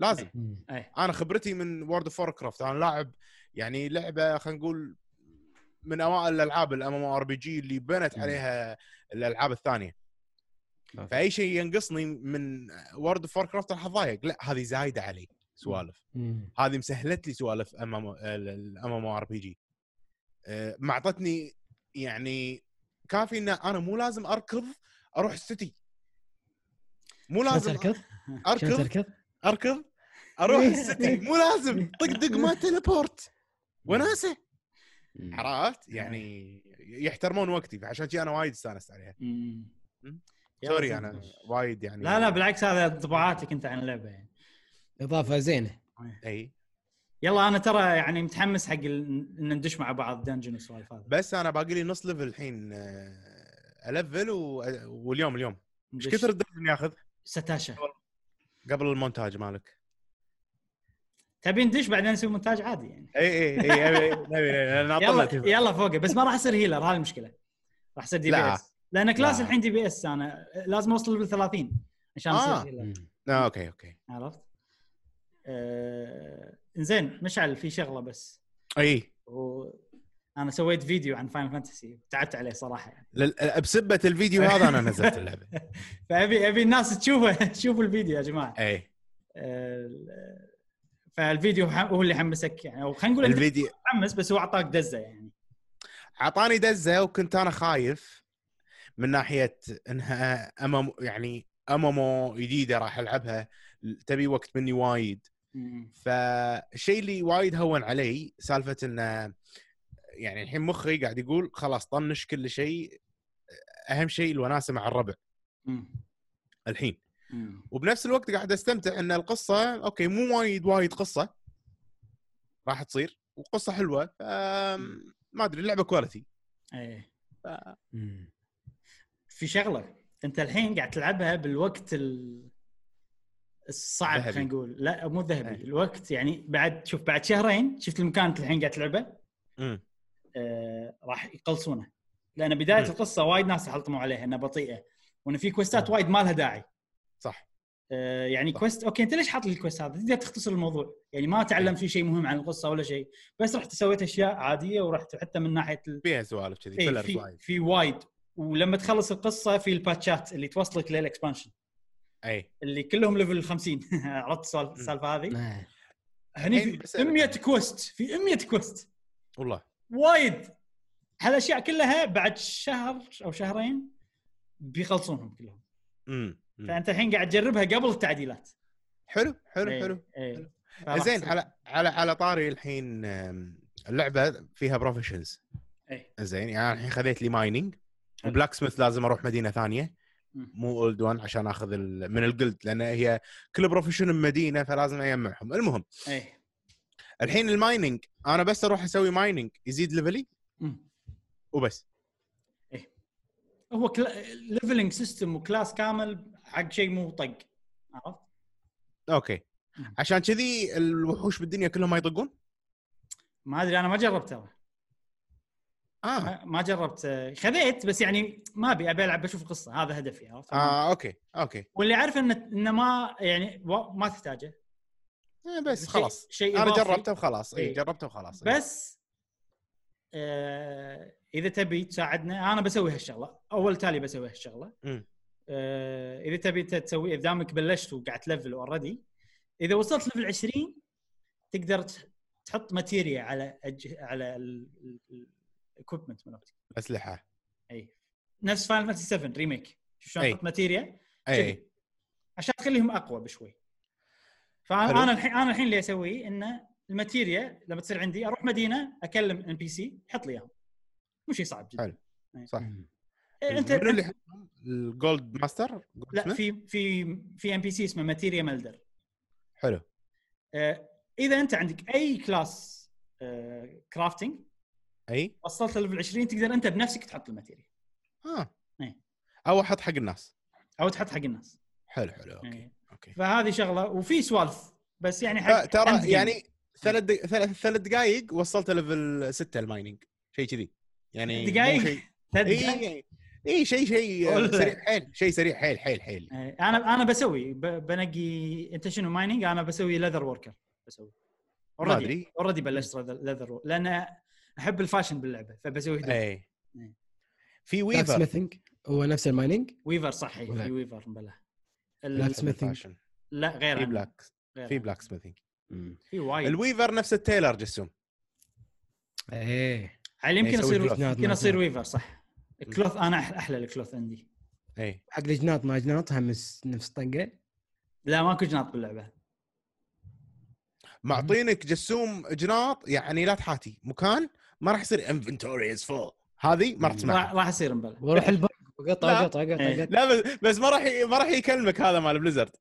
لازم. اي انا خبرتي من وورد اوف ووركرافت، انا لاعب يعني لعبه خلينا نقول من اوائل الالعاب الام ام ار بي جي اللي بنت عليها الالعاب الثانيه. فاي شيء ينقصني من وورد اوف ووركرافت راح اضايق. لا هذه زايده علي سوالف، هذه مسهلت لي سوالف ام ام الام ام ار بي جي. ما اعطتني يعني كافي ان انا مو لازم اركض اروح السيتي، مو لازم اركض اركض اركض اركض اروح السيتي، مو لازم طق دق ما تليبورت وناسه. عرفت يعني يحترمون وقتي، فعشان كذا انا وايد استانست عليها. سوري انا وايد يعني. لا لا بالعكس، هذا انطباعاتك انت عن اللعبه يعني. اضافه زينه. اي يلا انا ترى يعني متحمس حق ان ندش مع بعض دنجن والسوالف هذا. بس انا باقي لي نص ليفل الحين الفل و... واليوم اليوم ايش كثر الدنجن ياخذ؟ ستاشا قبل المونتاج مالك. تبي ندش بعدين نسوي مونتاج عادي يعني. اي اي اي يلا يلا فوقه، بس ما راح اصير هيلر، هذه المشكله. راح اصير دي بي اس لان كلاس الحين دي بي اس، انا لازم اوصل ليفل ثلاثين عشان اصير آه. هيلر. اه اوكي اوكي عرفت. آه... زين مشعل في شغله بس. اي و... انا سويت فيديو عن فاينل فانتسي تعبت عليه صراحه يعني. لل... بسبه الفيديو هذا انا نزلت اللعبه. فابي ابي الناس تشوفه تشوفوا الفيديو يا جماعه. اي آه... فالفيديو هو اللي حمسك يعني، او خلينا نقول الفيديو حمس، بس هو اعطاك دزه يعني. اعطاني دزه، وكنت انا خايف من ناحيه انها امام يعني امامو جديده راح العبها، تبي وقت مني وايد. فالشيء اللي وايد هون علي سالفه انه يعني الحين مخي قاعد يقول خلاص طنش كل شيء، اهم شيء الوناسه مع الربع الحين. مم. وبنفس الوقت قاعد استمتع ان القصه اوكي مو وايد وايد قصه راح تصير، وقصه حلوه. ما ادري اللعبه كواليتي. ايه ف... في شغله انت الحين قاعد تلعبها بالوقت ال... الصعب خلينا نقول. لا مو ذهبي. أيه. الوقت يعني بعد شوف بعد شهرين شفت المكان انت الحين قاعد تلعبه آه راح يقلصونه، لان بدايه م. القصه وايد ناس حلطموا عليها انها بطيئه، وان في كويستات وايد ما لها داعي. صح. آه يعني صح. كويست اوكي انت ليش حاط لي الكويست هذا؟ تقدر تختصر الموضوع يعني، ما تعلم في شيء مهم عن القصه ولا شيء، بس رحت سويت اشياء عاديه، ورحت حتى من ناحيه ال... فيها سوالف كذي ايه في في وايد. ولما تخلص القصه في الباتشات اللي توصلك للاكسبانشن اي اللي كلهم ليفل خمسين. عرفت السالفه هذه؟ هني في مية كويست، في مية كويست والله وايد. هالاشياء كلها بعد شهر او شهرين بيخلصونهم كلهم. امم فانت الحين قاعد تجربها قبل التعديلات. حلو حلو ايه. حلو, ايه. حلو. زين على على على طاري الحين اللعبه فيها بروفيشنز. ايه زين يعني الحين خذيت لي مايننج وبلاك سميث، لازم اروح مدينه ثانيه مو اولد وان عشان اخذ من الجلد، لان هي كل بروفيشن بمدينه فلازم اجمعهم. المهم ايه الحين المايننج انا بس اروح اسوي مايننج يزيد ليفلي وبس. ايه هو كلا... ليفلنج سيستم وكلاس كامل حق شيء مو طق. عرفت؟ اوكي م. عشان كذي الوحوش بالدنيا كلهم ما يطقون. ما ادري انا ما جربتها. اه ما جربت، خذيت بس يعني ما ابي ابي العب بشوف القصه، هذا هدفي. عرفت؟ اه اوكي اوكي واللي عارف ان انه ما يعني ما تحتاجه بس خلاص شيء انا جربته وخلاص. اي جربته وخلاص. بس آه اذا تبي تساعدنا انا بسوي هالشغله اول تالي بسوي هالشغله. آه اذا تبي تسوي اذا دامك بلشت وقاعد تلفل اوريدي، اذا وصلت ليفل عشرين تقدر تحط ماتيريا على أج... على الاكويبمنت مالتك، اسلحه. اي نفس فاينل فانتسي سفن ريميك شلون تحط ماتيريا اي عشان تخليهم اقوى بشوي. فانا انا الحين انا الحين اللي اسويه انه الماتيريا لما تصير عندي اروح مدينه اكلم ان بي سي يحط لي اياهم، مو شيء صعب جدا. حلو صح. إيه انت من اللي الجولد ماستر؟ لا في في في ام بي سي اسمه ماتيريا ملدر. حلو. آه اذا انت عندك اي كلاس آه كرافتنج اي وصلت ليفل عشرين تقدر انت بنفسك تحط الماتيريا. اه اي او احط حق الناس او تحط حق الناس. حلو حلو اوكي أي. اوكي. فهذه شغله وفي سوالف بس يعني حق ترى يعني ثلاث دق... ثلاث ثلاث دقائق وصلت ليفل ستة المايننج شيء كذي يعني دقائق ثلاث دقائق. اي شيء شيء ولا. سريع حيل شيء سريع حيل حيل حيل إيه، انا انا بسوي ب- بنقي انت شنو مايننج انا بسوي ليذر وركر بسوي ما ادري اوريدي بلشت ليذر لان احب الفاشن باللعبه فبسوي هدوم. اي إيه. في بلاك ويفر سميثينج هو نفس المايننج. ويفر صحي ولا. في ويفر بلا بلاك سميثينج فاشن لا غير في عنه. بلاك غير في عنه. بلاك سميثينج في وايد الويفر نفس التيلر جسوم ايه على يمكن يسوي اصير كلوث. يمكن اصير ماجنات. ويفر صح. الكلوث انا أح- احلى الكلوث عندي. اي حق الجناط ما جناط هم نفس طنقه. لا ماكو جناط باللعبه. معطينك جسوم جناط يعني لا تحاتي مكان ما راح يصير انفنتوري از فول هذه ما راح راح تسمعها راح يصير مبلى. وروح البنك قطع لا. قطع قطع إيه. قطع. لا بس, بس ما راح ي... ما راح يكلمك هذا مال بليزرد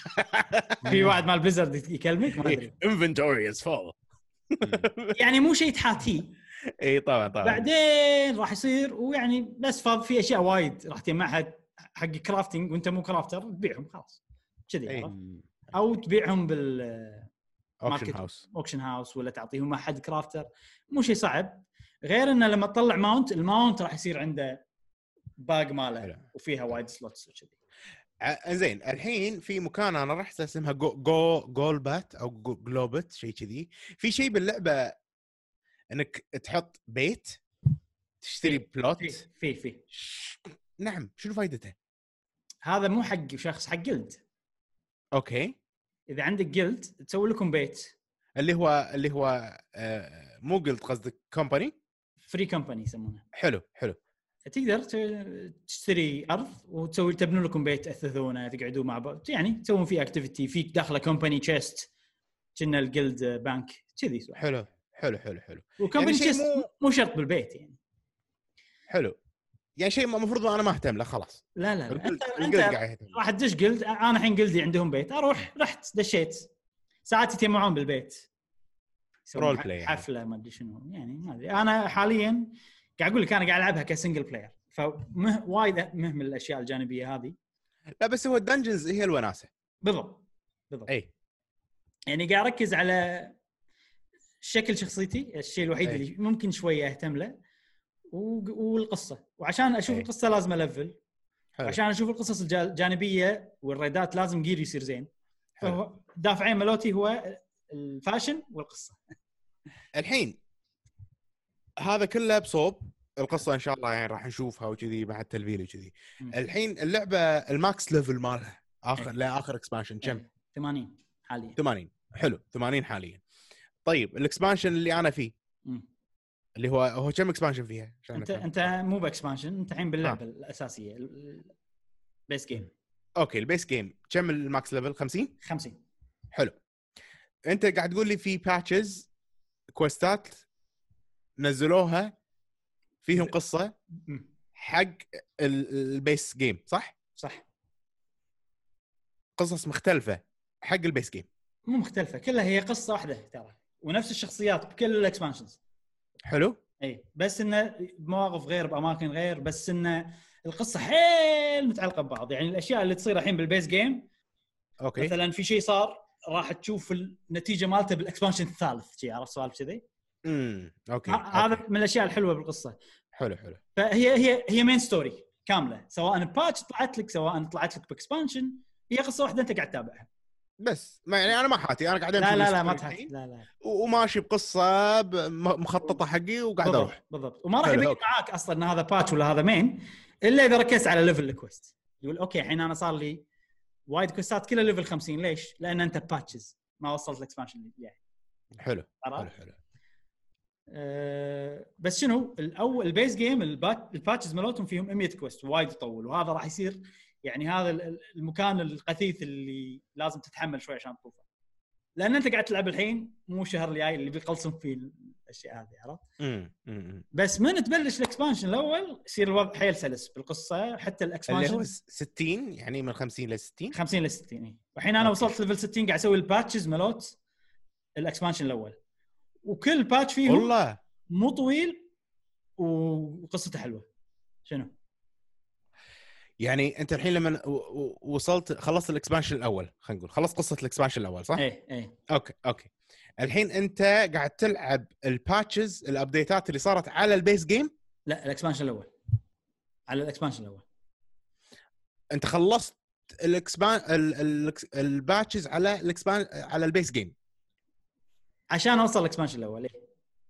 في واحد مال بليزرد يكلمك ما ادري انفنتوري از فول يعني مو شيء تحاتيه اي طبعا طبعا بعدين راح يصير ويعني بس فاض في اشياء وايد راح تجمعها حق كرافتنج وانت مو كرافتر تبيعهم خلاص كذي إيه. عرفت؟ او تبيعهم بال اوكشن ماركت. هاوس اوكشن هاوس ولا تعطيهم احد كرافتر مو شيء صعب غير انه لما تطلع ماونت الماونت راح يصير عنده باق ماله حلو. وفيها وايد سلوتس وكذي. ع- زين الحين في مكان انا رحت اسمها جو جو جول بات او جو جلوبت شيء كذي في شيء باللعبه انك تحط بيت تشتري في بلوت في في ش- نعم شنو فائدته هذا مو حق شخص حق جلد. اوكي اذا عندك جلد تسوي لكم بيت اللي هو اللي هو آه مو قلت قصدك كومباني فري كومباني يسمونه. حلو حلو تقدر ت- تشتري ارض وتسوي تبنوا لكم بيت تاثثونه تقعدوا مع بعض يعني تسوون فيه اكتيفيتي فيك داخله كومباني تشيست كنا الجلد بانك كذي سوى. حلو حلو حلو حلو وكومباني يعني شيء تشيست مو- مو... مو شرط بالبيت يعني. حلو يعني شيء المفروض انا ما اهتم له خلاص لا لا, لا. الجلد- انت, الجلد انت قاعد يهتم. راح تدش جلد انا الحين جلدي عندهم بيت اروح رحت دشيت ساعات يتجمعون بالبيت يسوون رول ح- بلاي يعني. حفله ما ادري شنو يعني ما ادري انا حاليا قاعد اقول لك انا قاعد العبها كسنجل بلاير فمه وايد مهم الاشياء الجانبيه هذه. لا بس هو الدنجنز هي الوناسه بالضبط بالضبط اي يعني قاعد اركز على شكل شخصيتي الشيء الوحيد أي. اللي ممكن شويه اهتم له و- والقصه وعشان اشوف أي. القصه لازم الفل حلو. عشان اشوف القصص الجا- الجانبيه والريدات لازم جيري يصير زين. فهو دافعين ملوتي هو الفاشن والقصه. الحين هذا كله بصوب القصه ان شاء الله يعني راح نشوفها وكذي مع التلفيل وكذي. مم. الحين اللعبه الماكس ليفل مالها اخر أي. لاخر اكسبانشن كم؟ إيه، ثمانين حاليا. ثمانين حلو ثمانين حاليا. طيب الاكسبانشن اللي انا فيه مم. اللي هو هو كم اكسبانشن فيها؟ عشان انت أفهم. انت مو باكسبانشن انت الحين باللعبه آه. الاساسيه البيس جيم اوكي البيس جيم كم الماكس ليفل؟ خمسين خمسين. حلو. انت قاعد تقول لي في باتشز كويستات نزلوها فيهم قصه مم. حق ال- البيس جيم صح؟ صح قصص مختلفه حق البيس جيم. مو مختلفه كلها هي قصه واحده ترى ونفس الشخصيات بكل الاكسبانشنز. حلو اي بس انه بمواقف غير باماكن غير بس انه القصه حيل متعلقه ببعض يعني الاشياء اللي تصير الحين بالبيس جيم اوكي مثلا في شيء صار راح تشوف النتيجه مالته بالاكسبانشن الثالث شيء عرفت سوالف كذي. امم اوكي ه- هذا أوكي. من الاشياء الحلوه بالقصه. حلو حلو فهي هي هي مين ستوري كامله سواء باتش طلعت لك سواء طلعت لك باكسبانشن هي قصه واحده انت قاعد تتابعها. بس ما يعني انا ما حاتي انا قاعد امشي لا لا لا بالستوري ما تحت الحين لا لا و- وماشي بقصه ب- م- مخططه حقي وقاعد بالضبط اروح. بالضبط وما راح حلو، يبين أوكي. معاك اصلا ان هذا باتش ولا هذا مين الا اذا ركزت على ليفل الكويست يقول اوكي الحين انا صار لي وايد كويستات كلها ليفل خمسين ليش؟ لان انت باتشز ما وصلت الاكسبانشن اللي يعني. حلو حلو عرفت؟ حلو أه بس شنو الاول البيس جيم الباتشز مالتهم فيهم مية كويست وايد يطول وهذا راح يصير يعني هذا ال- المكان القثيث اللي لازم تتحمل شوي عشان تطوفه لان انت قاعد تلعب الحين مو شهر الجاي اللي بيقلصم فيه الاشياء هذه عرفت. امم امم بس من تبلش الاكسبانشن الاول يصير الوضع حيل سلس بالقصه حتى اللي هو الاكسبانشن ستين يعني من خمسين ل ستين. خمسين ل ستين. والحين انا أوكي. وصلت ليفل ستين قاعد اسوي الباتشز مالوت الاكسبانشن الاول وكل باتش فيهم والله مو طويل وقصته حلوه. شنو يعني انت الحين لما و- و- وصلت خلصت الاكسبانشن الاول خلينا نقول خلصت قصه الاكسبانشن الاول صح؟ ايه ايه اوكي اوكي. الحين انت قاعد تلعب الباتشز الابديتات اللي صارت على البيس جيم. لا الاكسبانشن الاول على الاكسبانشن الاول. انت خلصت الاكسبان الباتشز على الاكسبان على البيس جيم عشان اوصل الاكسبانشن الاول. إيه؟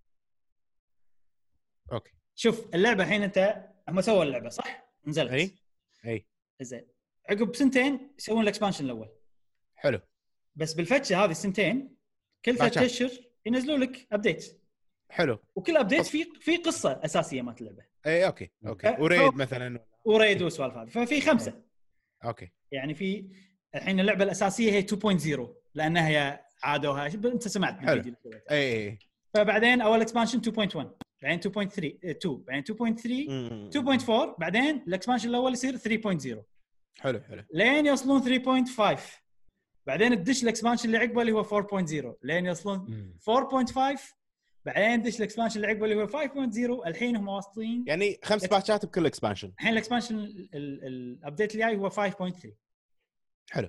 اوكي شوف اللعبه الحين انت هم سووا اللعبه صح نزلت اي اي زين عقب سنتين يسوون الاكسبانشن الاول حلو بس بالفتشه هذه السنتين كل ثلاث باتشات. اشهر ينزلوا لك ابديت حلو وكل ابديت في في قصه اساسيه مالت اللعبه اي اوكي اوكي أه، وريد ف- مثلا وريد والسوالف هذه ففي خمسه اوكي يعني في الحين اللعبه الاساسيه هي اثنين نقطة صفر لانها هي عادوها انت سمعت حلو. بالفيديو اللي سويته. اي اي فبعدين اول اكسبانشن اثنين نقطة واحد بعدين اثنين نقطة ثلاثة اثنين بعدين اثنين نقطة ثلاثة مم. اثنين نقطة أربعة بعدين الاكسبانشن الاول يصير ثلاثة نقطة صفر حلو حلو لين يوصلون ثلاثة نقطة خمسة بعدين الدش الاكسبانشن اللي عقبه اللي هو أربعة نقطة صفر لين يوصلون مم. أربعة نقطة خمسة بعدين دش الاكسبانشن اللي عقبه اللي هو خمسة نقطة صفر الحين هم واصلين يعني خمس باتشات بكل اكسبانشن الحين الاكسبانشن الابديت اللي جاي هو خمسة نقطة ثلاثة حلو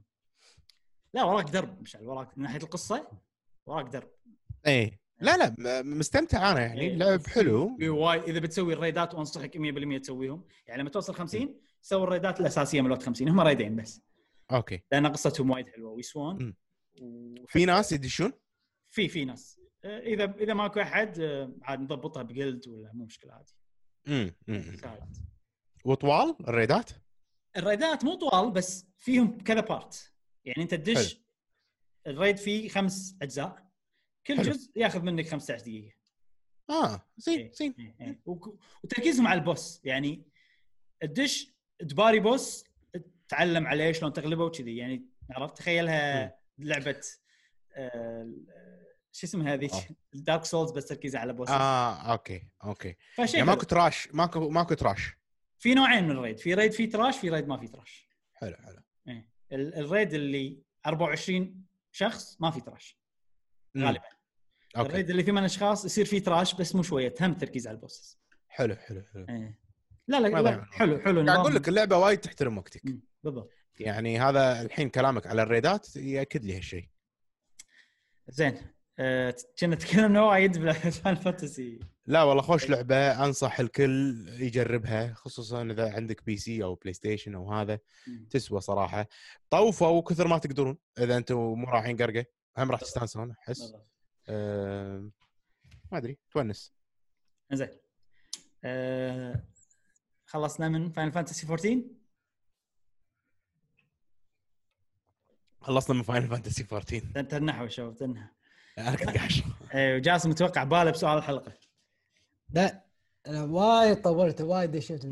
لا وراك درب مش وراك من ناحيه القصه وراك درب اي لا لا م- مستمتع انا يعني إيه. لعب حلو في وايد اذا بتسوي الريدات وانصحك مية بالمية تسويهم يعني لما توصل خمسين سوي الريدات الاساسيه مالت خمسين هم ريدين بس اوكي لان قصتهم وايد حلوه ويسوون مم. وفي في ناس يدشون في في ناس آه، اذا اذا ماكو احد آه، عاد نضبطها بجلد ولا مو مشكله عادي امم أمم. ساعد. وطوال الريدات الريدات مو طوال بس فيهم كذا بارت يعني انت تدش حلو. الريد فيه خمس اجزاء كل حلو. جزء ياخذ منك خمسة عشر دقيقه اه زين إيه، زين إيه، إيه. وك- وتركيزهم على البوس يعني الدش تباري بوس تعلم عليه شلون تغلبه وكذي يعني عرفت تخيلها لعبه آه، شو اسمها هذيك آه. الدارك سولز بس تركيز على بوس اه اوكي اوكي فشيء يعني حلو. ماكو تراش ماكو ماكو تراش في نوعين من الريد في ريد فيه تراش في ريد ما فيه تراش حلو حلو إيه. ال- الريد اللي أربعة وعشرين شخص ما فيه تراش مم. غالبا اوكي الريد اللي ثمان اشخاص يصير فيه تراش بس مو شويه هم تركيز على البوسس حلو حلو حلو إيه. لا لا, ما لا يضيع حلو حلو قاعد نظام. اقول لك اللعبه وايد تحترم وقتك مم، بالضبط يعني هذا الحين كلامك على الريدات ياكد لي هالشيء زين أه، كنا تكلمنا وايد بالفان فانتسي لا والله خوش لعبه انصح الكل يجربها خصوصا اذا عندك بي سي او بلاي ستيشن او هذا تسوى صراحه طوفوا كثر ما تقدرون اذا انتم مو رايحين قرقه هم راح تستانسون احس أه ما ادري تونس زين أه، خلصنا من فاينل فانتسي أربعة عشر خلصنا من فاينل فانتسي أربعة عشر تنحوا شباب تنحوا انا كنت قاعد ايه وجاسم متوقع باله بسؤال الحلقه لا انا وايد طولت وايد دشيت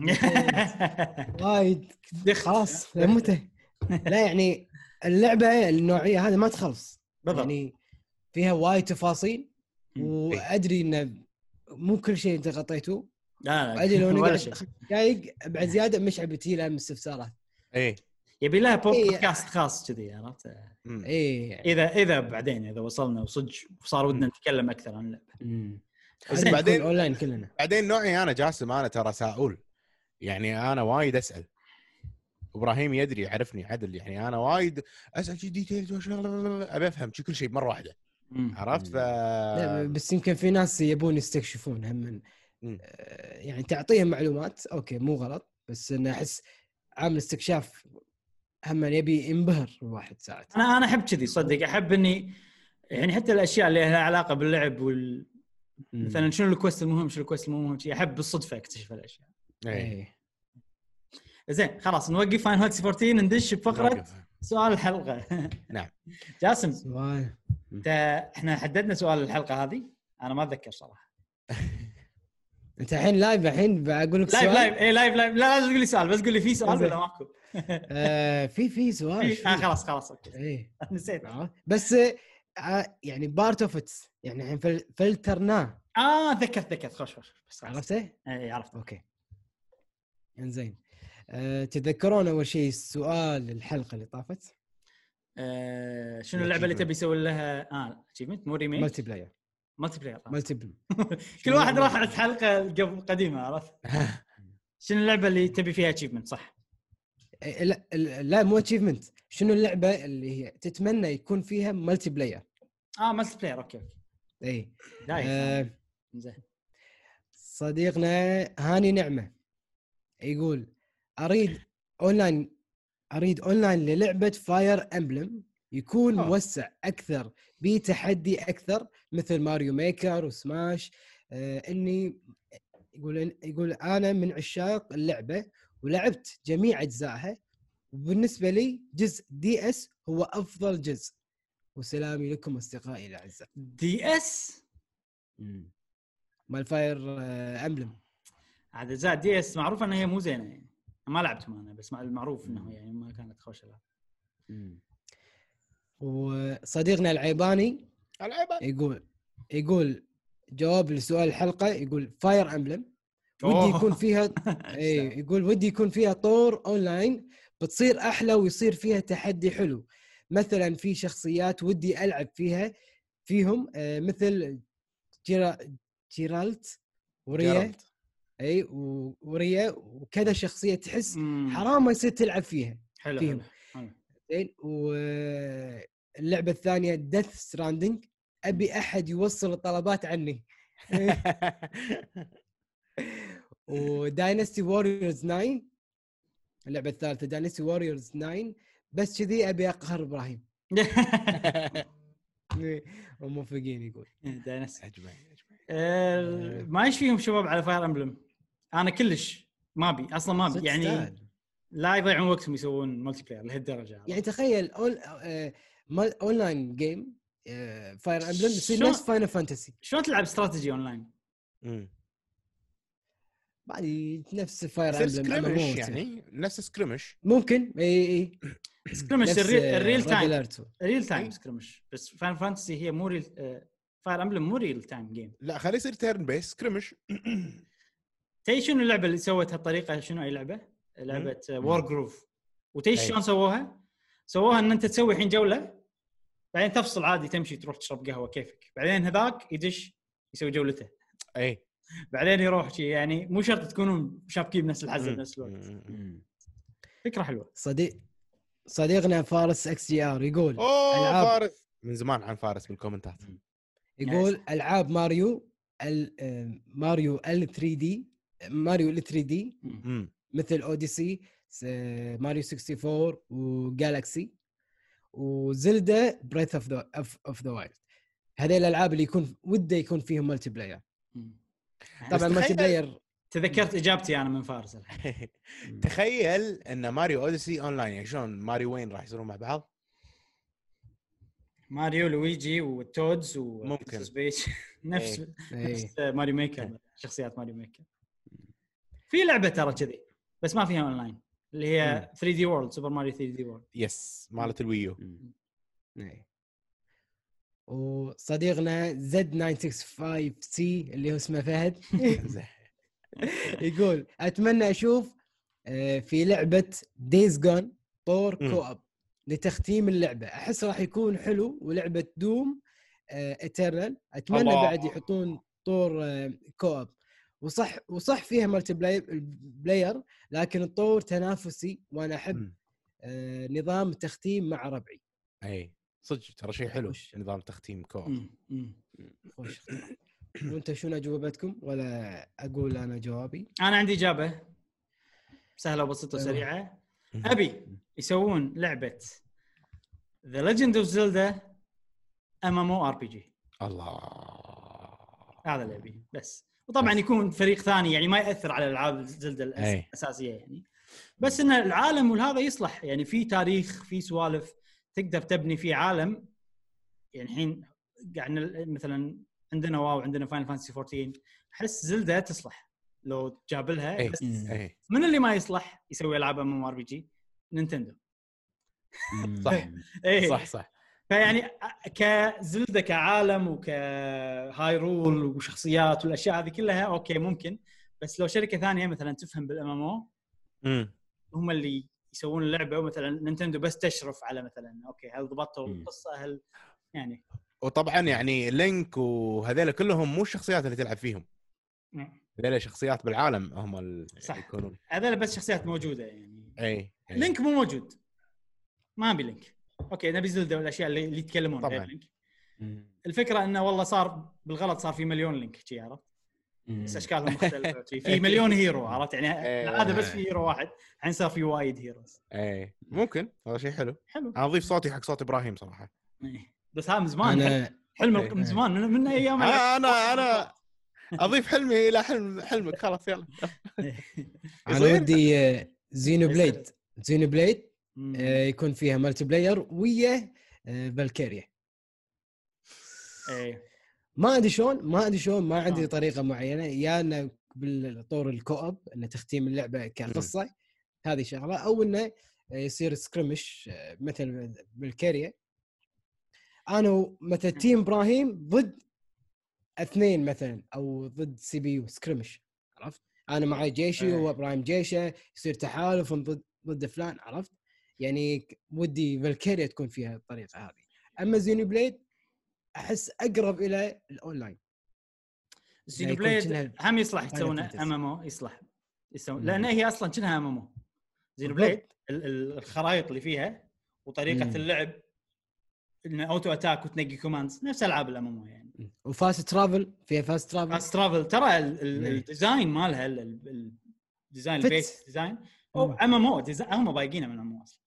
وايد خلاص متى لا يعني اللعبه النوعيه هذه ما تخلص بالضبط يعني فيها وايد تفاصيل مم. وادري انه مو كل شيء انت غطيته لا لا ادري لو ولا نقعد شيء. خمس دقايق بعد زياده مش عبتي لها من استفسارات ايه يبي لها بو- إيه. بودكاست خاص كذي عرفت مم. ايه يعني. اذا اذا بعدين اذا وصلنا وصدق وصار ودنا نتكلم اكثر عن اللعبه امم زين. بعدين اونلاين كلنا بعدين نوعي انا جاسم انا ترى سائل يعني انا وايد اسال ابراهيم يدري يعرفني عدل يعني انا وايد اسال شي ديتيلز ابي افهم شي كل شيء مره واحده مم. عرفت ف لا بس يمكن في ناس يبون يستكشفون هم من مم. آه، يعني تعطيهم معلومات اوكي مو غلط بس انا احس عامل استكشاف هم يبي ينبهر الواحد ساعات انا انا احب كذي صدق احب اني يعني حتى الاشياء اللي لها علاقه باللعب وال مم. مثلا شنو الكويست المهم شنو الكويست المهم شيء احب بالصدفه اكتشف الاشياء ايه ايه زين خلاص نوقف فاين فانتسي أربعة عشر ندش بفقره نوقف. سؤال الحلقه نعم جاسم سؤال انت احنا حددنا سؤال الحلقه هذه انا ما اتذكر صراحه انت الحين لايف الحين بقول لك لايف سؤال لايف اي لايف لايف لا لا تقول لي سؤال بس قول لي في سؤال زين. ولا ماكو آه في في سؤال في- آه خلاص خلاص اوكي ايه نسيت عرفت؟ بس آه يعني بارت اوف ات يعني الحين فل- فلترناه اه ذكرت ذكرت خوش خوش بس خلاص. عرفته؟ اي عرفت اوكي انزين أه تتذكرون اول شيء السؤال الحلقه اللي طافت آه شنو اللعبه اللي تبي يسوي لها اه اتشيفمنت مو ريميك ملتي بلاير مالتي بلاير آه. ملتي بلاير كل واحد راح على حلقه قبل قديمه عرفت شنو اللعبه اللي تبي فيها اتشيفمنت صح إيه، لا لا مو اتشيفمنت شنو اللعبه اللي هي تتمنى يكون فيها ملتي بلاير اه مالتي بلاير اوكي اوكي اي دايس آه زين صديقنا هاني نعمه يقول اريد اونلاين اريد اونلاين للعبه فاير امبلم يكون أوه. موسع اكثر بتحدي اكثر مثل ماريو ميكر وسماش. آه اني يقول يقول انا من عشاق اللعبه ولعبت جميع اجزائها، وبالنسبه لي جزء دي اس هو افضل جزء. وسلامي لكم اصدقائي الاعزاء. دي اس مال فاير امبلم عاد اجزاء دي اس معروف انها هي مو زينه يعني، ما لعبتهم انا بس المعروف انه يعني ما كانت خوش لها. وصديقنا العيباني العيبان يقول يقول جواب لسؤال الحلقه، يقول فاير امبلم أوه. ودي يكون فيها اي يقول ودي يكون فيها طور اونلاين بتصير احلى ويصير فيها تحدي حلو. مثلا في شخصيات ودي العب فيها فيهم آه مثل جيرا جيرالت وريا جيرالت. اي و- وريا وكذا شخصيه تحس مم. حرام ما يصير تلعب فيها حلو فيهم. حلو حلو. زين. واللعبه الثانيه ديث ستراندنج ابي احد يوصل الطلبات عني. وداينستي واريورز تسعة اللعبه الثالثه داينستي واريورز تسعة بس كذي ابي اقهر ابراهيم. موافقين يقول داينس اجمعين اجمعين. آه، ما ايش فيهم شباب على فاير امبلم. انا كلش ما بي اصلا ما بي يعني تستاهل. لا يضيعون وقتهم يسوون ملتي بلاير لهالدرجه. يعني تخيل أون... آه... مال- اونلاين جيم آه... فاير امبلم يصير شلون- نفس فاينل فانتسي شلون تلعب استراتيجي اونلاين؟ امم بعد نفس فاير يصير امبلم سكريمش يعني نفس سكريمش ممكن اي اي سكريمش نفس الريل, الريل Red تايم Alert. ريل تايم إيه. سكريمش. بس فاينل فانتسي هي مو ريل فاير امبلم مو ريل تايم جيم. لا خليه يصير تيرن بيس سكريمش. تي شنو اللعبه اللي سوت هالطريقه؟ شنو اي لعبه؟ لعبه وور جروف. وتيش أي. شلون سووها؟ سووها ان انت تسوي الحين جوله بعدين تفصل عادي تمشي تروح تشرب قهوه كيفك، بعدين هذاك يدش يسوي جولته، اي بعدين يروح شيء. يعني مو شرط تكونون شابكين بنفس الحزه بنفس الوقت. فكره حلوه. صديق صديقنا فارس اكس جي ار يقول اوه ألعاب. فارس من زمان عن فارس بالكومنتات. يقول العاب ماريو ال آه، ماريو ال ثري دي ماريو ال ثري دي امم مثل اوديسي ماريو أربعة وستين وجالكسي وزلدا بريث اوف ذا اوف ذا وايلد. هذه الالعاب اللي يكون وده يكون فيهم ملتي بلاير. طبعا ملتي بلاير. تذكرت اجابتي انا من فارس الحين. تخيل ان ماريو اوديسي اونلاين يعني شلون ماريو وين راح يصيرون مع بعض؟ ماريو لويجي والتودز ممكن. وبيتش نفس إيه. نفس ماريو ميكر، شخصيات ماريو ميكر. في لعبه ترى كذي بس ما فيها اونلاين اللي هي ثري دي وورلد سوبر ماريو ثري دي وورلد. يس مالت الويو. اي. وصديقنا زد تسعمية وخمسة وستين سي اللي هو اسمه فهد يقول اتمنى اشوف آه، في لعبه دايز جون طور كوب لتختيم اللعبه. احس راح يكون حلو. ولعبه دوم اترنال اتمنى الله. بعد يحطون طور آه، كوب. وصح وصح فيها مالتي بلاير لكن الطور تنافسي وانا احب آه، نظام تختيم مع ربعي. اي صدق ترى شيء حلو خوش. نظام تختيم كوب. خوش. وانت شنو اجوبتكم ولا اقول انا جوابي؟ انا عندي اجابه سهله وبسيطه وسريعه. ابي يسوون لعبه The Legend of Zelda ام ام او ار بي جي. الله هذا اللي ابي بس. وطبعا بس. يكون فريق ثاني يعني ما ياثر على العاب زلدة الاساسيه يعني، بس ان العالم والهذا يصلح يعني في تاريخ في سوالف تقدر تبني فيه عالم. يعني الحين قاعد مثلا عندنا واو عندنا فاينل فانتسي فورتين احس زلدة تصلح لو جاب لها. أي. بس أي. من اللي ما يصلح يسوي العاب ام ام ار بي جي؟ نينتندو. صح ايه صح صح. فيعني كزلدة كعالم وكهايرول وشخصيات والاشياء هذه كلها اوكي ممكن، بس لو شركه ثانيه مثلا تفهم بالام ام او امم هم اللي يسوون اللعبه، ومثلا نينتندو بس تشرف على مثلا اوكي هل ضبطوا القصه هل يعني. وطبعا يعني لينك وهذول كلهم مو الشخصيات اللي تلعب فيهم، هذول شخصيات بالعالم هم اللي يكونون. هذول بس شخصيات موجوده يعني. اي, أي. لينك مو موجود ما ابي لينك. اوكي نبي زلدة والاشياء اللي, اللي يتكلمون طبعا. غير لينك. الفكره انه والله صار بالغلط صار في مليون لينك شي عرفت. بس اشكالهم مختلفه في, في مليون هيرو عرفت يعني العاده بس في هيرو واحد الحين صار في وايد هيروز. اي ممكن هذا شيء حلو. حلو انا اضيف صوتي حق صوت ابراهيم صراحه. إيه. بس هذا من زمان انا حلم إيه. من زمان من, من ايام انا انا, أنا اضيف حلمي الى حلم حلمك خلاص يلا. انا ودي زينو بليد زينو بليد يكون فيها مالتي بلاير ويا فالكيريا. ايه ما ادري شلون ما ادري شلون ما عندي طريقه معينه يا انه بالطور الكوب انه تختيم اللعبه كقصه هذه شغله او انه يصير سكريمش مثل بالكيريا. انا مثل تيم ابراهيم ضد اثنين مثلا او ضد سي بي يو سكريمش عرفت. انا معي جيشي وابراهيم جيشه يصير تحالف ضد ضد فلان عرفت يعني. ودي فالكيريا تكون فيها الطريقه هذه. اما زينو بليد احس اقرب الى الاونلاين. زينو بليد هم يصلح تسوونه ام ام او يصلح يسوون لان هي اصلا كأنها ام ام او. زينو بليد الخرائط اللي فيها وطريقه مم. اللعب ان اوتو اتاك وتنقي كوماندز نفس العاب الام ام او يعني. وفاست ترافل فيها فاست ترافل فاست ترافل ترى الديزاين مالها الديزاين البيس ديزاين او ام ام او هم بايقينه من ام ام او اصلا.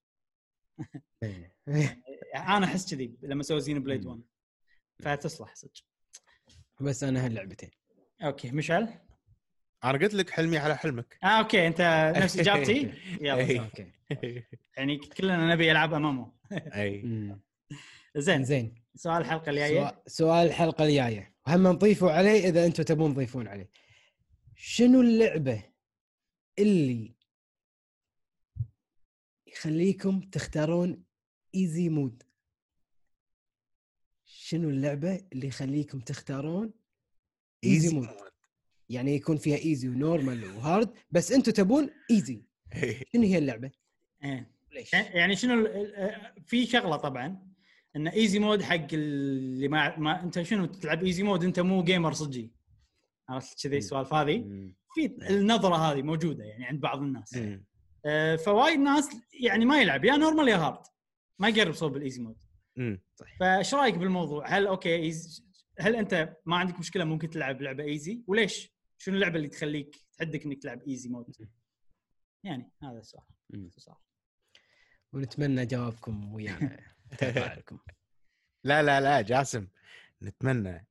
انا احس كذي لما سووا زينو بليد واحد فتصلح صدق. بس انا هاللعبتين اوكي مشعل انا قلت لك حلمي على حلمك. اه اوكي انت نفس اجابتي يلا اوكي يعني كلنا نبي العاب امامه. اي زين زين سؤال الحلقه الجايه سؤال الحلقه الجايه وهم نضيفوا عليه اذا انتم تبون تضيفون عليه. شنو اللعبه اللي يخليكم تختارون ايزي مود؟ شنو اللعبه اللي يخليكم تختارون ايزي مود يعني يكون فيها ايزي ونورمال وهارد بس انتم تبون ايزي؟ شنو هي اللعبه؟ ايه ليش يعني شنو في شغله طبعا ان ايزي مود حق اللي ما, ما انت شنو تلعب ايزي مود انت مو جيمر صجي عرفت كذي السوالف هذه في النظره هذه موجوده يعني عند بعض الناس. آه فوايد ناس يعني ما يلعب يا نورمال يا هارد ما يقرب صوب الايزي مود. فايش رايك بالموضوع؟ هل اوكي إيز... هل انت ما عندك مشكله ممكن تلعب لعبه ايزي وليش؟ شنو اللعبه اللي تخليك تحدك انك تلعب ايزي مود؟ يعني هذا السؤال باختصار ونتمنى جوابكم ويانا تفاعلكم. لا لا لا جاسم نتمنى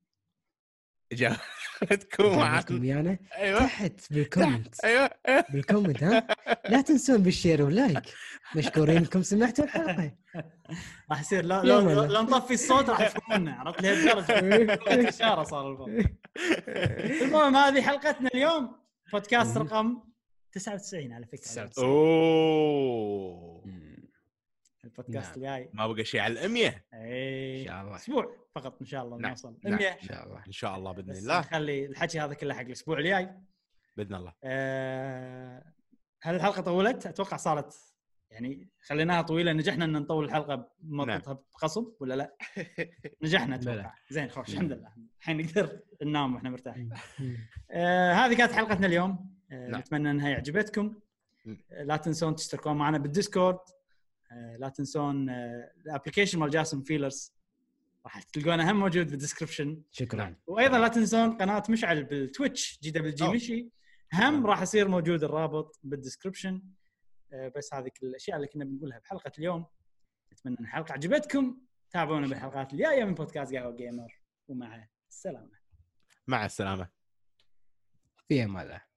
اجابتكم معكم ويانا. أيوة. تحت بالكومنت ايوه بالكومنت ها لا تنسون بالشير واللايك. مشكورين انكم سمعتوا الحلقه. راح يصير لا لا لا نطفي الصوت راح يفهمونا عرفت ليه الدرجه اشاره صار الفضل. المهم هذه حلقتنا اليوم بودكاست رقم تسعة وتسعين على فكره. اوه البودكاست الجاي ما بقى شيء على المية ان شاء الله اسبوع فقط ان شاء الله نوصل المية ان شاء الله ان شاء الله باذن الله. نخلي الحكي هذا كله حق الاسبوع الجاي باذن الله. أه هل الحلقه طولت؟ اتوقع صارت يعني خليناها طويله. نجحنا ان نطول الحلقه بمطتها بقصب ولا لا؟ نجحنا اتوقع. زين خوش الحمد لله الحين نقدر ننام واحنا مرتاحين. أه هذه كانت حلقتنا اليوم. أه نتمنى انها عجبتكم. أه لا تنسون تشتركون معنا بالديسكورد. أه لا تنسون أه الابلكيشن مال جاسم فيلرز راح تلقونه هم موجود بالديسكربشن. شكرا. وايضا لا تنسون قناه مشعل بالتويتش جي دبليو جي مشي هم راح يصير موجود الرابط بالديسكربشن. أه بس هذه كل الاشياء اللي كنا بنقولها بحلقه اليوم. اتمنى ان الحلقه عجبتكم. تابعونا بالحلقات الجايه من بودكاست قهوه جيمر ومع السلامه. مع السلامه. في امان الله.